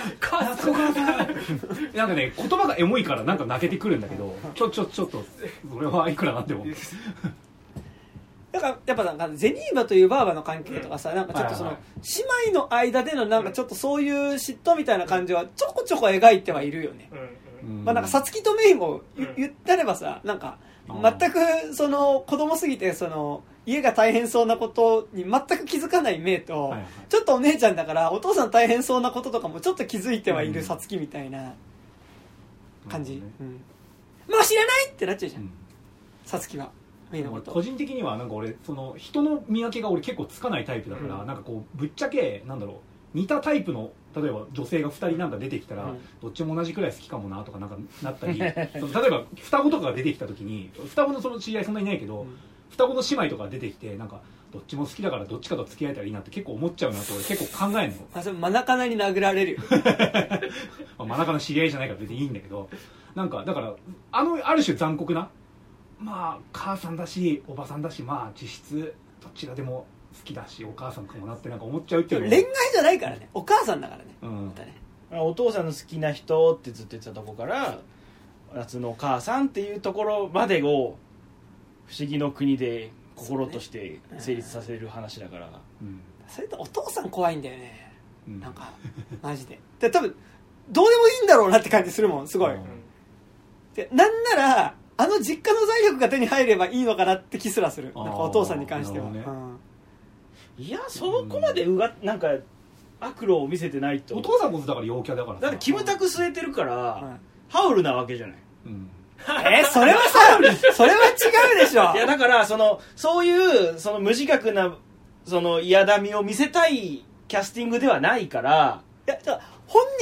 なんかね言葉がエモいからなんか泣けてくるんだけどちょっとそれはいくらなんでもだからやっぱなんかゼニーバというバーバの関係とかさなんかちょっとその姉妹の間でのなんかちょっとそういう嫉妬みたいな感じはちょこちょこ描いてはいるよね。まあなんかサツキとメイも言ってればさなんか全くその子供すぎてその家が大変そうなことに全く気づかないメイと、ちょっとお姉ちゃんだからお父さん大変そうなこととかもちょっと気づいてはいるサツキみたいな感じ、もう知らないってなっちゃうじゃん、サツキはメイのこと。 個人的にはなんか俺その人の見分けが俺結構つかないタイプだから、なんかこうぶっちゃけなんだろう似たタイプの例えば女性が2人なんか出てきたら、どっちも同じくらい好きかもなとかなんかなったりその例えば双子とかが出てきた時に双子のその知り合いそんなにいないけど、双子の姉妹とか出てきてなんかどっちも好きだからどっちかと付き合えたらいいなって結構思っちゃうなと俺結構考えるの。 それマナカナに殴られるよマナカナ知り合いじゃないから別にいいんだけど、なんかだからある種残酷なまあ母さんだしおばさんだしまあ実質どちらでも好きだしお母さんかもなってなんか思っちゃうっていうの。 恋愛じゃないからね、お母さんだからね、またね。 お父さんの好きな人ってずっと言ってたとこから夏のお母さんっていうところまでを不思議の国で心として成立させる話だから、 それとお父さん怖いんだよね、なんかマジで多分どうでもいいんだろうなって感じするもんすごい、でなんなら実家の財力が手に入ればいいのかなって気すらする、なんかお父さんに関しては、 いやそこまでなんか悪路を見せてないと。 お父さんもだから陽キャだからだってキムタク据えてるから、ハウルなわけじゃない、 それはさそれは違うでしょ。 いやだからそういうその無自覚なその嫌だみを見せたいキャスティングではないから。 いや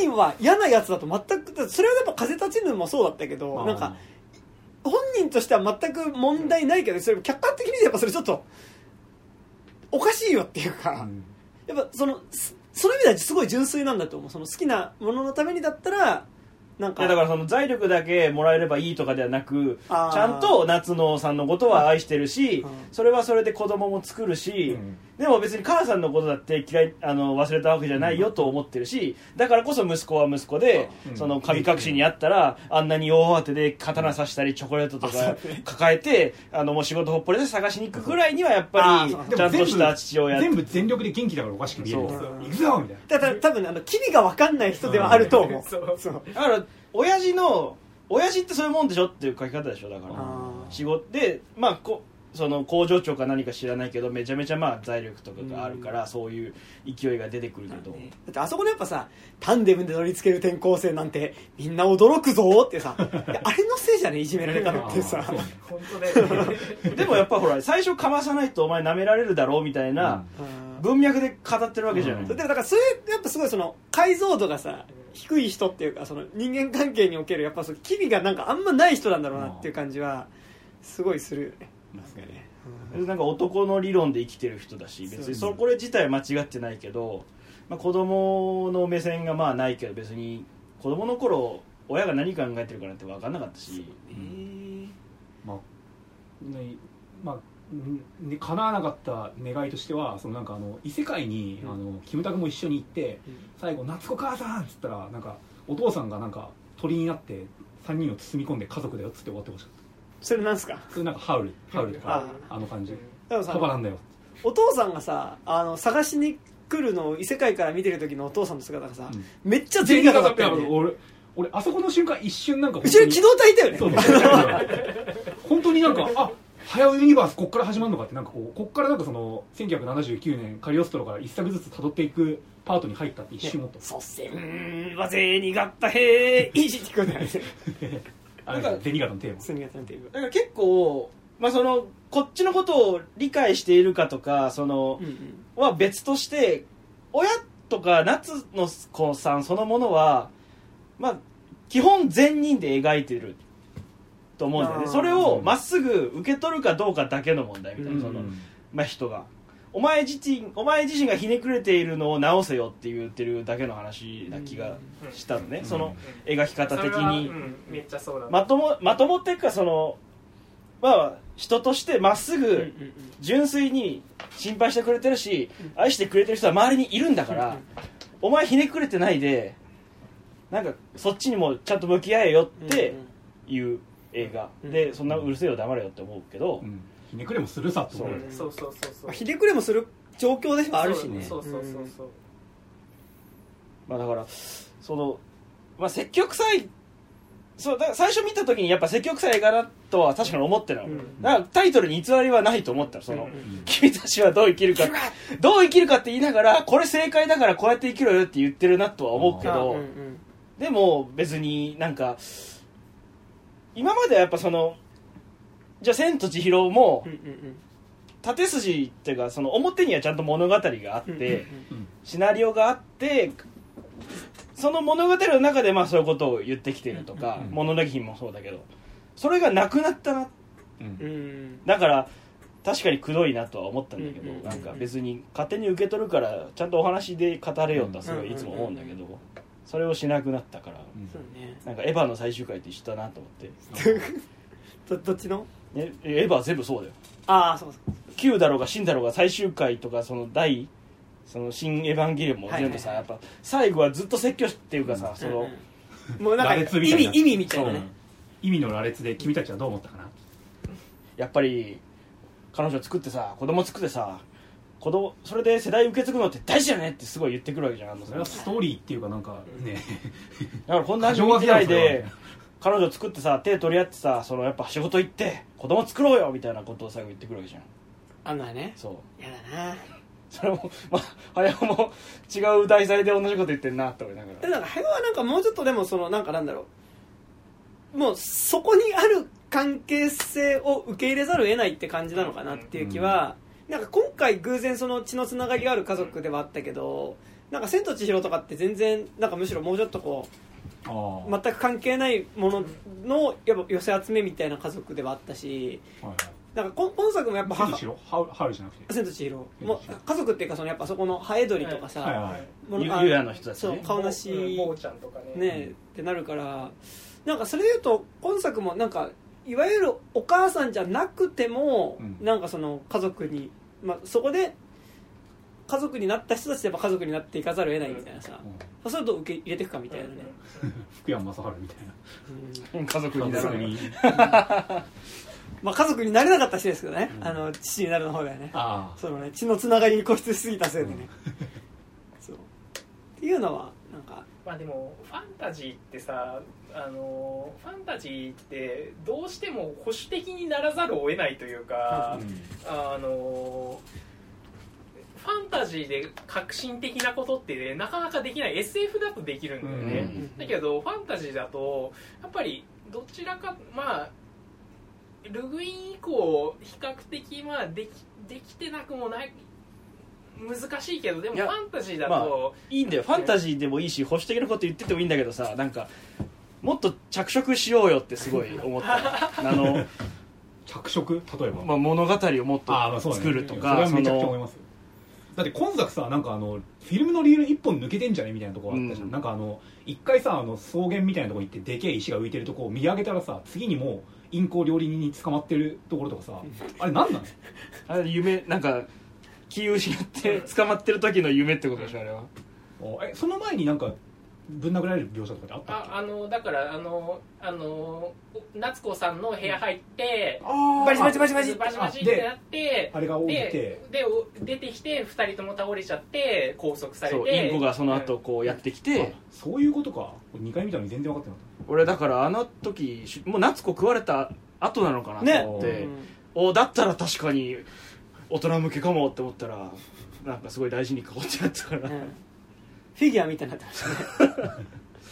人は嫌なやつだと全く、それはやっぱ風立ちぬもそうだったけど、なんか本人としては全く問題ないけど、それ客観的にやっぱそれちょっとおかしいよっていうか、やっぱその意味ではすごい純粋なんだと思う。その好きなもののためにだったらなんか、 いやだからその財力だけもらえればいいとかではなく、ちゃんと夏野さんのことは愛してるし、それはそれで子供も作るし、でも別に母さんのことだって嫌い忘れたわけじゃないよと思ってるし、だからこそ息子は息子で、その神隠しにあったらあんなに大慌てで刀刺したりチョコレートとか抱えてもう仕事ほっぽりで探しに行くぐらいにはやっぱりちゃんとした父親、 全部全力で元気だからおかしく見えるんですよ。行くぞみたいな。 だから多分機微が分かんない人ではあると思う。 そうだから親父ってそういうもんでしょっていう書き方でしょ。だから仕事でその工場長か何か知らないけどめちゃめちゃ財力とかがあるからそういう勢いが出てくるけど、 だってあそこでやっぱさタンデムで乗り付ける転校生なんてみんな驚くぞってさあれのせいじゃねいじめられたのってさ本当だよねでもやっぱほら最初かまさないとお前舐められるだろうみたいな文脈で語ってるわけじゃない、 でもだからそれやっぱすごいその解像度がさ低い人っていうかその人間関係におけるやっぱその機微がなんかあんまない人なんだろうなっていう感じはすごいするよね。 なんか男の理論で生きてる人だし別にこれ自体間違ってないけど、子供の目線がないけど別に子供の頃親が何考えてるかなんて分かんなかったし、 叶わなかった願いとしてはそのなんか異世界にキムタクも一緒に行って最後夏子母さんっつったらなんかお父さんがなんか鳥になって3人を包み込んで家族だよっつって終わってほしかった。 それなんすか？ それなんかハウルとか感じパパなんだよ。 お父さんがさ探しに来るのを異世界から見てる時のお父さんの姿がさ、めっちゃ銭形だったよね。 俺あそこの瞬間一瞬なんか後ろに機動隊いたよね。 本当になんか早尾ユニバースこっから始まるのかってなんかこっからなんかその1979年カリオストロから一作ずつ辿っていくパートに入ったって一瞬思った。 祖先は銭形兵いじってくるんだよね。 銭形のテーマ。 だから結構、そのこっちのことを理解しているかとかは別として親とか夏の子さんそのものは基本善人で描いてると思うんだよね。それをまっすぐ受け取るかどうかだけの問題みたいな、人がお前自身がひねくれているのを直せよって言ってるだけの話な気がしたのね、その描き方的に、 めっちゃそうだ、 まともっていうかその人としてまっすぐ純粋に心配してくれてるし愛してくれてる人は周りにいるんだからお前ひねくれてないでなんかそっちにもちゃんと向き合えよっていう映画で、そんなうるせえよ黙れよって思うけど、 ひねくれもするさって思う。 そうひねくれもする状況ではあるしね。 そうだからその積極臭いだから最初見た時にやっぱ積極臭い映画だとは確かに思ってるの、だからタイトルに偽りはないと思ったの。君たちはどう生きるかって言いながらこれ正解だからこうやって生きろよって言ってるなとは思うけど、でも別になんか今まではやっぱそのじゃあ千と千尋も縦筋っていうかその表にはちゃんと物語があってシナリオがあってその物語の中でそういうことを言ってきているとか、もののけ姫もそうだけどそれがなくなったな、だから確かにくどいなとは思ったんだけど、なんか別に勝手に受け取るからちゃんとお話で語れよとはすごいいつも思うんだけど、それをしなくなったから、なんかエヴァの最終回と一緒だなと思ってどっちの？ エヴァ全部そうだよ。 そう 9だろうが新だろうが最終回とかその新エヴァンゲリオンも全部さ、やっぱ最後はずっと説教っていうかさ、そのもうなんか意味みたいなね、 意味の羅列で君たちはどう思ったかな。 やっぱり彼女作ってさ子供作ってさそれで世代受け継ぐのって大事だよねってすごい言ってくるわけじゃん。 それはストーリーっていうかなんかねだからこんな時代で彼女作ってさ手取り合ってさやっぱ仕事行って子供作ろうよみたいなことを最後言ってくるわけじゃん。 あんなね。 そうやだな。 それも早尾も違う題材で同じこと言ってんなって思いながら。 だから早尾はなんかもうちょっとでもなんだろう、もうそこにある関係性を受け入れざるを得ないって感じなのかなっていう気は、 なんか今回偶然その血のつながりがある家族ではあったけど、なんか千と千尋とかって全然なんかむしろもうちょっとこう全く関係ないもののやっぱ寄せ集めみたいな家族ではあったし、なんか今作もやっぱ千と千尋ハウルじゃなくて千と千尋も家族っていうかそのやっぱそこのハエドリとかさ、 ゆやの人たちね、 顔なし坊ちゃんとかねってなるから、なんかそれでいうと今作もなんかいわゆるお母さんじゃなくても、なんかその家族に、そこで家族になった人たちでやっぱ家族になっていかざるを得ないみたいなさ、そうすると受け入れていくかみたいなね、 福山雅治みたいな、 家族になるに家族になれなかった人ですけどね、父になるの方がね、そのね血のつながりに固執しすぎたせいでね、そうっていうのはなんかでもファンタジーってさ、ファンタジーってどうしても保守的にならざるを得ないというか、ファンタジーで革新的なことって、ね、なかなかできない。 SF だとできるんだよね、だけどファンタジーだとやっぱりどちらかルグイン以降比較的できてなくもない、難しいけど、でもファンタジーだと、 いいんだよ。ファンタジーでもいいし保守的なこと言っててもいいんだけどさ、なんかもっと着色しようよってすごい思った着色、例えば、 物語をもっと作るとか、 それはめちゃくちゃ思います。だって今作さ、なんかフィルムのリール一本抜けてんじゃねみたいなところあったじゃん、なんか一回さ草原みたいなところ行ってでけえ石が浮いてるとこを見上げたらさ、次にもう陰行料理人に捕まってるところとかさ、あれ何なのあれ夢、なんか気を失って捕まってる時の夢ってことでしょ、あれは。 その前になんかぶん殴られる描写とかってあったっけ？ だから夏子さんの部屋入ってバチバチバチバチバチバチってなって、 あれが起きてで出てきて2人とも倒れちゃって拘束されて、 そうインコがその後こうやってきて、 そういうことか。2回見たのに全然分かってなかった。 俺だからあの時もう夏子食われた後なのかなと思って、だったら確かに大人向けかもって思ったら、なんかすごい大事に囲ってやったから、 フィギュアみたいになってましたね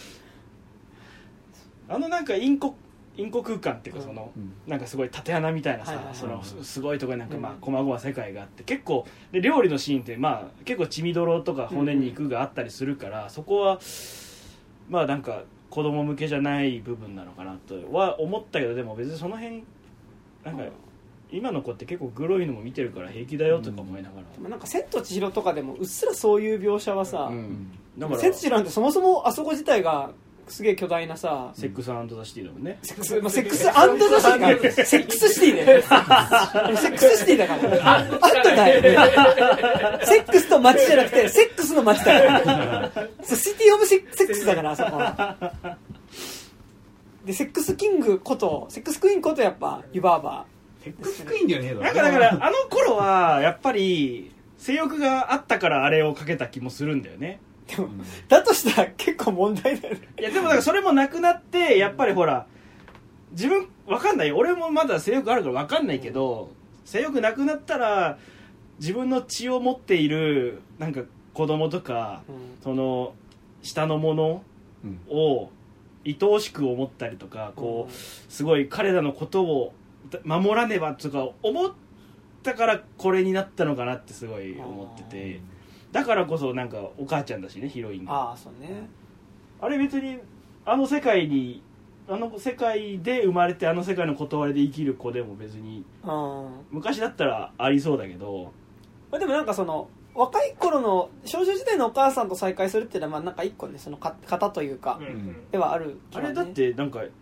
なんかインコ空間っていうか、その、なんかすごい縦穴みたいなさ、そのすごいところになんか細々世界があって、結構で料理のシーンって結構血みどろとか骨肉があったりするから、そこはなんか子供向けじゃない部分なのかなとは思ったけど、でも別にその辺なんか今の子って結構グロいのも見てるから平気だよとか思いながら、 なんか千と千尋とかでもうっすらそういう描写はさ、 だから千と千尋なんてそもそもあそこ自体がすげえ巨大なさ、 セックス&ザ・シティだもんね。 セックス&ザ・シティセックスシティだよセックスシティだからあっただよセックスと街じゃなくてセックスの街だからシティオブセックスだから、あそこでセックスキングことセックスクイーンことやっぱ湯婆婆セックスクイーンだよね。 だからあの頃はやっぱり性欲があったからあれをかけた気もするんだよね。 でもだとしたら結構問題だよね。 いやでもだからそれもなくなって、やっぱりほら自分わかんないよ、俺もまだ性欲あるからわかんないけど、性欲なくなったら自分の血を持っているなんか子供とか、その下のものを愛おしく思ったりとか、こうすごい彼らのことを守らねばとか思ったからこれになったのかなってすごい思ってて、だからこそなんかお母ちゃんだしね、ヒロインが。 そうね。 あれ別にあの世界で生まれてあの世界の断りで生きる子でも別に昔だったらありそうだけど、 でもなんかその若い頃の少女時代のお母さんと再会するっていうのはなんか一個ね、その型というか、ではある、 あれだってなんか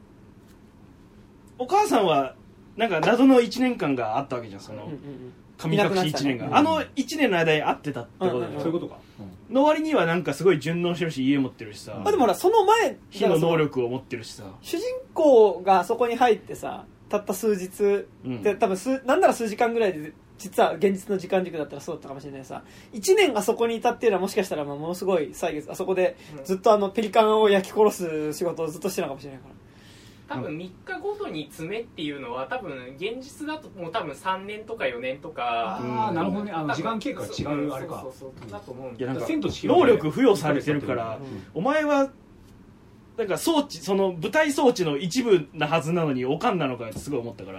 お母さんはなんか謎の1年間があったわけじゃん、その神隠し1年間、あの1年の間に会ってたってことだよ、 そういうことか、 の割にはなんかすごい順応してるし家持ってるしさ、 でもほらその前火の能力を持ってるしさ、 主人公がそこに入ってさたった数日で、多分なんなら数時間ぐらいで実は現実の時間軸だったらそうだったかもしれないさ、1年あそこにいたっていうのはもしかしたらものすごい歳月あそこでずっとペリカンを焼き殺す仕事をずっとしてるのかもしれないから、 多分3日ごとに爪っていうのは多分現実だともう多分3年とか4年とか、 なるほどね、時間経過が違うあれか、 そうだと思うんだ。いやなんか能力付与されてるから、お前はなんか装置、その舞台装置の一部なはずなのにおかんなのかってすごい思ったから。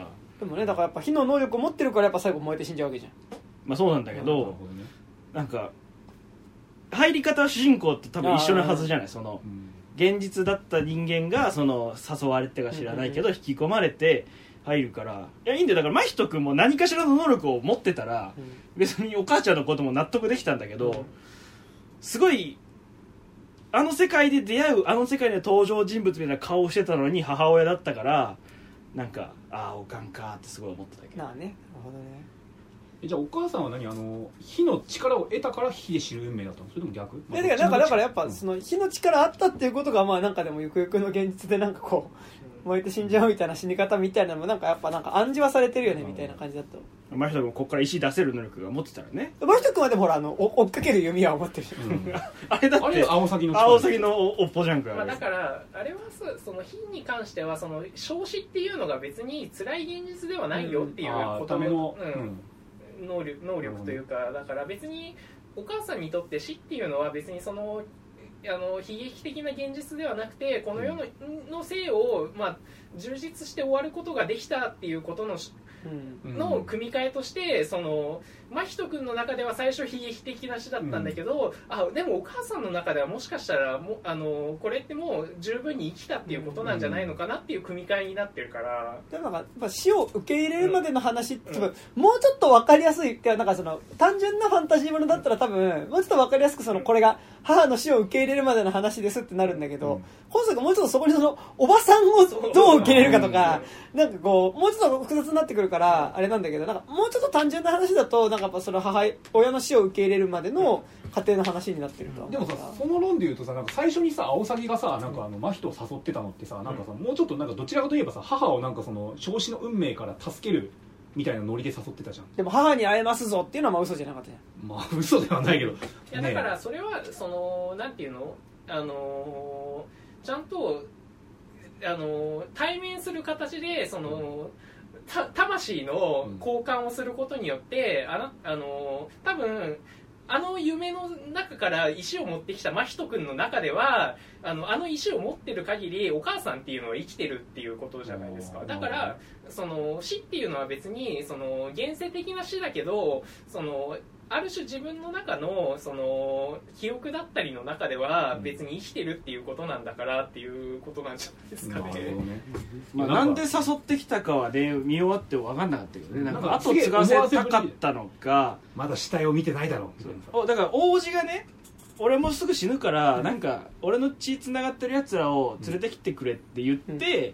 でもねだからやっぱ火の能力を持ってるからやっぱ最後燃えて死んじゃうわけじゃん。 まあそうなんだけど、なんか入り方は主人公って多分一緒なはずじゃない。その現実だった人間がその誘われてか知らないけど引き込まれて入るから、いやいいんだよ。だから真人君も何かしらの能力を持ってたら別にお母ちゃんのことも納得できたんだけど、すごいあの世界で出会うあの世界で登場人物みたいな顔をしてたのに母親だったからなんかおかんかってすごい思ってたけど。 なあね、なるほどね。 じゃあお母さんは何火の力を得たから火で知る運命だったの？それとも逆？ だからやっぱその火の力あったっていうことがまあなんかでもゆくゆくの現実でなんかこう燃えて死んじゃうみたいな死に方みたいなのもなんかやっぱなんか暗示はされてるよねみたいな感じだった。 真人君ここから石出せる能力が持ってたらね。 真人君はでもほら追っかける弓は持ってるし、 あれだって青崎のおっぽじゃんか。 まあ、だからあれはその火に関してはその焼死っていうのが別に辛い現実ではないよっていうことの能力というか、だから別にお母さんにとって死っていうのは別にその悲劇的な現実ではなくてこの世の生を、まあ、充実して終わることができたっていうことの組み替えとしてその真人君の中では最初悲劇的な死だったんだけど、でもお母さんの中ではもしかしたらこれってもう十分に生きたっていうことなんじゃないのかなっていう組み替えになってるから、 でもなんかやっぱ死を受け入れるまでの話って、もうちょっと分かりやすいってなんかその単純なファンタジーものだったら多分もうちょっと分かりやすくそのこれが母の死を受け入れるまでの話ですってなるんだけど、本作もうちょっとそこにそのおばさんをどう受け入れるかとか、なんかこうもうちょっと複雑になってくるからあれなんだけど、なんかもうちょっと単純な話だとなんかやっぱその親の死を受け入れるまでの過程の話になってると。 でもさその論で言うとさ、なんか最初にさ青崎がさなんか真人を誘ってたのってさ、なんかさもうちょっとなんかどちらかといえばさ母をなんかその焼死の運命から助けるみたいなノリで誘ってたじゃん。 でも母に会えますぞっていうのはまあ嘘じゃなかったじゃん。 まあ嘘ではないけど、 いやだからそれはそのなんていうのちゃんと対面する形でその魂の交換をすることによって多分夢の中から石を持ってきた真人君の中では石を持ってる限りお母さんっていうのは生きてるっていうことじゃないですか。だからその死っていうのは別にその現世的な死だけどそのある種自分の中のその記憶だったりの中では別に生きてるっていうことなんだからっていうことなんじゃないですかね。 まあ、なんで誘ってきたかはね見終わって分かんなかったけどね。なんか後継がせたかったのか、 まだ死体を見てないだろう。 だから王子がね俺もうすぐ死ぬからなんか俺の血つながってるやつらを連れてきてくれって言って、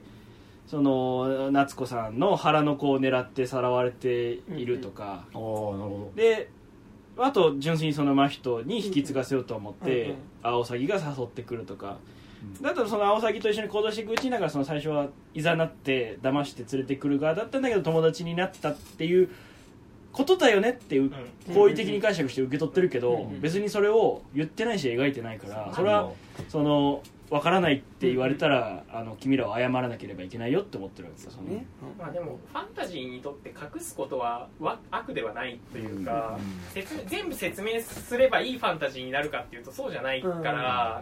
その夏子さんの腹の子を狙ってさらわれているとか、 なるほど。 であと純粋にその真人に引き継がせようと思って青崎が誘ってくるとか、だったらその青崎と一緒に行動していくうちにだからその最初はいざなって騙して連れてくる側だったんだけど友達になったっていうことだよねっていう好意的に解釈して受け取ってるけど、別にそれを言ってないし描いてないから、それはその分からないって言われたら君らは謝らなければいけないよって思ってるわけですよね。 まあでもファンタジーにとって隠すことは悪ではないというか、全部説明すればいいファンタジーになるかっていうとそうじゃないから、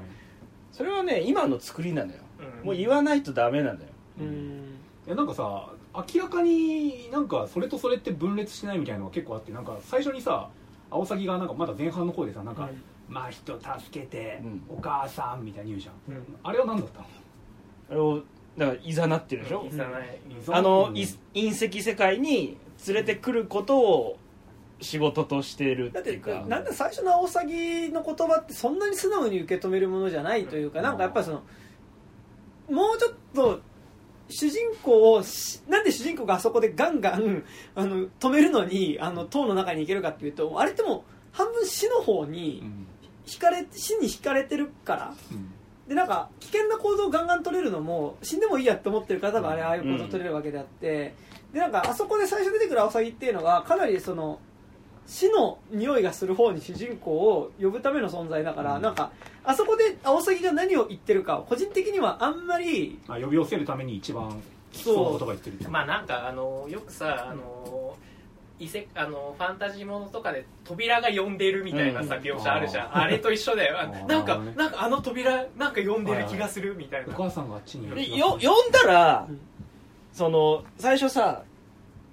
それはね今の作りなのよ、もう言わないとダメなのよ。 いやなんかさ明らかになんかそれとそれって分裂してないみたいなのが結構あって、なんか最初にさ青崎がなんかまだ前半の方でさなんか、まあ人助けて、お母さんみたいに言うじゃん、あれは何だったの？ あれをだからいざなってるでしょ、隕石世界に連れてくることを仕事としてるっていうか、 だってなんで最初の青崎の言葉ってそんなに素直に受け止めるものじゃないというか、なんかやっぱりそのもうちょっと主人公をなんで主人公があそこでガンガン止めるのに塔の中に行けるかっていうと、あれってもう半分死の方に死に惹かれてるから、でなんか危険な行動をガンガン取れるのも死んでもいいやって思ってる方がああいう行動を取れるわけであって、でなんかあそこで最初出てくる青崎っていうのがかなりその死の匂いがする方に主人公を呼ぶための存在だから、なんかあそこで青崎が何を言ってるか個人的にはあんまり呼び寄せるために一番そうなことが言ってる。 まあなんかよくさファンタジーものとかで扉が呼んでるみたいなさ、描写あるじゃん。あれと一緒だよ。なんか扉なんか呼んでる気がするみたいな。 お母さんがあっちに呼んだらその最初さ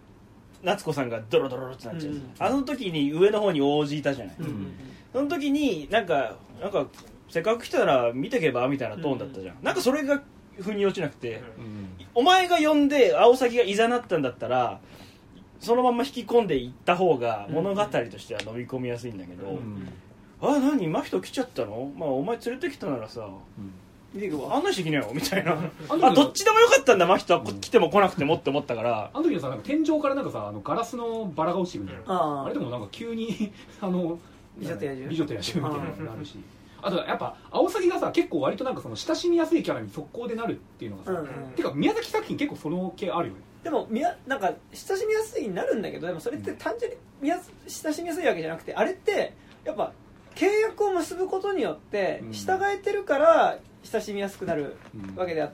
夏子さんがドロドロってなっちゃう、あの時に上の方に王子いたじゃない、その時になんかせっかく来たら見てけばみたいなトーンだったじゃん、なんかそれが腑に落ちなくて、お前が呼んで青崎がいざなったんだったらそのまま引き込んでいった方が物語としては飲み込みやすいんだけど、あ、何真人来ちゃったの、まあお前連れてきたならさ、案内してきなよみたいなあ、どっちでもよかったんだ真人は来ても来なくてもって思ったから、 あの時のさ、なんか天井からなんかさ、ガラスのバラが落ちてくるんだよ、あれでもなんか急に美女と野獣みたいなのになるし、あとやっぱ青崎がさ結構割となんかその親しみやすいキャラに速攻でなるっていうのがさ、てか宮崎作品結構その系あるよね。 でもなんか親しみやすいになるんだけど、でもそれって単純に親しみやすいわけじゃなくて、あれってやっぱ契約を結ぶことによって従えてるから親しみやすくなるわけであって、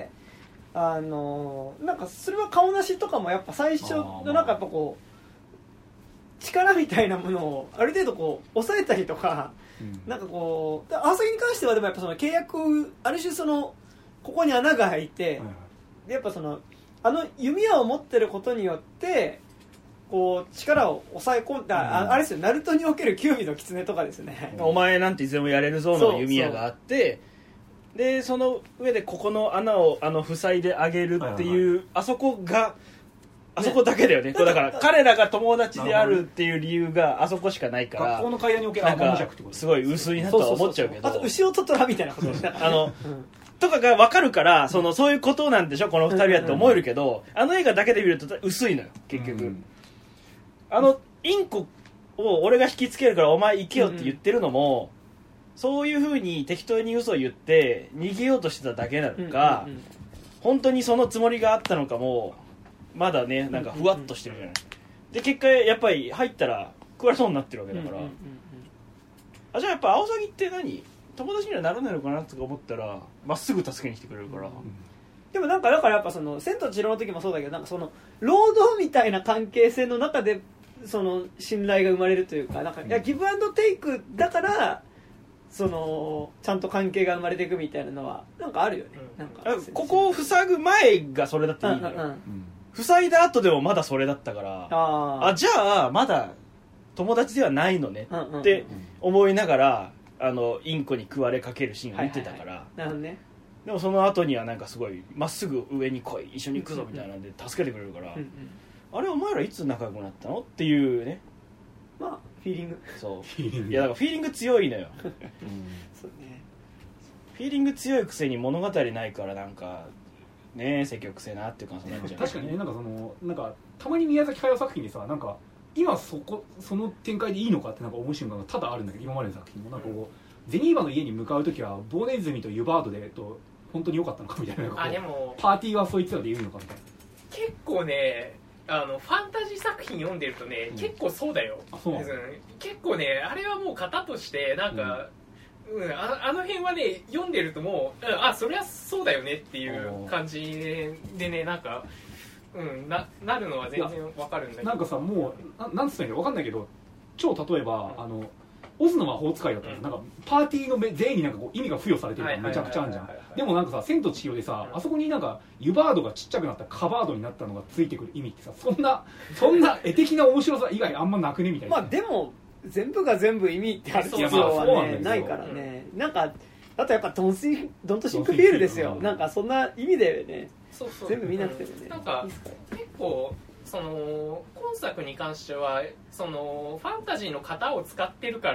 なんかそれは顔なしとかもやっぱ最初のなんかやっぱこう力みたいなものをある程度こう抑えたりとか、なんかこう青崎に関してはでもやっぱその契約をある種そのここに穴が開いて、でやっぱその弓矢を持ってることによってこう力を抑え込んだ、あれですよ、ナルトにおけるキュービの狐とかですね、 お前なんていつでもやれるぞの弓矢があって、でその上でここの穴を塞いであげるっていう、あそこだけだよね。だから彼らが友達であるっていう理由があそこしかないから、 学校の階段におけるなんかすごい薄いなとは思っちゃうけど、 あと牛尾と虎みたいなこととかが分かるから、そういうことなんでしょこの二人はって思えるけど、あの映画だけで見ると薄いのよ結局。インコを俺が引きつけるからお前行けよって言ってるのも、そういう風に適当に嘘を言って逃げようとしてただけなのか、本当にそのつもりがあったのかもまだね、なんかふわっとしてるじゃない。で結果やっぱり入ったら食われそうになってるわけだから、あ、じゃあやっぱ青崎って何友達にはならないのかなとか思ったらまっすぐ助けに来てくれるから、 でもなんかだからやっぱその千と千尋の時もそうだけど、なんかその労働みたいな関係性の中でその信頼が生まれるというか、なんかいやギブアンドテイクだからそのちゃんと関係が生まれていくみたいなのはなんかあるよね。なんかここを塞ぐ前がそれだっていいのよ、塞いだ後でもまだそれだったから、あ、じゃあまだ友達ではないのねって思いながらインコに食われかけるシーンを見てたから、 なるほどね。 でもその後にはなんかすごいまっすぐ上に来い一緒に行くぞみたいなんで助けてくれるから、あれお前らいつ仲良くなったのっていうね、 まあフィーリング、 そういやだからフィーリング強いのよそうね、フィーリング強いくせに物語ないからなんかね積極性なっていう感じになっちゃう。 確かにね、なんかたまに宮崎駿作品でさ、なんか今その展開でいいのかってなんか思う瞬間が多々あるんだけど、今までの作品もなんかこう、ゼニーバの家に向かうときはボーネズミとユバードで本当に良かったのかみたいな、 あでもパーティーはそいつらで言うのかみたいな。 結構ねファンタジー作品読んでるとね、結構そうだよ。結構ねあれはもう型としてなんか、あの辺はね読んでるともう、あそりゃそうだよねっていう感じでね、なんか、なるのは全然わかるんだけど、 なんかさもうなんつったらいいのわかんないけど、超例えばオズの魔法使いだったら、なんかパーティーの全員になんかこう意味が付与されてるからめちゃくちゃあるじゃん。でもなんかさ千と千尋でさ、あそこになんかユバードがちっちゃくなったカバードになったのがついてくる意味ってさ、そんな絵的な面白さ以外あんまなくねみたいな。 まあでも全部が全部意味ってある必要はねないからね。なんかあとやっぱドントシンクフィールですよ。なんかそんな意味でね、全部見なくてもね。 なんか結構その今作に関してはそのファンタジーの型を使ってるから、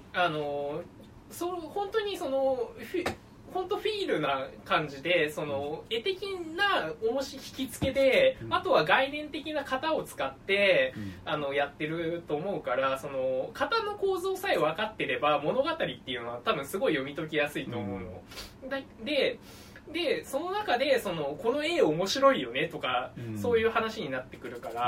本当にその本当フィールな感じで、その絵的な引き付けで、あとは概念的な型を使って、やってると思うから、その型の構造さえ分かってれば物語っていうのは多分すごい読み解きやすいと思うの、でその中でこの絵面白いよねとか、そういう話になってくるから、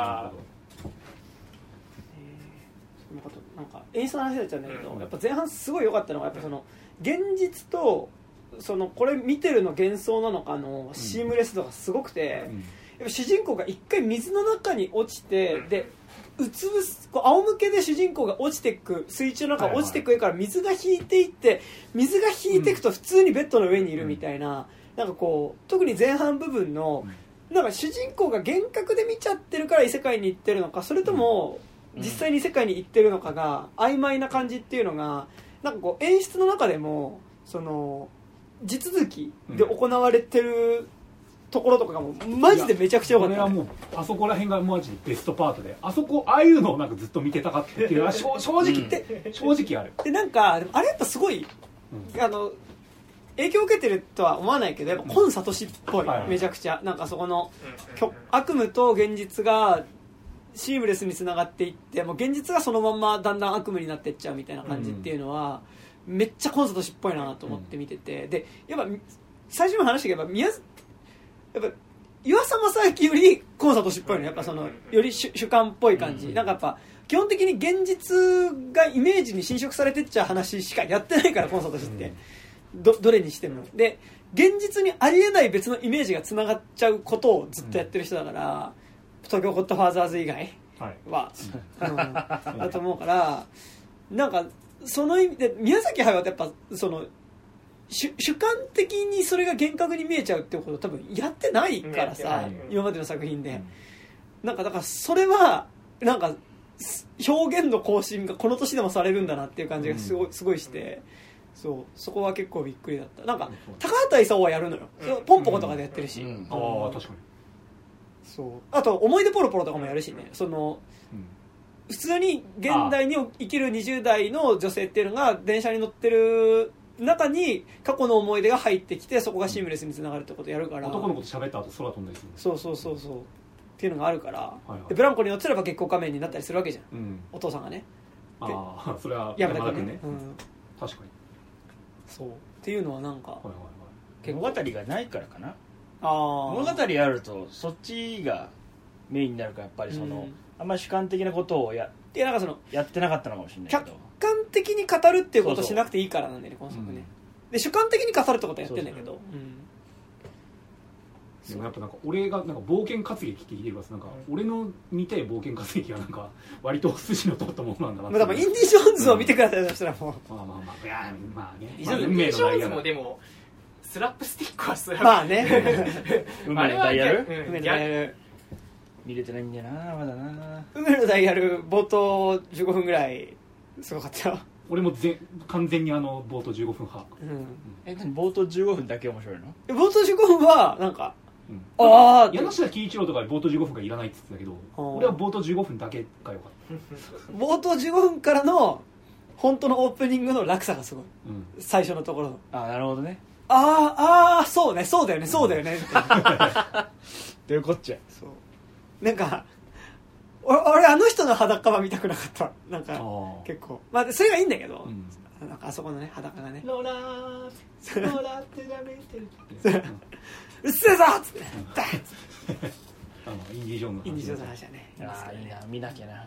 なんか演出の話になっちゃうんだけど、やっぱ前半すごい良かったのがやっぱその現実とこれ見てるの幻想なのかのシームレス度がすごくて、やっぱ主人公が一回水の中に落ちて、で仰向けで主人公が落ちていく、水中の中落ちていくから水が引いていって、水が引いていくと普通にベッドの上にいるみたいな、なんかこう特に前半部分のなんか主人公が幻覚で見ちゃってるから異世界に行ってるのか、それとも実際に異世界に行ってるのかが曖昧な感じっていうのがなんかこう演出の中でもその地続きで行われてるところとかがもうマジでめちゃくちゃ良かった、ね、 これはもうあそこら辺がマジでベストパートで、あそこああいうのをなんかずっと見てたかったっていうのは正直ある。 でなんかあれやっぱすごい、影響を受けてるとは思わないけどやっぱ今里しっぽい、めちゃくちゃなんかそこの悪夢と現実がシームレスにつながっていって、もう現実がそのまんまだんだん悪夢になっていっちゃうみたいな感じっていうのは、めっちゃ今里しっぽいなと思って見てて、でやっぱ最初に話したけどやっぱ岩佐正幸より今里しっぽいのやっぱそのより主観っぽい感じ、なんかやっぱ基本的に現実がイメージに侵食されてっちゃう話しかやってないから今里氏って、どれにしてもで現実にありえない別のイメージがつながっちゃうことをずっとやってる人だから、東京ゴッドファーザーズ以外は、だと思うから、なんかその意味で宮崎駿はやっぱその主観的にそれが幻覚に見えちゃうってことを多分やってないからさ、今までの作品で、なんかだからそれはなんか表現の更新がこの年でもされるんだなっていう感じがすごいして、そこは結構びっくりだった。なんか高畑勲はやるのよ、ポンポコとかでやってるし、 ああ確かに。 そうあと思い出ポロポロとかもやるしね、その普通に現代に生きる20代の女性っていうのが電車に乗ってる中に過去の思い出が入ってきて、そこがシームレスにつながるってことをやるから、 男の子と喋った後空飛んだりする。 そうっていうのがあるから、でブランコに乗ってれば月光仮面になったりするわけじゃん、お父さんがね。 ああそれは山田君ね、 確かに。 そうっていうのはなんか、 物語がないからかな。物語あるとそっちがメインになるから、やっぱりその、あんまり主観的なことをなんかそのやってなかったのかもしれないけど、 客観的に語るっていうことをしなくていいからなんだよね、この作ね。で主観的に語るってことはやってんだけど、 でもやっぱなんか俺がなんか冒険活劇って聞いてるから、なんか俺の見たい冒険活劇はなんか割と筋の通ったものなんだなって。 多分インディ・ジョーンズを見てくださいとしたらもう、 まあいやまあね、 インディ・ジョーンズもでもスラップスティックはスラップ、 まあね運命のダイヤル、 運命のダイヤル見れてないんだよな、まだな。 運命のダイヤル冒頭15分ぐらいすごかったよ。 俺も完全に冒頭15分派。 冒頭15分だけ面白いの？ 冒頭15分はなんか、 柳下喜一郎とか冒頭15分がいらないって言ってたけど、俺は冒頭15分だけが良かった。 冒頭15分からの本当のオープニングの落差がすごい、最初のところの。 なるほどね。 そうね、そうだよねどういうこっちゃ。 そうなんか俺あの人の裸は見たくなかった。なんか結構まあそれがいいんだけど、なんかあそこのね裸がね、ローラーってダメってうっせえぞっつってダッつってインディ・ジョーンズの話だね。 いいな、見なきゃな。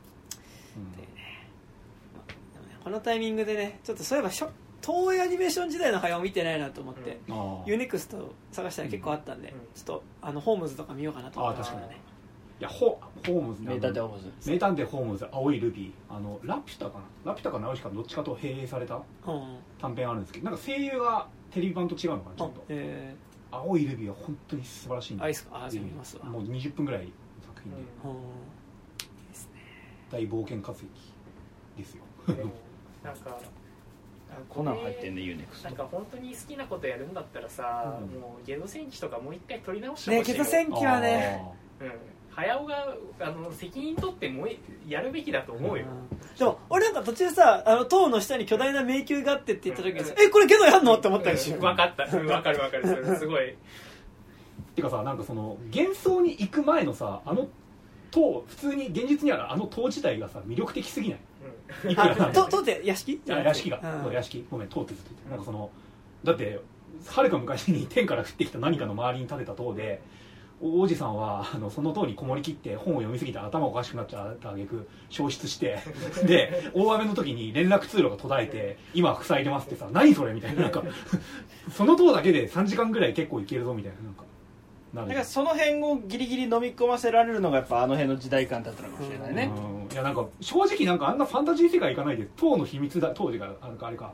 このタイミングでね、ちょっとそういえば東映アニメーション時代の早を見てないなと思って、UNEXT 探したら結構あったんで、ちょっとホームズとか見ようかなと思ってましたね。 いやホームズ、 名探偵ホームズ、青いルビー、ラピュタかナウシカどっちかと併映された短編あるんですけど、なんか声優がテレビ版と違うのかな、ちょっと。青いルビーは本当に素晴らしいんで、 見ますわ。 もう20分ぐらい作品で、大冒険活劇ですよ。 なんかコナン入ってんね、UNEXT。 なんか本当に好きなことやるんだったらさ、もうゲド戦記とかもう一回撮り直してほしい。 ゲド戦記はね、 早尾が責任取ってもやるべきだと思うよ。 でも俺なんか途中さ、塔の下に巨大な迷宮があってって言った時にこれゲドやんのって思ったりしよ。 分かった、分かるすごい。 てかさ、なんかその幻想に行く前のさ、塔、普通に現実にある塔自体がさ魅力的すぎない？ 塔って屋敷？ 屋敷が、屋敷、ごめん、塔ってずっと言って、なんかそのだってはるか昔に天から降ってきた何かの周りに建てた塔で、王子さんはその塔にこもりきって本を読みすぎて頭おかしくなっちゃった挙句消失してで大雨の時に連絡通路が途絶えて今塞いでますってさ、何それみたいな、なんかその塔だけで3時間ぐらい結構いけるぞみたいな、 なんかその辺をギリギリ飲み込ませられるのがやっぱあの辺の時代感だったのかもしれないね。 いやなんか正直なんかあんなファンタジー世界行かないで塔の秘密だ、当時があれか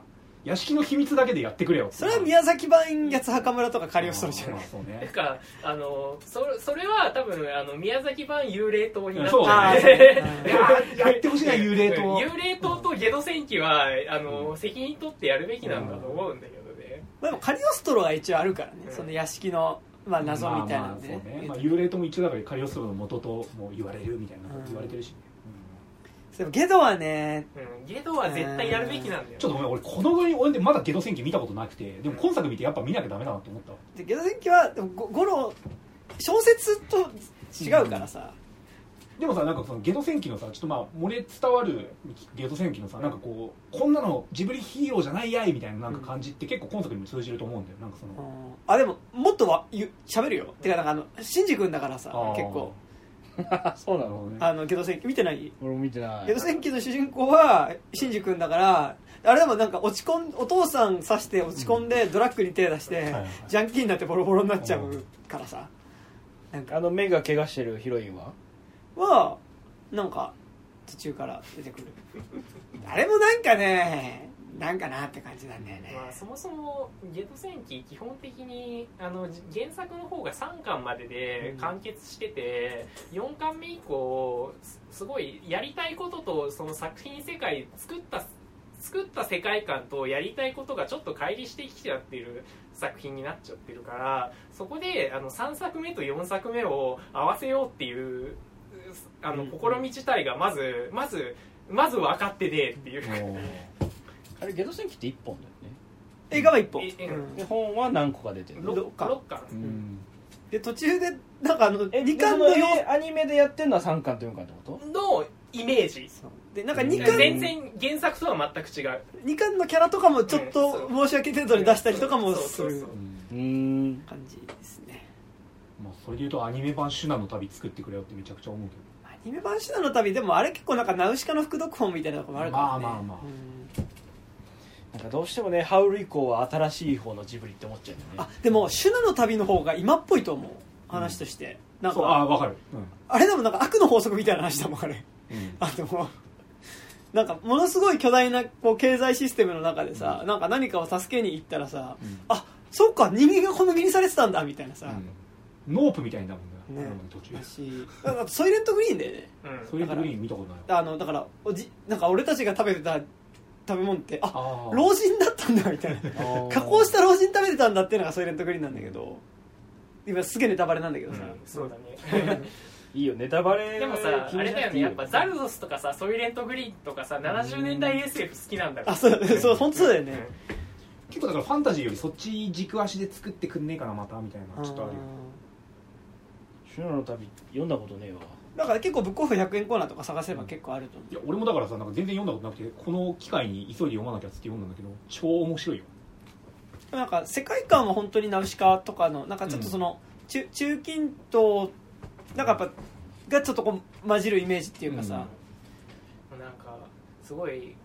屋敷の秘密だけでやってくれよ。 それは宮崎版八つ墓村とかカリオストロじゃない。 そうね。 てかそれは多分宮崎版幽霊島になってそうて、 やってほしいな幽霊島。 幽霊島とゲド戦記は責任取ってやるべきなんだと思うんだけどね。 でもカリオストロは一応あるからね、その屋敷の、まあ、謎みたいなんでね、 幽霊島も一応だからカリオストロの元とも言われるみたいなこと言われてるし、 でもゲドはね、 ゲドは絶対やるべきなんだよ。 ちょっとごめん、俺このぐらい俺でまだゲド戦記見たことなくて、でも今作見てやっぱ見なきゃダメだなと思った。 でゲド戦記はでもゴロ小説と違うからさ、 でもさ、なんかそのゲド戦記のさ、ちょっとまあ漏れ伝わるゲド戦記のさ、なんかこうこんなのジブリヒーローじゃないやいみたいななんか感じって結構今作にも通じると思うんだよ。なんかそのでももっと喋るよ。てかなんかシンジ君だからさ、結構そうなのね。ゲド戦記見てない？ 俺も見てない。 ゲド戦記の主人公はシンジ君だから、あれでもなんかお父さん刺して落ち込んでドラッグに手出して、ジャンキーになってボロボロになっちゃうからさ。 なんか目が怪我してるヒロインはなんか途中から出てくる。あれもなんかね、なんかなって感じなんだよね。 まあ、そもそもゲド戦記基本的に原作の方が3巻までで完結してて、4巻目以降すごいやりたいこととその作品世界作った世界観とやりたいことがちょっと乖離してきちゃってる作品になっちゃってるから、そこで3作目と4作目を合わせようっていう試み自体がまず分かってねえっていうあれゲド戦記って1本だよね。 映画は1本で本は何個か出てる 6巻で途中でなんか 2巻のアニメでやってるのは3巻と4巻ってことのイメージで、なんか2巻全然原作とは全く違う。 2巻のキャラとかもちょっと申し訳程度に出したりとかもする感じですね。 まあそれでいうとアニメ版シュナの旅作ってくれよってめちゃくちゃ思うけど。 アニメ版シュナの旅でもあれ結構なんかナウシカの副読本みたいなとこもあるからね。 まあなんかどうしてもねハウル以降は新しい方のジブリって思っちゃうんだよね。 でもシュナの旅の方が今っぽいと思う、話として。なんかわかる、 あれでもなんか悪の法則みたいな話だもんあれ。でもなんかものすごい巨大なこう経済システムの中でさ、なんか何かを助けに行ったらさ、あ、そっか人間がこの身にされてたんだみたいなさ、 ノープみたいなもんだよね、途中ソイレントグリーンだよね。 ソイレントグリーン見たことない。 だからなんか俺たちが食べてた食べ物って老人だったんだみたいな加工した老人食べてたんだっていうのがソイレントグリーンなんだけど、今すげえネタバレなんだけどさ、 そうだねいいよネタバレ。 でもさあれだよね、やっぱザルドスとかさソイレントグリーンとかさ70年代 SF 好きなんだから。 そう本当そうだよね。 結構だからファンタジーよりそっち軸足で作ってくんねえかなまたみたいなちょっとあるよ。 シュナの旅読んだことねえわ。 だから結構ブックオフ100円コーナーとか探せば結構あると思う。 いや俺もだからさなんか全然読んだことなくてこの機会に急いで読まなきゃって読んだんだけど超面白いよ。 なんか世界観は本当にナウシカとかのなんかちょっとその、中近東なんかやっぱがちょっとこう混じるイメージっていうかさ、 なんかすごい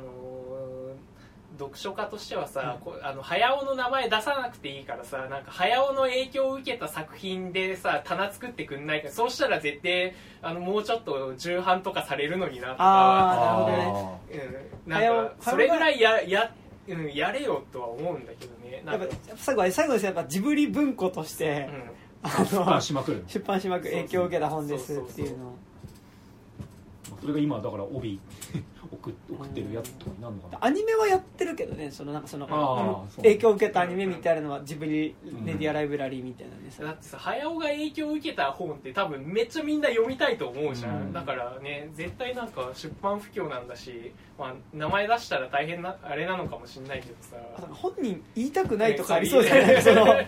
読書家としてはさ、早尾の名前出さなくていいからさ、なんか早尾の影響を受けた作品でさ棚作ってくんないか、そうしたら絶対もうちょっと重版とかされるのになとか、なんかそれぐらいやれよとは思うんだけどね。 やっぱ最後ですやっぱジブリ文庫として、 出版しまくる影響を受けた本ですっていうの。 それが今だから帯送ってるやつとかになるのかな。 アニメはやってるけどね、なんか影響を受けたアニメみたいなのはジブリメディアライブラリーみたいなね。 だってさ早尾が影響を受けた本って多分めっちゃみんな読みたいと思うじゃん、だからね絶対なんか出版不況なんだし、まあ、名前出したら大変なあれなのかもしれないけどさ、 本人言いたくないとかありそうじゃない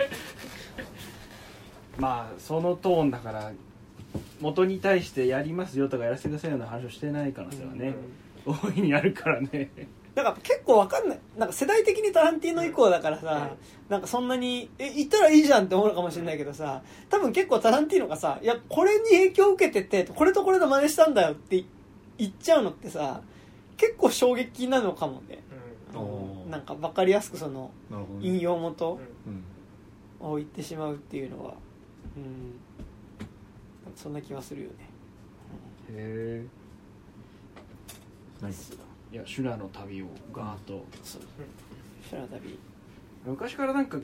まあそのトーンだから元に対してやりますよとかやらせてくださいような話をしてない可能性はね、大いにあるからね。 なんか結構わかんない、なんか世代的にタランティーノ以降だからさ、なんかそんなに言ったらいいじゃんって思うのかもしれないけどさ、多分結構タランティーノがさ、いやこれに影響を受けててこれとこれの真似したんだよって言っちゃうのってさ結構衝撃なのかもね、なんか分かりやすくその引用元を言ってしまうっていうのは、そんな気はするよね。 へえ。いやシュナの旅をガーッと空旅昔からなんか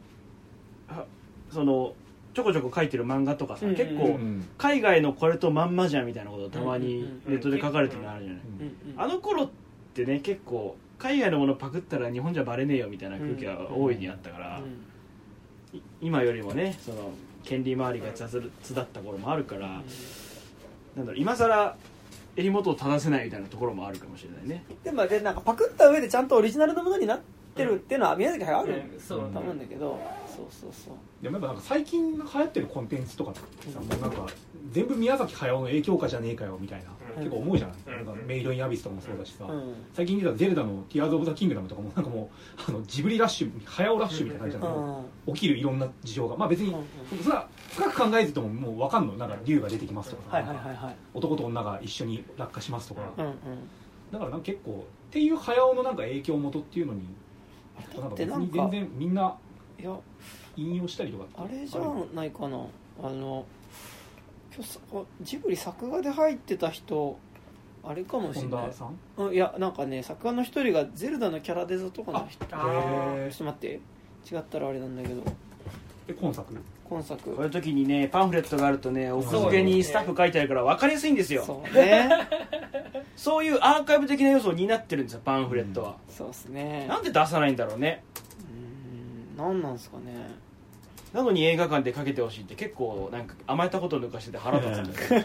そのちょこちょこ書いてる漫画とかさ、結構海外のこれとまんまじゃんみたいなことをたまにネットで書かれてるのあるじゃない、あの頃ってね結構海外のものパクったら日本じゃバレねえよみたいな空気が大いにあったから、今よりもねその権利周りが雑だった頃もあるから、なんだろう今更襟元を正せないみたいなところもあるかもしれないね。 でもなんかパクった上でちゃんとオリジナルのものになってるっていうのは宮崎駿あると思うんだけど、そうでもやっぱなんか最近流行ってるコンテンツとかってさ、もうなんか全部宮崎駿の影響下じゃねえかよみたいな、結構思うじゃないですか。なんかメイドインアビスとかもそうだしさ、最近出たゼルダのティアーズ・オブ・ザ・キングダムとかもなんかもうジブリラッシュ駿ラッシュみたいな感じなの、起きるいろんな事情が、まあ別にそれは深く考えずとももう分かんの、なんか竜が出てきますとか、男と女が一緒に落下しますとか、だからなんか結構っていう駿のなんか影響元っていうのになんか別に全然みんな引用したりとかあれじゃないかな。今日ジブリ作画で入ってた人あれかもしれない。本田さん？いやなんかね作家の一人がゼルダのキャラデザとかの人。ちょっと待って違ったらあれなんだけど。 今作こういう時にねパンフレットがあるとね奥付けにスタッフ書いてあるから分かりやすいんですよ。 そうね。 そういうアーカイブ的な要素を担ってるんですよパンフレットは。 そうですね。 なんで出さないんだろうね。 なんなんですかね。 なのに映画館でかけてほしいって結構なんか甘えたことを抜かしてて腹立つんですよ。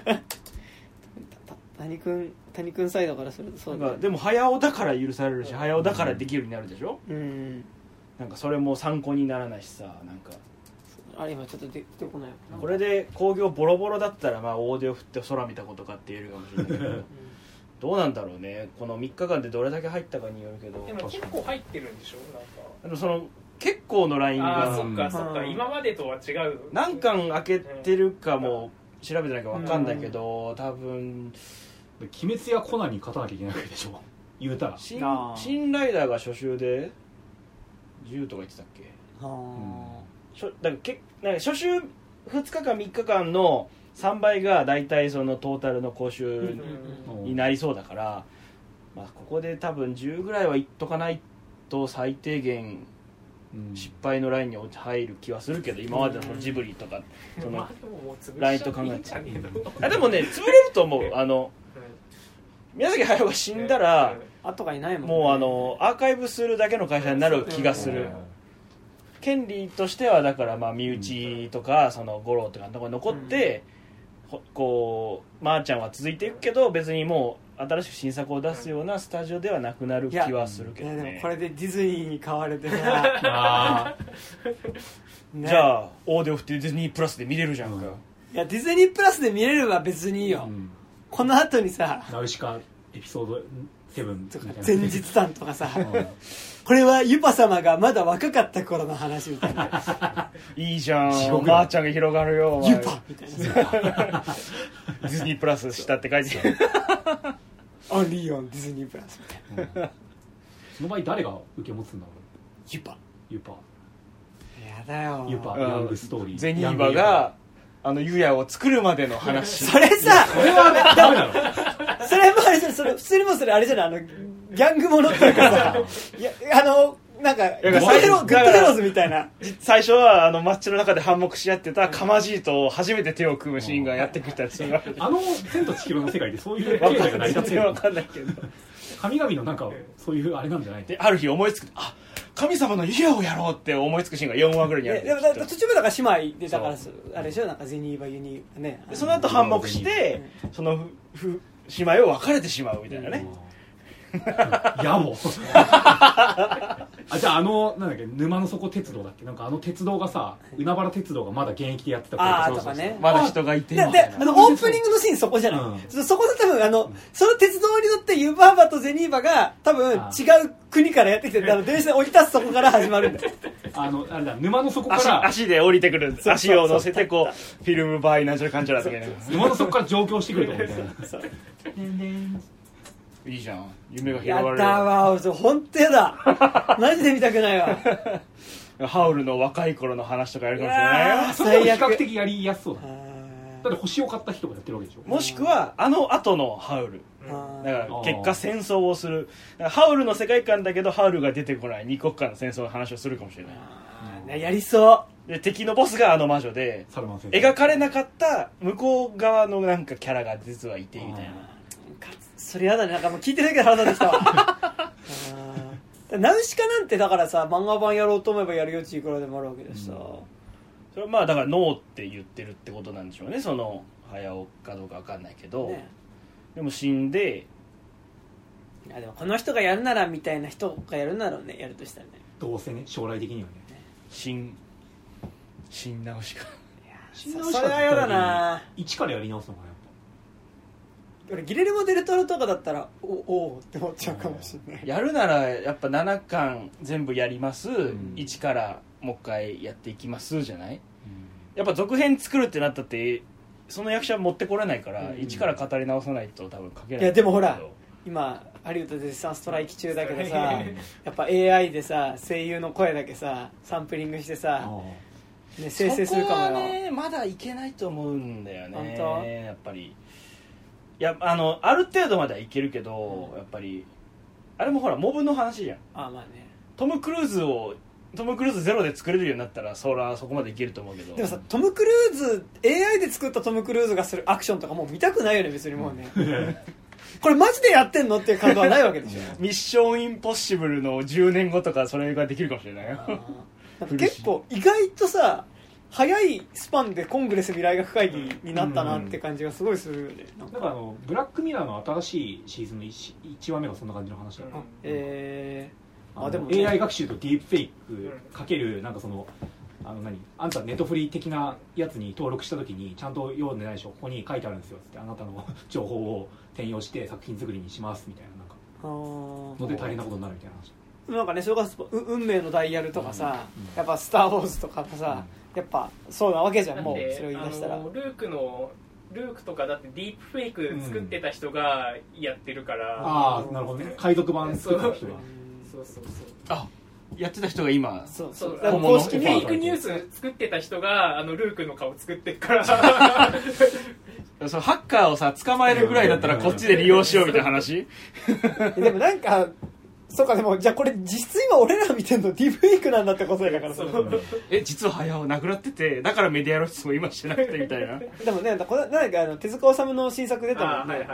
谷君サイドからするとそうだ、ね、 でも早尾だから許されるし早尾だからできるようになるでしょ。なんかそれも参考にならないしさ、なんかあれ今ちょっと出てこない。 これで興行ボロボロだったらまあ大手を振って空見たことかって言えるかもしれないけどどうなんだろうね。この3日間でどれだけ入ったかによるけど。 でも結構入ってるんでしょ。なんかその結構のラインがそっか今までとは違う。 何巻開けてるかも調べてないか分かんないけど、多分鬼滅やコナンに勝たなきゃいけないわけでしょ言うたら。 新ライダーが初週で10とか言ってたっけ。だからなんか初週2日間3日間の3倍が大体そのトータルの講習になりそうだから、まあ、ここで多分10ぐらいはいっとかないと最低限失敗のラインに入る気はするけど、今までのジブリとかそのラインと考えてでもね潰れると思う。宮崎駿が死んだら後がいないもん、 ね、もうアーカイブするだけの会社になる気がする。権利としてはだからまあ身内とかその五郎とかのところに残って、こうまーちゃんは続いていくけど別にもう新しく新作を出すようなスタジオではなくなる気はするけどね。 いやでもこれでディズニーに買われてさね、じゃあ大手を振ってディズニープラスで見れるじゃんか。 いやディズニープラスで見れれば別にいいよ、この後にさナウシカエピソード7 とか前日談とかさこれはユパ様がまだ若かった頃の話みたいな。 いいじゃん、まーちゃんが広がるよユパみたいなディズニープラスしたって書いてあるオンリーオンディズニープラスみたいな、 その場合誰が受け持つんだろう。 ユパやだよユパヤングストーリーゼニーバがユヤを作るまでの話それさそれはダメなのそれもあれじゃん、普通にもそれあれじゃない、ギャングものっていうかさいやなんかグッドヘローズみたいな。 最初はマッチの中で反目し合ってたカマジーと初めて手を組むシーンがやってきたやつが千と千尋の世界でそういう経済が成り立ってる分かんないけど神々のなんかそういうあれなんじゃないである日思いつく神様のユヤをやろうって思いつくシーンが4話ぐらいにある。 でも途中までだから姉妹でだからあれでしょ、なんかゼニーバユニーね。 その後反目してその姉妹を別れてしまうみたいなね。 やぼじゃあなんだっけ沼の底鉄道だっけ、なんか鉄道がさ海原鉄道がまだ現役でやってたからとかね、 まだ人がいてでオープニングのシーンそこじゃない、そこで多分その鉄道に乗ってユバーバとゼニーバが多分違う国からやってきて電車で降り立つそこから始まるんだよあれだ沼の底から足で降りてくる、足を乗せてこうフィルムバイなんちゃらかんちゃらとかね、 沼の底から上京してくると思うみたいないいじゃん、夢が広がる。 やったわ、本当やだマジで見たくないわハウルの若い頃の話とかやるかもしれないよ。 それは比較的やりやすそうだ。 だって星を買った人がやってるわけでしょ。 もしくはあの後のハウルだから結果戦争をする、ハウルの世界観だけどハウルが出てこない二国間の戦争の話をするかもしれない。 やりそうで敵のボスがあの魔女でサルマン先生描かれなかった向こう側のなんかキャラが実はいてみたいな。 それやだね、なんかもう聞いてるだけで腹立ってきたわナウシカなんてだからさ漫画版やろうと思えばやる余地いくらでもあるわけだしさ、 それはまあだからノーって言ってるってことなんでしょうね、その早尾かどうか分かんないけど、ね、でも死んで、 いやでもこの人がやるならみたいな人がやるならね、やるとしたらね、 どうせね将来的にはね新ナウシカそれはやだな。 一からやり直すのかな。 俺ギレルモ・デルトロとかだったらおって思っちゃうかもしれない。 やるならやっぱ7巻全部やります、1からもう一回やっていきますじゃない、やっぱ続編作るってなったってその役者持ってこれないから、1から語り直さないと多分書けない。 いやでもほら今ハリウッドで絶賛ストライキ中だけどさやっぱ AI でさ声優の声だけさサンプリングしてさ、ね、生成するかもよ。 そこはねまだいけないと思うんだよね。 本当？ やっぱりいやある程度まではいけるけど、やっぱりあれもほらモブの話じゃん。 あまあね、 トム・クルーズゼロで作れるようになったらそこまでいけると思うけど、 でもさトム・クルーズ AI で作ったトム・クルーズがするアクションとかもう見たくないよね別にもうねこれマジでやってんのっていう感動はないわけでしょミッションインポッシブルの10年後とかそれができるかもしれないよなんか結構意外とさ早いスパンでコングレス未来学会議になったなって感じがすごいするよね。 なんかブラックミラーの新しいシーズンの 1話目がそんな感じの話だった、でも、ね、AI 学習とディープフェイクかけるなんかそのあんたネットフリー的なやつに登録した時にちゃんと読んでないでしょ、ここに書いてあるんですよってあなたの情報を転用して作品作りにしますみたいななんかので大変なことになるみたいな話。 なんかね、それが運命のダイヤルとかさ、やっぱスター・ウォーズとかもさ、やっぱそうなわけじゃん。もうそれを言い出したらルークとかだってディープフェイク作ってた人がやってるから、 ああなるほどね、海賊版作った人がそうあやってた人が今そう公式フェイクニュース作ってた人がルークの顔作ってっからそのハッカーをさ捕まえるぐらいだったらこっちで利用しようみたいな話でもなんかそうか、でもじゃあこれ実質今俺ら見てるのディープフェイクなんだってことだからさ実は早尾亡くなっててだからメディア露出も今してなくてみたいなでもね、これなんか手塚治虫の新作出たもんね、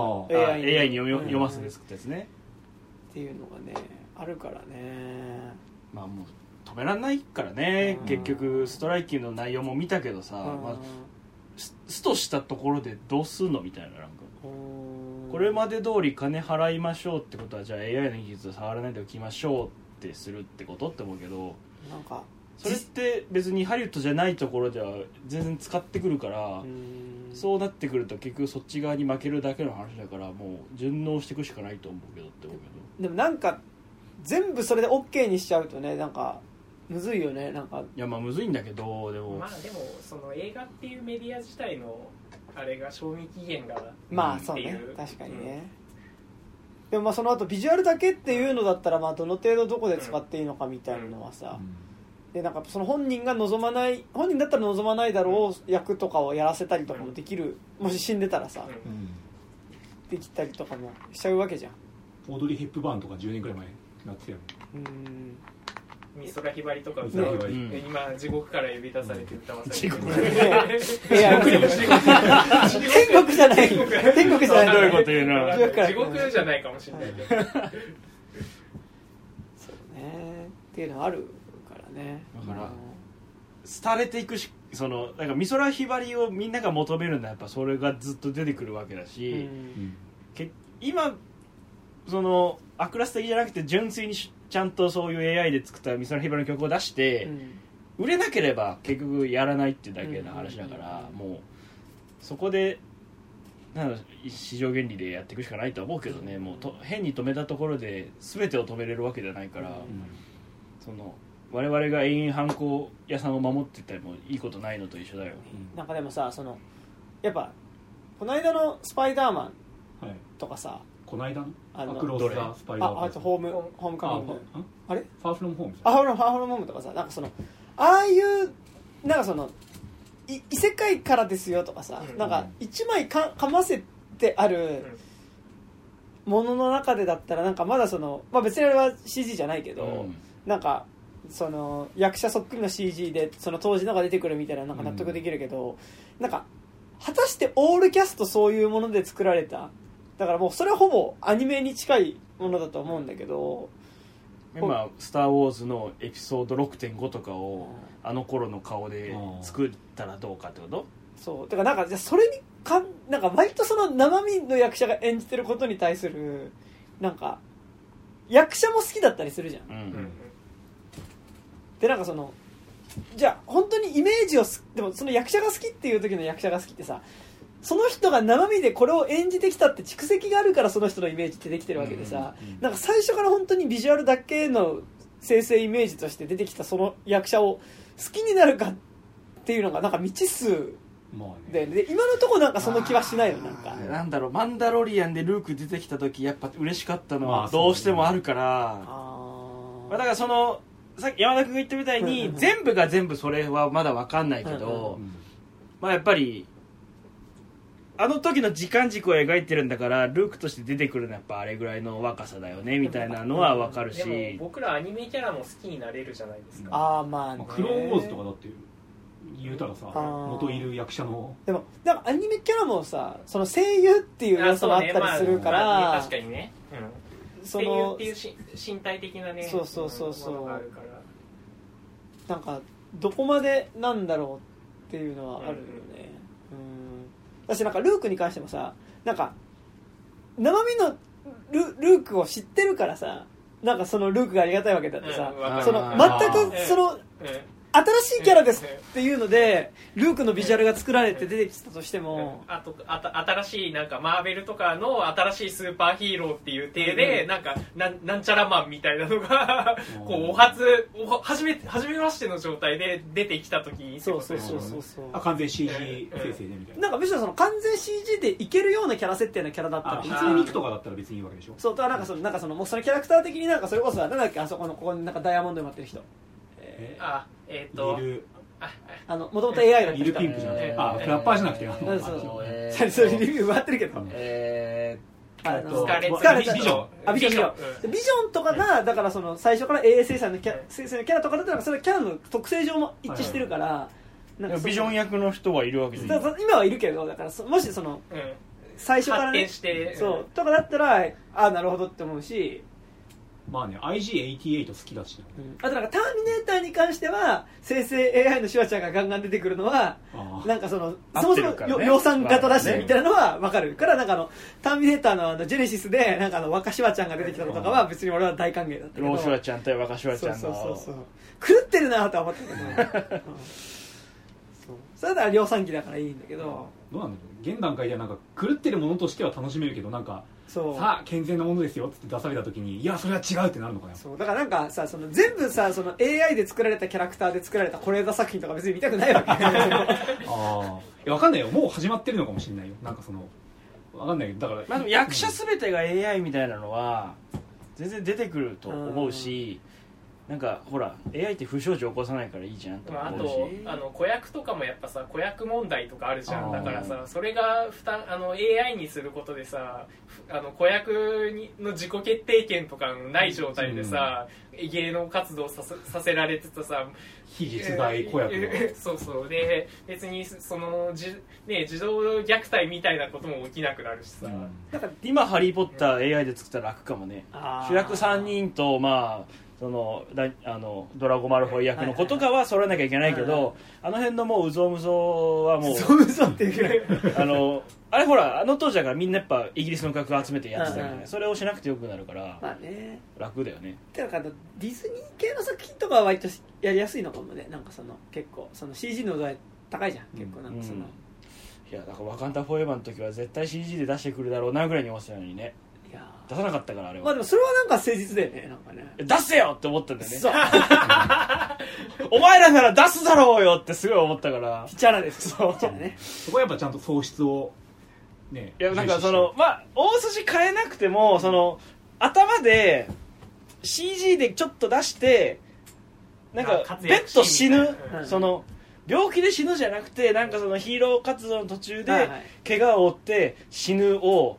AI に読ませて作ったやつねっていうのがねあるからね。 まあもう止めらんないからね、結局ストライキの内容も見たけどさ、ストしたところでどうすんのみたいな、なんかこれまで通り金払いましょうってことはじゃあ AI の技術を触らないでおきましょうってするってことって思うけど、 なんかそれって別にハリウッドじゃないところでは全然使ってくるから、そうなってくると結局そっち側に負けるだけの話だから、もう順応していくしかないと思うけどって思うけど、 でもなんか全部それで OK にしちゃうとね、なんかむずいよね。なんかいやまあむずいんだけど、でもまあでもその映画っていうメディア自体のあれが賞味期限がまあそうね、確かにね、でもまあその後ビジュアルだけっていうのだったら、まあどの程度どこで使っていいのかみたいなのはさ、でなんかその本人が望まない、本人だったら望まないだろう役とかをやらせたりとかもできる、もし死んでたらさ、できたりとかもしちゃうわけじゃん。 オードリー・ヘップバーンとか10年くらい前になってたよね。 美空ひばりとか歌う、今地獄から呼び出されて歌わされてる、 天国じゃない、天国じゃない、 どういうこと言うの、 地獄じゃないかもしれないけどそうねっていうのはあるからね。 だから廃れていくし、そのなんか美空ひばりをみんなが求めるのはやっぱそれがずっと出てくるわけだし、今そのアクラス的じゃなくて純粋にちゃんとそういう AI で作った美空ひばりの曲を出して、売れなければ結局やらないっていうだけの話だから、もうそこでなんだ市場原理でやっていくしかないとは思うけどね。もう変に止めたところで全てを止めれるわけじゃないから、その我々が永遠ハンコ屋さんを守っててもいいことないのと一緒だよ。 なんかでもさ、そのやっぱこの間のスパイダーマンとかさ、 この間のアクロス・ザ・スパイダーマン、 ホームカミング、あれファーフロムホーム、 ファーフロムホームとかさ、なんかそのああいうなんかその異世界からですよとかさ、なんか一枚かませてあるものの中でだったらなんかまだその、まあ、別にあれは CG じゃないけど、なんかその役者そっくりの CG でその当時のが出てくるみたいななんか納得できるけど、なんか果たしてオールキャストそういうもので作られた、だからもうそれはほぼアニメに近いものだと思うんだけど、 今スター・ウォーズのエピソード 6.5 とかをあの頃の顔で作ったらどうかってこと？ そうだからなんかじゃそれになんか割とその生身の役者が演じてることに対するなんか役者も好きだったりするじゃん、でなんかそのじゃあ本当にイメージをでもその役者が好きっていう時の役者が好きってさ、その人が生身でこれを演じてきたって蓄積があるからその人のイメージってできてるわけでさ、なんか最初から本当にビジュアルだけの生成イメージとして出てきたその役者を好きになるかっていうのがなんか未知数で、今のところなんかその気はしないよ。 なんだろう、マンダロリアンでルーク出てきた時やっぱ嬉しかったのはどうしてもあるから、だからそのさっき山田君が言ったみたいに全部が全部それはまだ分かんないけど、まあやっぱりあの時の時間軸を描いてるんだからルークとして出てくるのはやっぱあれぐらいの若さだよねみたいなのは分かるし、 でも僕らアニメキャラも好きになれるじゃないですか。 まあね、 クローンウォーズとかだって言うたらさ、元いる役者のでもなんかアニメキャラもさ、その声優っていう要素があったりするから、 確かにね、声優っていう身体的なね、 そうものがあるから、 なんかどこまでなんだろうっていうのはあるよね。私なんかルークに関してもさ、なんか生身のルークを知ってるからさ、なんかそのルークがありがたいわけだってさ、その全くその新しいキャラですっていうのでルークのビジュアルが作られて出てきたとしても、 新しいなんかマーベルとかの新しいスーパーヒーローっていう体で、なんかなんちゃらマンみたいなのがこう初めましての状態で出てきた時に、 そう完全 CG 生成でみたいな、 なんかむしろその完全 CG でいけるようなキャラ設定のキャラだったら普通にミクとかだったら別にいいわけでしょ。 そうだからなんかそのもうそのキャラクター的になんかそれこそなんだっけ、あそこのここになんかダイヤモンドになってる人、もともと AI だった人、 リルピンクじゃなくて、フラッパーじゃなくて、 それリビュー回ってるけど、 スカーレットビジョンとかがだからその最初から AA 生成のキャラとかだったらそれキャラの特性上も一致してるから、 なんかビジョン役の人はいるわけじゃない。 今はいるけど、だからもしその最初からね、そうとかだったらなるほどって思うし。 まあね、IG88 好きだし、 あとなんかターミネーターに関しては生成 AI のシュワちゃんがガンガン出てくるのはなんかそもそも量産型だしみたいなのは分かるから、なんかターミネーターのジェネシスでなんか若シュワちゃんが出てきたのとかは別に俺は大歓迎だったけど、 ローシュワちゃんと若シュワちゃんの狂ってるなとは思ったけどそれだったら量産機だからいいんだけど、 どうなんだろう、現段階ではなんか狂ってるものとしては楽しめるけど、なんかさあ健全なものですよって出された時にいやそれは違うってなるのかな。 そうだからなんかさ、その全部さその AI で作られたキャラクターで作られた是枝作品とか別に見たくないわけ分かんないよ、もう始まってるのかもしれないよ、なんかその分かんないけど、だから、 まあ、でも役者全てが AI みたいなのは全然出てくると思うし、なんかほら AI って不祥事起こさないからいいじゃんと思うし、 あと子役とかもやっぱさ子役問題とかあるじゃん。だからさそれがAI にすることでさ子役の自己決定権とかない状態でさ、芸能活動させられてたさ非実在子役そうで別にその児童虐待みたいなことも起きなくなるしさ、 なんか今ハリーポッター AI で作ったら楽かもね。主役3人とまあそのドラゴマルフォイ役の子とかは揃えなきゃいけないけど、あの辺のもううぞうむぞはもううぞうむぞっていうあれほら当時だからみんなやっぱイギリスの学集めてやってたからね、それをしなくてよくなるから楽だよね。 だからディズニー系の作品とかは割とやりやすいのかもね。なんかその結構その CG の度合い高いじゃん、結構なんかその、 いやだからワカンダフォーエバーの時は絶対 CG で出してくるだろうなぐらいに思ってたのにね、出さなかったからあれは。 まあでもそれはなんか誠実だよね、なんかね。 出せよって思ったんだよね。そうお前らなら出すだろうよってすごい思ったから。 ピチャラです。 そうピチャラね。 そこはやっぱちゃんと喪失をね。 いやなんかそのまあ大筋変えなくてもその頭で CG でちょっと出してなんかベッド死ぬその病気で死ぬじゃなくてなんかそのヒーロー活動の途中ではいはい怪我を負って死ぬを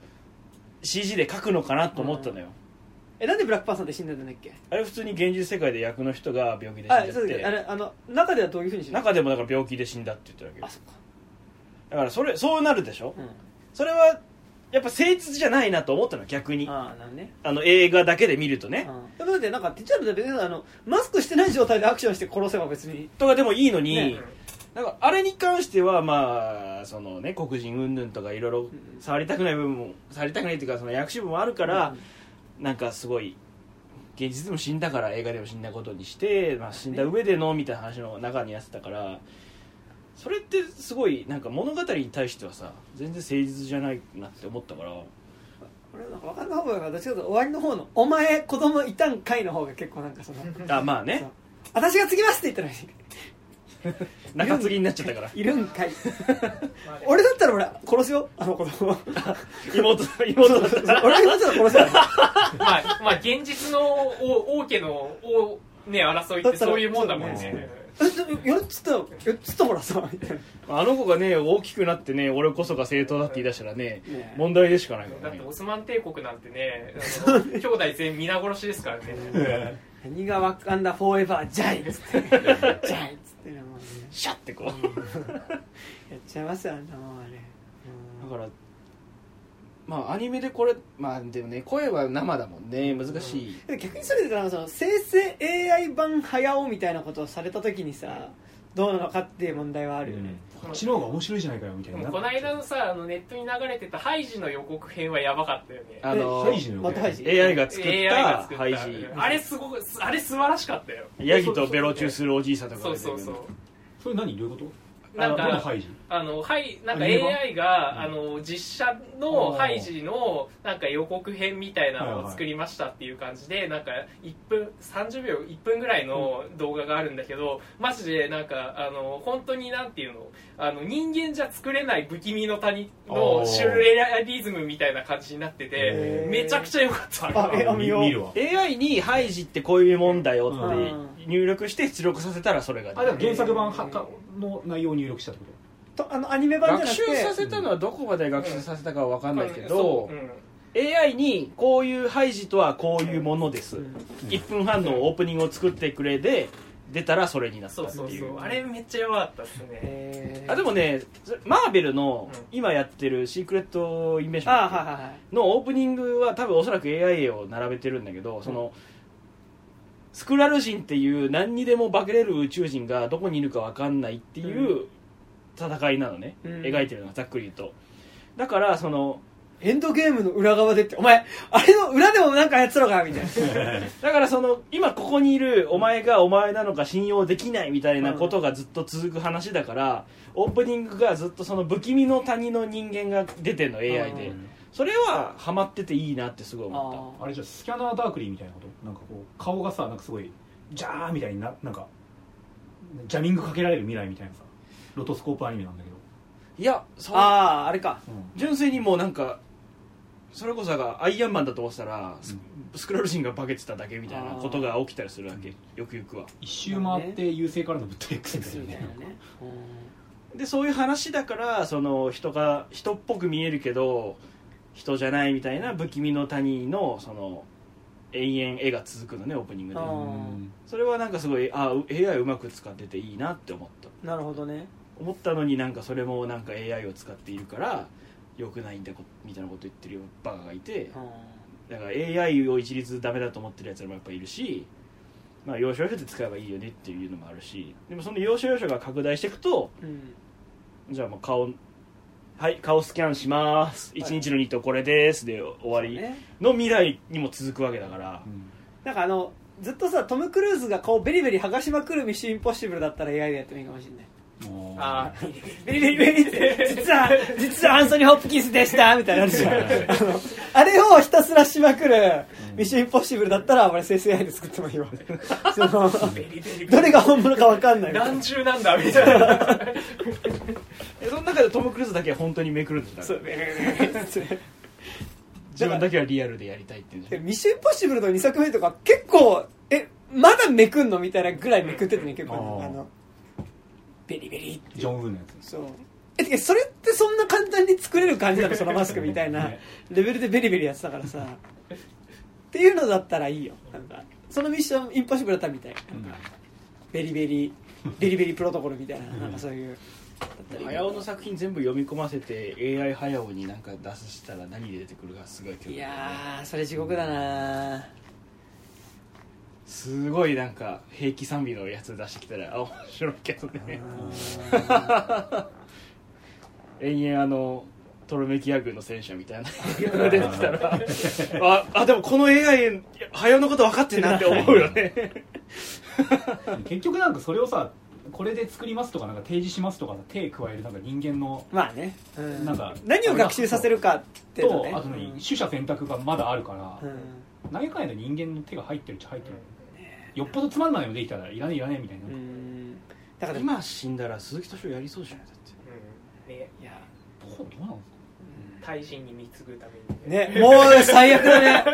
CG で描くのかなと思ったのよ、 なんでブラックパンサーで死んでたんだっけ？ あれ普通に現実世界で役の人が病気で死んじゃっそうですてあれ中ではどういうふうに死んだ？ 中でもだから病気で死んだって言ってるわけよ。 そっか。 だからそうなるでしょ、 うん、 それはやっぱ誠実じゃないなと思ったの逆にね、 映画だけで見るとね、 でもだってなんかティチャルで別にマスクしてない状態でアクションして殺せば別にとかでもいいのに、 ね、 なんかあれに関してはまあそのね黒人云々とかいろいろ触りたくない部分も触りたくないっていうかその役所部もあるから、なんかすごい現実でも死んだから映画でも死んだことにして、まあ、死んだ上でのみたいな話の中にやってたからそれってすごいなんか物語に対してはさ全然誠実じゃないなって思ったから俺なんか分かんない方がどっちかというと終わりの方のお前子供いたんかいの方が結構なんかそのまあね私が継ぎますって言ったら中継ぎになっちゃったからいるんかい俺だったら俺殺すよ子供妹だったら俺が妹だったら殺すよまあ現実の王家のね争いってそういうもんだもんね。 やっつったからさみたいなあの子がね大きくなってね俺こそが正当だって言い出したらね問題でしかないからね。 だってオスマン帝国なんてね兄弟全員皆殺しですからね何がワカンダフォーエバージャイっつってジャイっつってシャッてこうやっちゃいますよあれだからまあアニメでこれまあでもね声は生だもんね難しい、 逆にそれでその生成 AI 版早尾みたいなことをされた時にさどうなのかっていう問題はあるよね、 こっちの方が面白いじゃないかよみたいな。 この間のさネットに流れてたハイジの予告編はやばかったよね。 ハイジのまたハイジ AI が作ったハイジあれすごくあれ素晴らしかったよ。 ヤギとベロチューするおじいさんとかそうそうそう。 それ何どういうこと？ なんかハイジなんか AI が実写のハイジのなんか予告編みたいなのを作りましたっていう感じでなんか1分30秒1分ぐらいの動画があるんだけどマジでなんか本当になんていうの人間じゃ作れない不気味の谷のシュルレアリズムみたいな感じになっててめちゃくちゃ良かった。 見るわ。 AI にハイジってこういうもんだよって入力して出力させたらそれがでも原作版の内容を入力したってこととアニメ版じゃなくて学習させたのはどこまで学習させたかは分かんないけど、AI にこういうハイジとはこういうものです、1分半のオープニングを作ってくれで出たらそれになったっていう。 あれめっちゃ良かったっすね。 でもねマーベルの今やってるシークレットインベーションのオープニングは多分おそらく AI を並べてるんだけどそのスクラル人っていう何にでも化けれる宇宙人がどこにいるか分かんないっていう戦いなのね、描いてるのがざっくり言うと。だからそのエンドゲームの裏側でってお前あれの裏でもなんかやつろかみたいなだからその今ここにいるお前がお前なのか信用できないみたいなことがずっと続く話だから、オープニングがずっとその不気味の谷の人間が出てんの AI で、それはハマってていいなってすごい思った。 あれじゃスキャナーダークリーみたいなことなんかこう顔がさなんかすごいジャーみたいになんかジャミングかけられる未来みたいなさロトスコープアニメなんだけどいやあれか、 純粋にもうなんかそれこそがアイアンマンだと思ってたら、スクラル人が化けてただけみたいなことが起きたりするわけ、よくよくは一周回って優勢からの物体 X みたいなねでそういう話だからその人が人っぽく見えるけど人じゃないみたいな不気味の谷のその永遠絵が続くのねオープニングで。それはなんかすごいAI うまく使ってていいなって思った。 なるほどね。 思ったのになんかそれもなんか AI を使っているから良くないんだみたいなこと言ってるバカがいて、だから AI を一律ダメだと思ってるやつらもやっぱいるし、まあ要所要所で使えばいいよねっていうのもあるし、でもその要所要所が拡大していくと、じゃあもう顔スキャンします1日の日とこれですで終わりの未来にも続くわけだから、 なんかずっとさトム・クルーズが顔ベリベリ剥がしまくるミッションインポッシブルだったら AI でやってもいいかもしれない。ベリベリベリって実はアンソニー・ホプキンスでしたみたいなのあるじゃんあれをひたすらしまくるミッションインポッシブルだったら俺生成 AI で作ってもいいわどれが本物か分かんない何重なんだみたいなその中でトム・クルーズだけは本当にめくるんですよ。自分だけはリアルでやりたいっていう。 ミッションインポッシブルの2作目とか結構まだめくんのみたいなぐらいめくっててね結構ベリベリってジョン・ウーのやつ。 そうてかそれってそんな簡単に作れる感じなのそのマスクみたいなレベルでベリベリやってたからさっていうのだったらいいよ。なんかそのミッションインポッシブルだったみたいなんかベリベリプロトコルみたいななんかそういう早尾の作品全部読み込ませて AI 早尾になんか出したら何で出てくるかすごい興味。 いやーそれ地獄だな。 すごいなんか兵器賛美のやつ出してきたら面白いけどね。延々トルメキア軍の戦車みたいなのが出てきたらでもこの AI 早尾のこと分かってんなって思うよね。 結局なんかそれをさこれで作りますとかなんか提示しますとか手加えるなんか人間のまあね、 なんか何を学習させるかってとあとね取捨選択がまだあるから、何やかんやで人間の手が入ってるっちゃ入ってる、よっぽどつまんないのできたらいらねえみたいな。 だから今死んだら鈴木敏夫やりそうじゃないだって、 ね、いやどうなんですか、 大臣に貢ぐためにねもう最悪だね。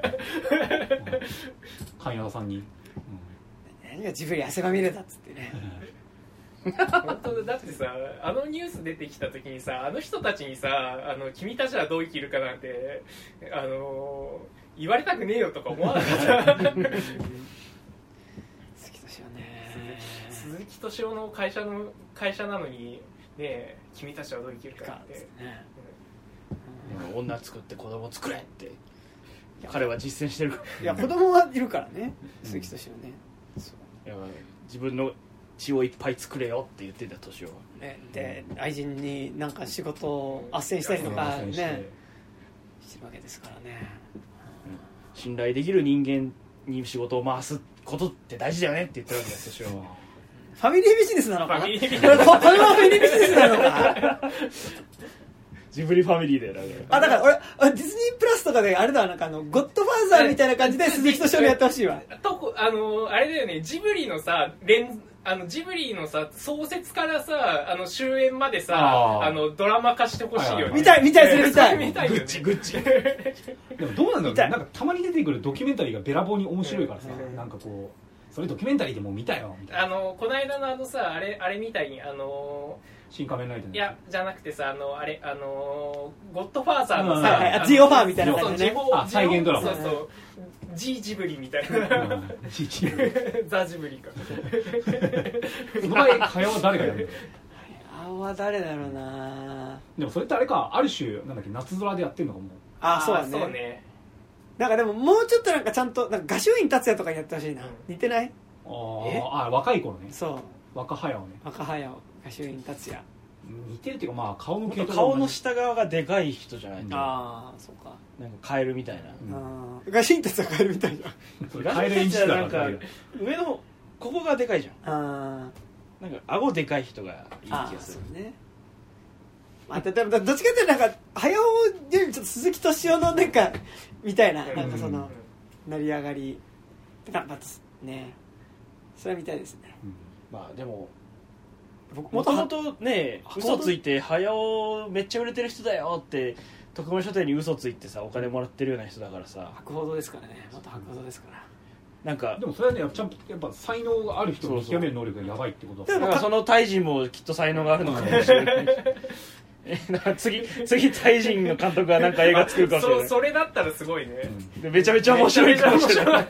神谷さんに、 何がジブリ汗まみれだっつってね。 本当だってさあのニュース出てきた時にさあの人たちにさ君たちはどう生きるかなんて言われたくねえよとか思わなかった。鈴木敏夫の会社なのにね君たちはどう生きるかって、 女作って子供作れって彼は実践してるから。 いや子供はいるからね鈴木敏夫ね。 いや自分の血をいっぱい作れよって言ってた敏夫はね。で愛人になんか仕事を斡旋したりとかねしてるわけですからね。 信頼できる人間に仕事を回すことって大事だよねって言ってるわけですよ。 ファミリービジネスなのかな。これはファミリービジネスなのか。 ジブリファミリーでだから俺ディズニープラスとかであれだなんかゴッドファーザーみたいな感じで鈴木敏夫にやってほしいわ。 あれだよねジブリのさジブリのさ創設からさ終焉までさドラマ化してほしいよね。 見たいそれ見たい。 見たいよね。 グッチでもどうなんだろうね。なんかたまに出てくるドキュメンタリーがべらぼうに面白いからさ、なんかこうそれドキュメンタリーでもう見たよみたいな。 この間のさあれみたいに新仮面ライダーのいやじゃなくてさゴッドファーザーのさジオファーみたいな感じでね。 再現ドラマ。 そうそうジブリみたいな。ザジブリか。 その場合早尾は誰がやるの？ 早尾は誰だろうな。 でもそれってあれかある種なんだっけ夏空でやってるのかも。 そうね。 なんかでももうちょっとなんかちゃんとなんか画集院達也とかにやってほしいな。似てない？ 若い頃ね。 そう若早尾ね。 若早尾画集院達也。 似てるっていうかまあ顔の系統顔の下側がでかい人じゃないと。 そうか。 なんかカエルみたいな。 画集院達也カエルみたいじゃん。 カエル演じたなんか上のここがでかいじゃん。なんか顎でかい人がいい気がするね。 どっちかっていうとなんか早尾よりちょっと鈴木敏夫のなんかみたいななんかその成り上がりなんかねそれは見たいですね。 まあでももともとね嘘ついて早尾めっちゃ売れてる人だよって徳間書店に嘘ついてさお金もらってるような人だからさ。 博報堂ですからね。元博報堂ですから。 なんかでもそれはねちゃんとやっぱ才能がある人を見極める能力がやばいってことだ。 だからそのタイ人もきっと才能があるのかもしれない。次タイ人の監督がなんか映画作るかもしれない。 それだったらすごいね。 でめちゃめちゃ面白いかもしれない。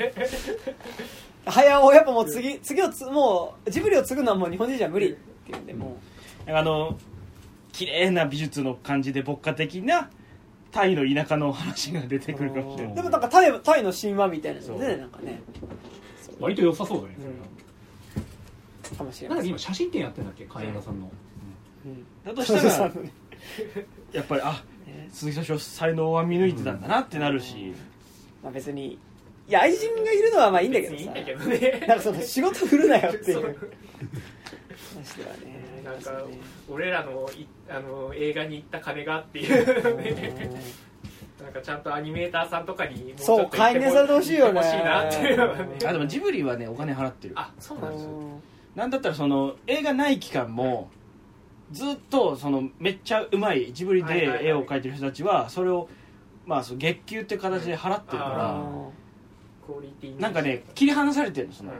早尾やっぱもう次をもうジブリを継ぐのはもう日本人じゃ無理っていうんでもう綺麗な美術の感じで牧歌的なタイの田舎の話が出てくるかもしれない。 でもなんかタイの神話みたいなのでなんかね割と良さそうだね。 かもしれない。 なんか今写真展やってんだっけ金田さんの。 だとしたらやっぱり鈴木敏夫才能は見抜いてたんだなってなるし、 まあ別にいや愛人がいるのはまあいいんだけどさ、なんかその仕事振るなよっていう話ではね。 なんか俺らの映画に行った金がっていうね。なんかちゃんとアニメーターさんとかにもうちょっと介入されてほしいよね。 欲しいなっていうのはね。 でもジブリはねお金払ってる。 そうなんですよ。 なんだったらその映画ない期間もずっとそのめっちゃうまいジブリで絵を描いてる人たちはそれをまあその月給っていう形で払ってるから、なんかね切り離されてるのその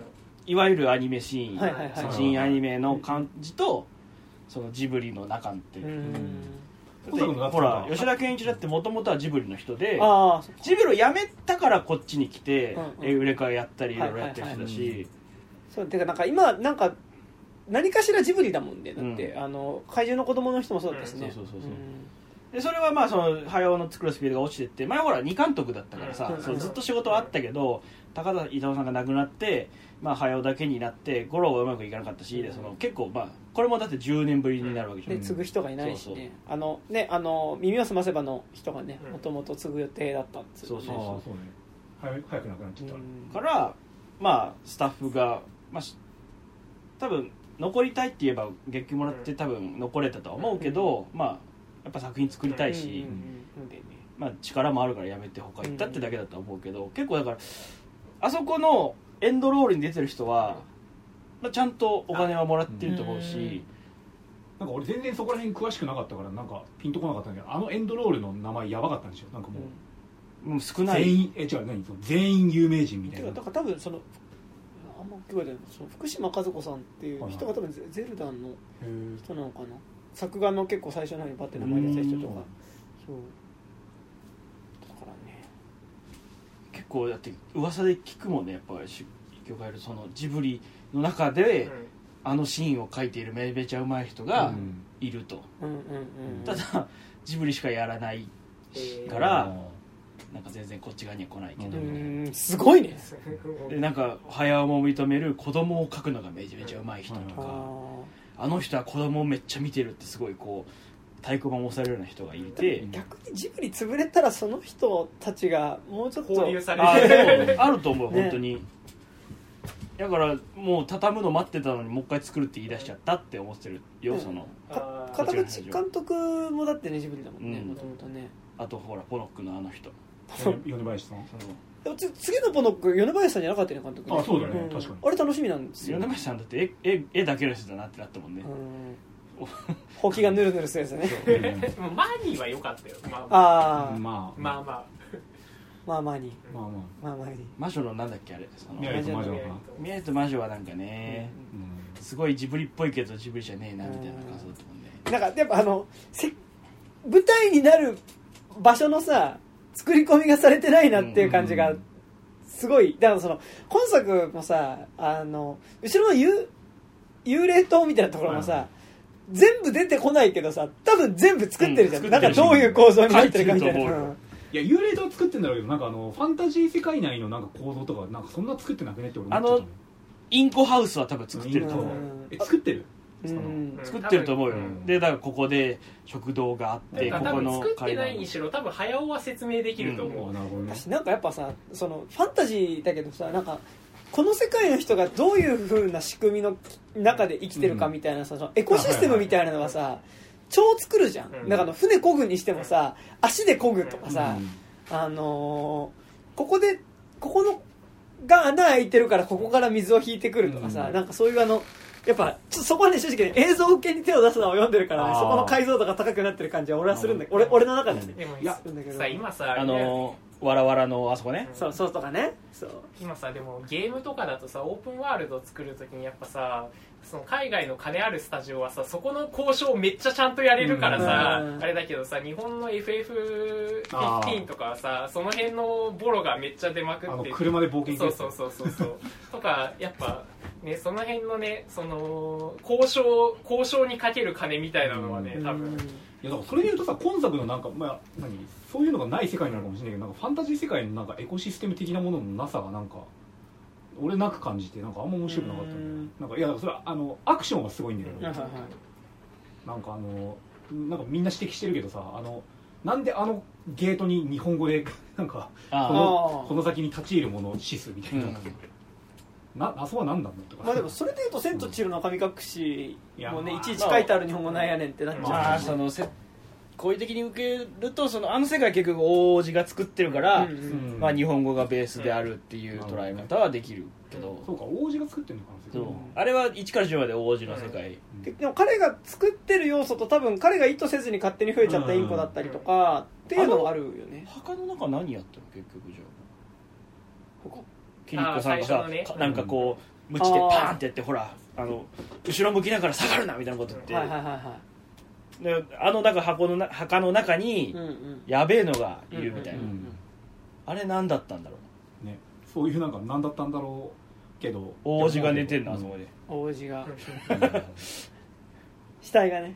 いわゆるアニメシーン、 はいはいはい新アニメの感じとそのジブリの中ってほら吉田健一だってもともとはジブリの人でジブリを辞めたからこっちに来て売れ替えやったりいろいろやってる人だし、 そうてかなんか今なんか何かしらジブリだもんねだって、怪獣の子供の人もそうですね、でそれはまあその早尾の作るスピードが落ちてって前ほら2監督だったからさ、ずっと仕事はあったけど高田勲さんが亡くなって、まあ、早尾だけになって五郎がうまくいかなかったし、その結構まあこれもだって10年ぶりになるわけでしょ、 継ぐ人がいないしね、耳をすませばの人がねもともと継ぐ予定だったんですよね。 そうね早くなくなっちゃったからまあスタッフが、まあ、多分残りたいって言えば月給もらって多分残れたとは思うけど、まあやっぱ作品作りたいし、まあ、力もあるからやめて他行ったってだけだとは思うけど、結構だからあそこのエンドロールに出てる人は、まあ、ちゃんとお金はもらってると思うし、 なんか俺全然そこら辺詳しくなかったからなんかピンとこなかったんだけど、あのエンドロールの名前やばかったんですよ。なんかもう少ない全員有名人みたいな。 だから多分そのあんま聞こえてない、その福島和子さんっていう人が多分ゼルダンの人なのかな、作画の結構最初の方にバッて名前出た人とか、そうだからね結構だって噂で聞くもんね、やっぱり業界のそのジブリの中で、あのシーンを描いているめちゃうまい人がいると、ただジブリしかやらないから、なんか全然こっち側には来ないけど、 すごいね。 でなんか早尾も認める子供を描くのがめちゃめちゃうまい人とか、あの人は子供をめっちゃ見てるってすごいこう太鼓判を押されるような人がいて、 逆にジブリ潰れたらその人たちがもうちょっと交流されるあると思う、本当に。だからもう畳むの待ってたのにもう一回作るって言い出しちゃったって思ってるよ、その片口監督もだってねジブリだもんね、もともとね。 あとほらポノックのあの人米林さん、 次のポノック米林さんじゃなかったね監督ね。 あ、そうだね、確かにあれ楽しみなんですよ。 米林さんだって絵だけの人だなってなったもんね。 ほうきがヌルヌルするやつね。 マーニーは良かったよ。まああまあまあに魔女のなんだっけあれ、 未来と魔女かな。 未来と魔女はなんかね、すごいジブリっぽいけどジブリじゃねえなみたいな感想だったもんね。 なんかやっぱ舞台になる場所のさ作り込みがされてないなっていう感じがすごい。だからその今作もさ後ろの幽霊島みたいなところもさ、全部出てこないけどさ多分全部作ってるじゃん、なんかどういう構造になってるかみたいな。 いや幽霊島は作ってんだろうけど、なんかファンタジー世界内のなんか構造とかなんかそんな作ってなくねって俺思っちゃったの。 インコハウスは多分作ってると思う。 作ってる作ってると思うよ。でだからここで食堂があってここの作ってないにしろ多分早尾は説明できると思う。 なんかやっぱさそのファンタジーだけどさ、なんかこの世界の人がどういう風な仕組みの中で生きてるかみたいなさ、そのエコシステムみたいなのがさ超作るじゃん。だから船漕ぐにしてもさ足で漕ぐとかさ、ここのが穴開いてるからここから水を引いてくるとかさ、なんかそういうやっぱちょっとそこはね正直ね映像系に手を出すのを読んでるから、ね、そこの解像度が高くなってる感じは俺はするんだけど、俺の中ではね。 でもいやするんだけどさ今さわらわらのあそこね、 そうとかね、そう今さでもゲームとかだとさオープンワールド作るときにやっぱさその海外の金あるスタジオはさそこの交渉めっちゃちゃんとやれるからさ、あれだけどさ日本の FF15 とかはさその辺のボロがめっちゃ出まくって車で冒険そうとかやっぱねその辺のねその交渉にかける金みたいなのはね多分いやだからそれでいうとさ今作のなんかそういうのがない世界なのかもしれないけど、なんかファンタジー世界のなんかエコシステム的なもののなさがなんか俺なく感じてなんかあんま面白くなかったんだよ。なんかいやそれはアクションはすごいんだけど、なんかなんかみんな指摘してるけどさなんでゲートに日本語でなんかこの先に立ち入るものをシスみたいな、謎は何なんだとか。 まあでもそれでいうと「千と千尋の神隠し」もねいちいち書いてある日本語なんやねんってなっちゃう。 まあその好意的に受けるとあの世界結局王子が作ってるから、まあ、日本語がベースであるっていう捉え方はできるけど、 そうか王子が作ってるのかな。 そうあれは1から10まで王子の世界、 でも彼が作ってる要素と多分彼が意図せずに勝手に増えちゃったインコだったりとかっていうのがあるよね。 墓の中何やったの結局じゃあ他キリコさんがさ、なんかこうムチでパーンってやってほら後ろ向きながら下がるなみたいなこと言って、 はいはいはいはいでだから墓の中にやべえのがいるみたいな、あれ何だったんだろう、ね、そういうなんか何だったんだろうけど王子が寝てんの、あそこで王子が死体がね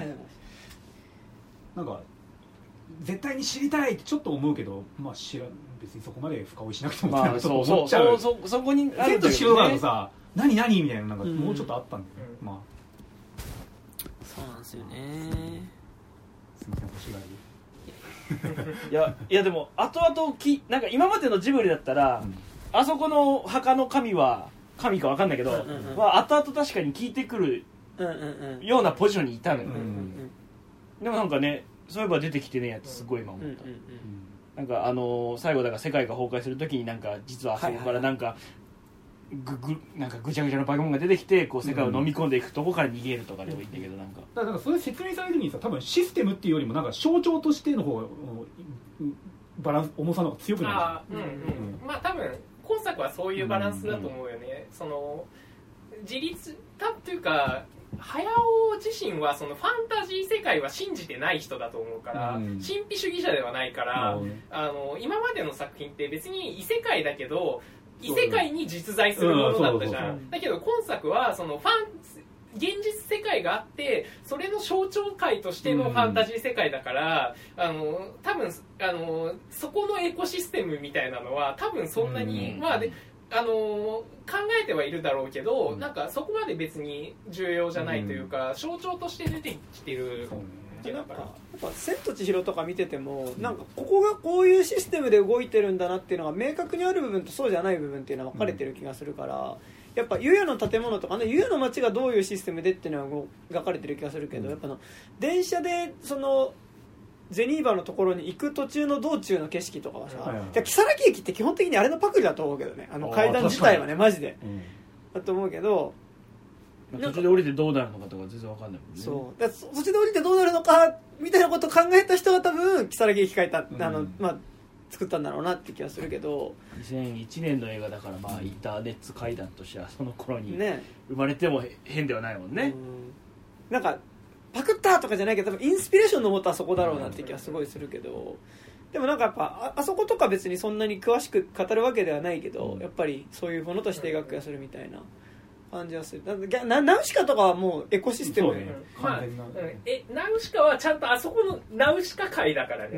なんか絶対に知りたいってちょっと思うけど、まあ別にそこまで深追いしなくてもってちょっと思っちゃう。 そこにあるんだけどね。 千と千尋だとさ、何みたいな、なんかもうちょっとあったんだよね。まあそうなんですよね。 すみません、欲しがり。 いやでも後々なんか今までのジブリだったら、あそこの墓の神か分かんないけど、後々確かに聞いてくるようなポジションにいたのよ。でもなんかね、そういえば出てきてねえやつすごい今思った。なんか最後だから世界が崩壊するときになんか実はあそこからなんかなんかぐちゃぐちゃの化け物が出てきてこう世界を飲み込んでいくとこから逃げるとかでもいいんだけど、なんかだからそれ説明されるにさ、多分システムっていうよりもなんか象徴としての方がバランス重さの方が強くなる。 まあ多分今作はそういうバランスだと思うよね。その自立たというか早尾自身はそのファンタジー世界は信じてない人だと思うから、神秘主義者ではないから、今までの作品って別に異世界だけど異世界に実在するものだったじゃん。だけど今作はその現実世界があってそれの象徴界としてのファンタジー世界だから、多分そこのエコシステムみたいなのは多分そんなに、まあで考えてはいるだろうけど、なんかそこまで別に重要じゃないというか、象徴として出てきてるだから。 やっぱ千と千尋とか見ててもなんかここがこういうシステムで動いてるんだなっていうのが明確にある部分とそうじゃない部分っていうのは分かれてる気がするから、やっぱ湯屋の建物とかね、湯屋の街がどういうシステムでっていうのは描かれてる気がするけど、やっぱ電車でそのゼニーバのところに行く途中の道中の景色とかはさ、木更木駅って基本的にあれのパクリだと思うけどね、階段自体はねマジで、だと思うけど、 途中で降りてどうなるのかとか全然わかんないもんね。 そうだ途中で降りてどうなるのかみたいなことを考えた人は多分木更木駅作ったんだろうなって気がするけど、 2001年の映画だから、まあインターネット怪談としてはその頃に生まれても変ではないもんね。 なんかパクったとかじゃないけど多分インスピレーションのもとはそこだろうなって気はすごいするけど、でもなんかやっぱ あそことか別にそんなに詳しく語るわけではないけど、やっぱりそういうものとして描くやするみたいな感じはする。ナウシカとかはもうエコシステムで、 ナウシカはちゃんとあそこのナウシカ界だからね、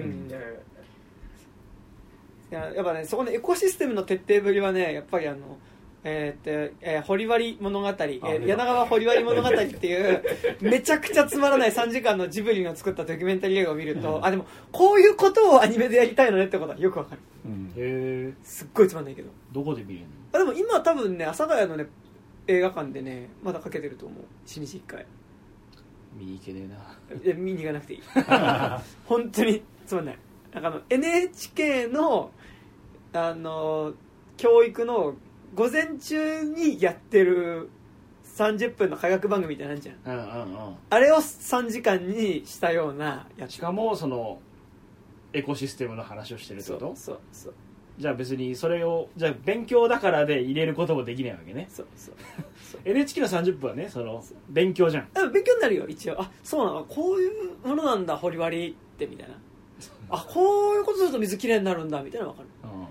やっぱねそこのエコシステムの徹底ぶりはねやっぱり堀割物語、柳川堀割物語っていうめちゃくちゃつまらない3時間のジブリの作ったドキュメンタリー映画を見ると、でもこういうことをアニメでやりたいのねってことはよくわかる。すっごいつまんないけど。 どこで見れるの？ でも今多分ね阿佐ヶ谷のね映画館でねまだかけてると思う。1日1回見に行けねえな。 いや見に行かなくていい本当につまんない。なんかNHK の教育の午前中にやってる30分の科学番組みたいなんじゃん、あれを3時間にしたようなやつ。 しかもそのエコシステムの話をしてるってこと？ そうじゃあ別にそれをじゃあ勉強だからで入れることもできないわけね。そうNHK の30分はねその勉強じゃん。 勉強になるよ一応。そうなの、こういうものなんだ堀割ってみたいなこういうことすると水きれいになるんだみたいなの分かる。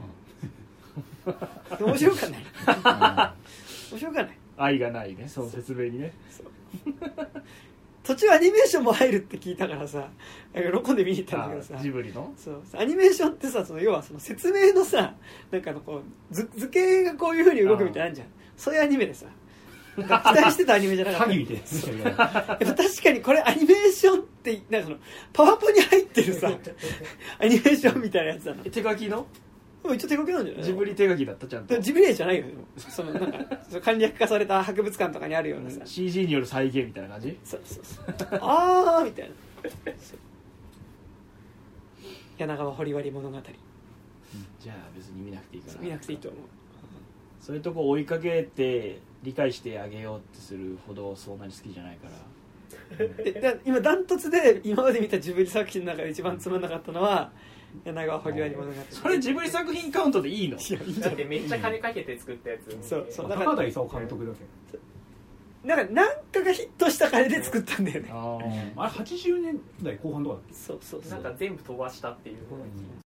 面白くない面白くない。 愛がないねその説明にね。 途中アニメーションも入るって聞いたからさ喜んで見に行ったんだけどさ、 ジブリのそうアニメーションってさ要はその説明のさなんかこう図形がこういう風に動くみたいなのあるじゃん。そういうアニメでさ期待してたアニメじゃなかった。 詐欺みたいですやっぱ確かにこれアニメーションってなんかそのパワポに入ってるさアニメーションみたいなやつだな。 手書きの一応手書きなんじゃない？ ジブリ手書きだったちゃんと。 ジブリ絵じゃないよ。そのなんか簡略化された博物館とかにあるようなさ CG による再現みたいな感じ。 そうあーみたいな柳川堀割物語、 じゃあ別に見なくていいかな。 見なくていいと思う。 そういうとこ追いかけて理解してあげようってするほどそんなに好きじゃないから今ダントツで今まで見たジブリ作品の中で一番つまんなかったのは柳川萩原物語。 それジブリ作品カウントでいいの？ だってめっちゃ金かけて作ったやつ。 そうそう、だ高から畑勲監督だけなんかがヒットした金で作ったんだよね。 ああれ80年代後半とかだっけ。 そうそうそう。 なんか全部飛ばしたっていう。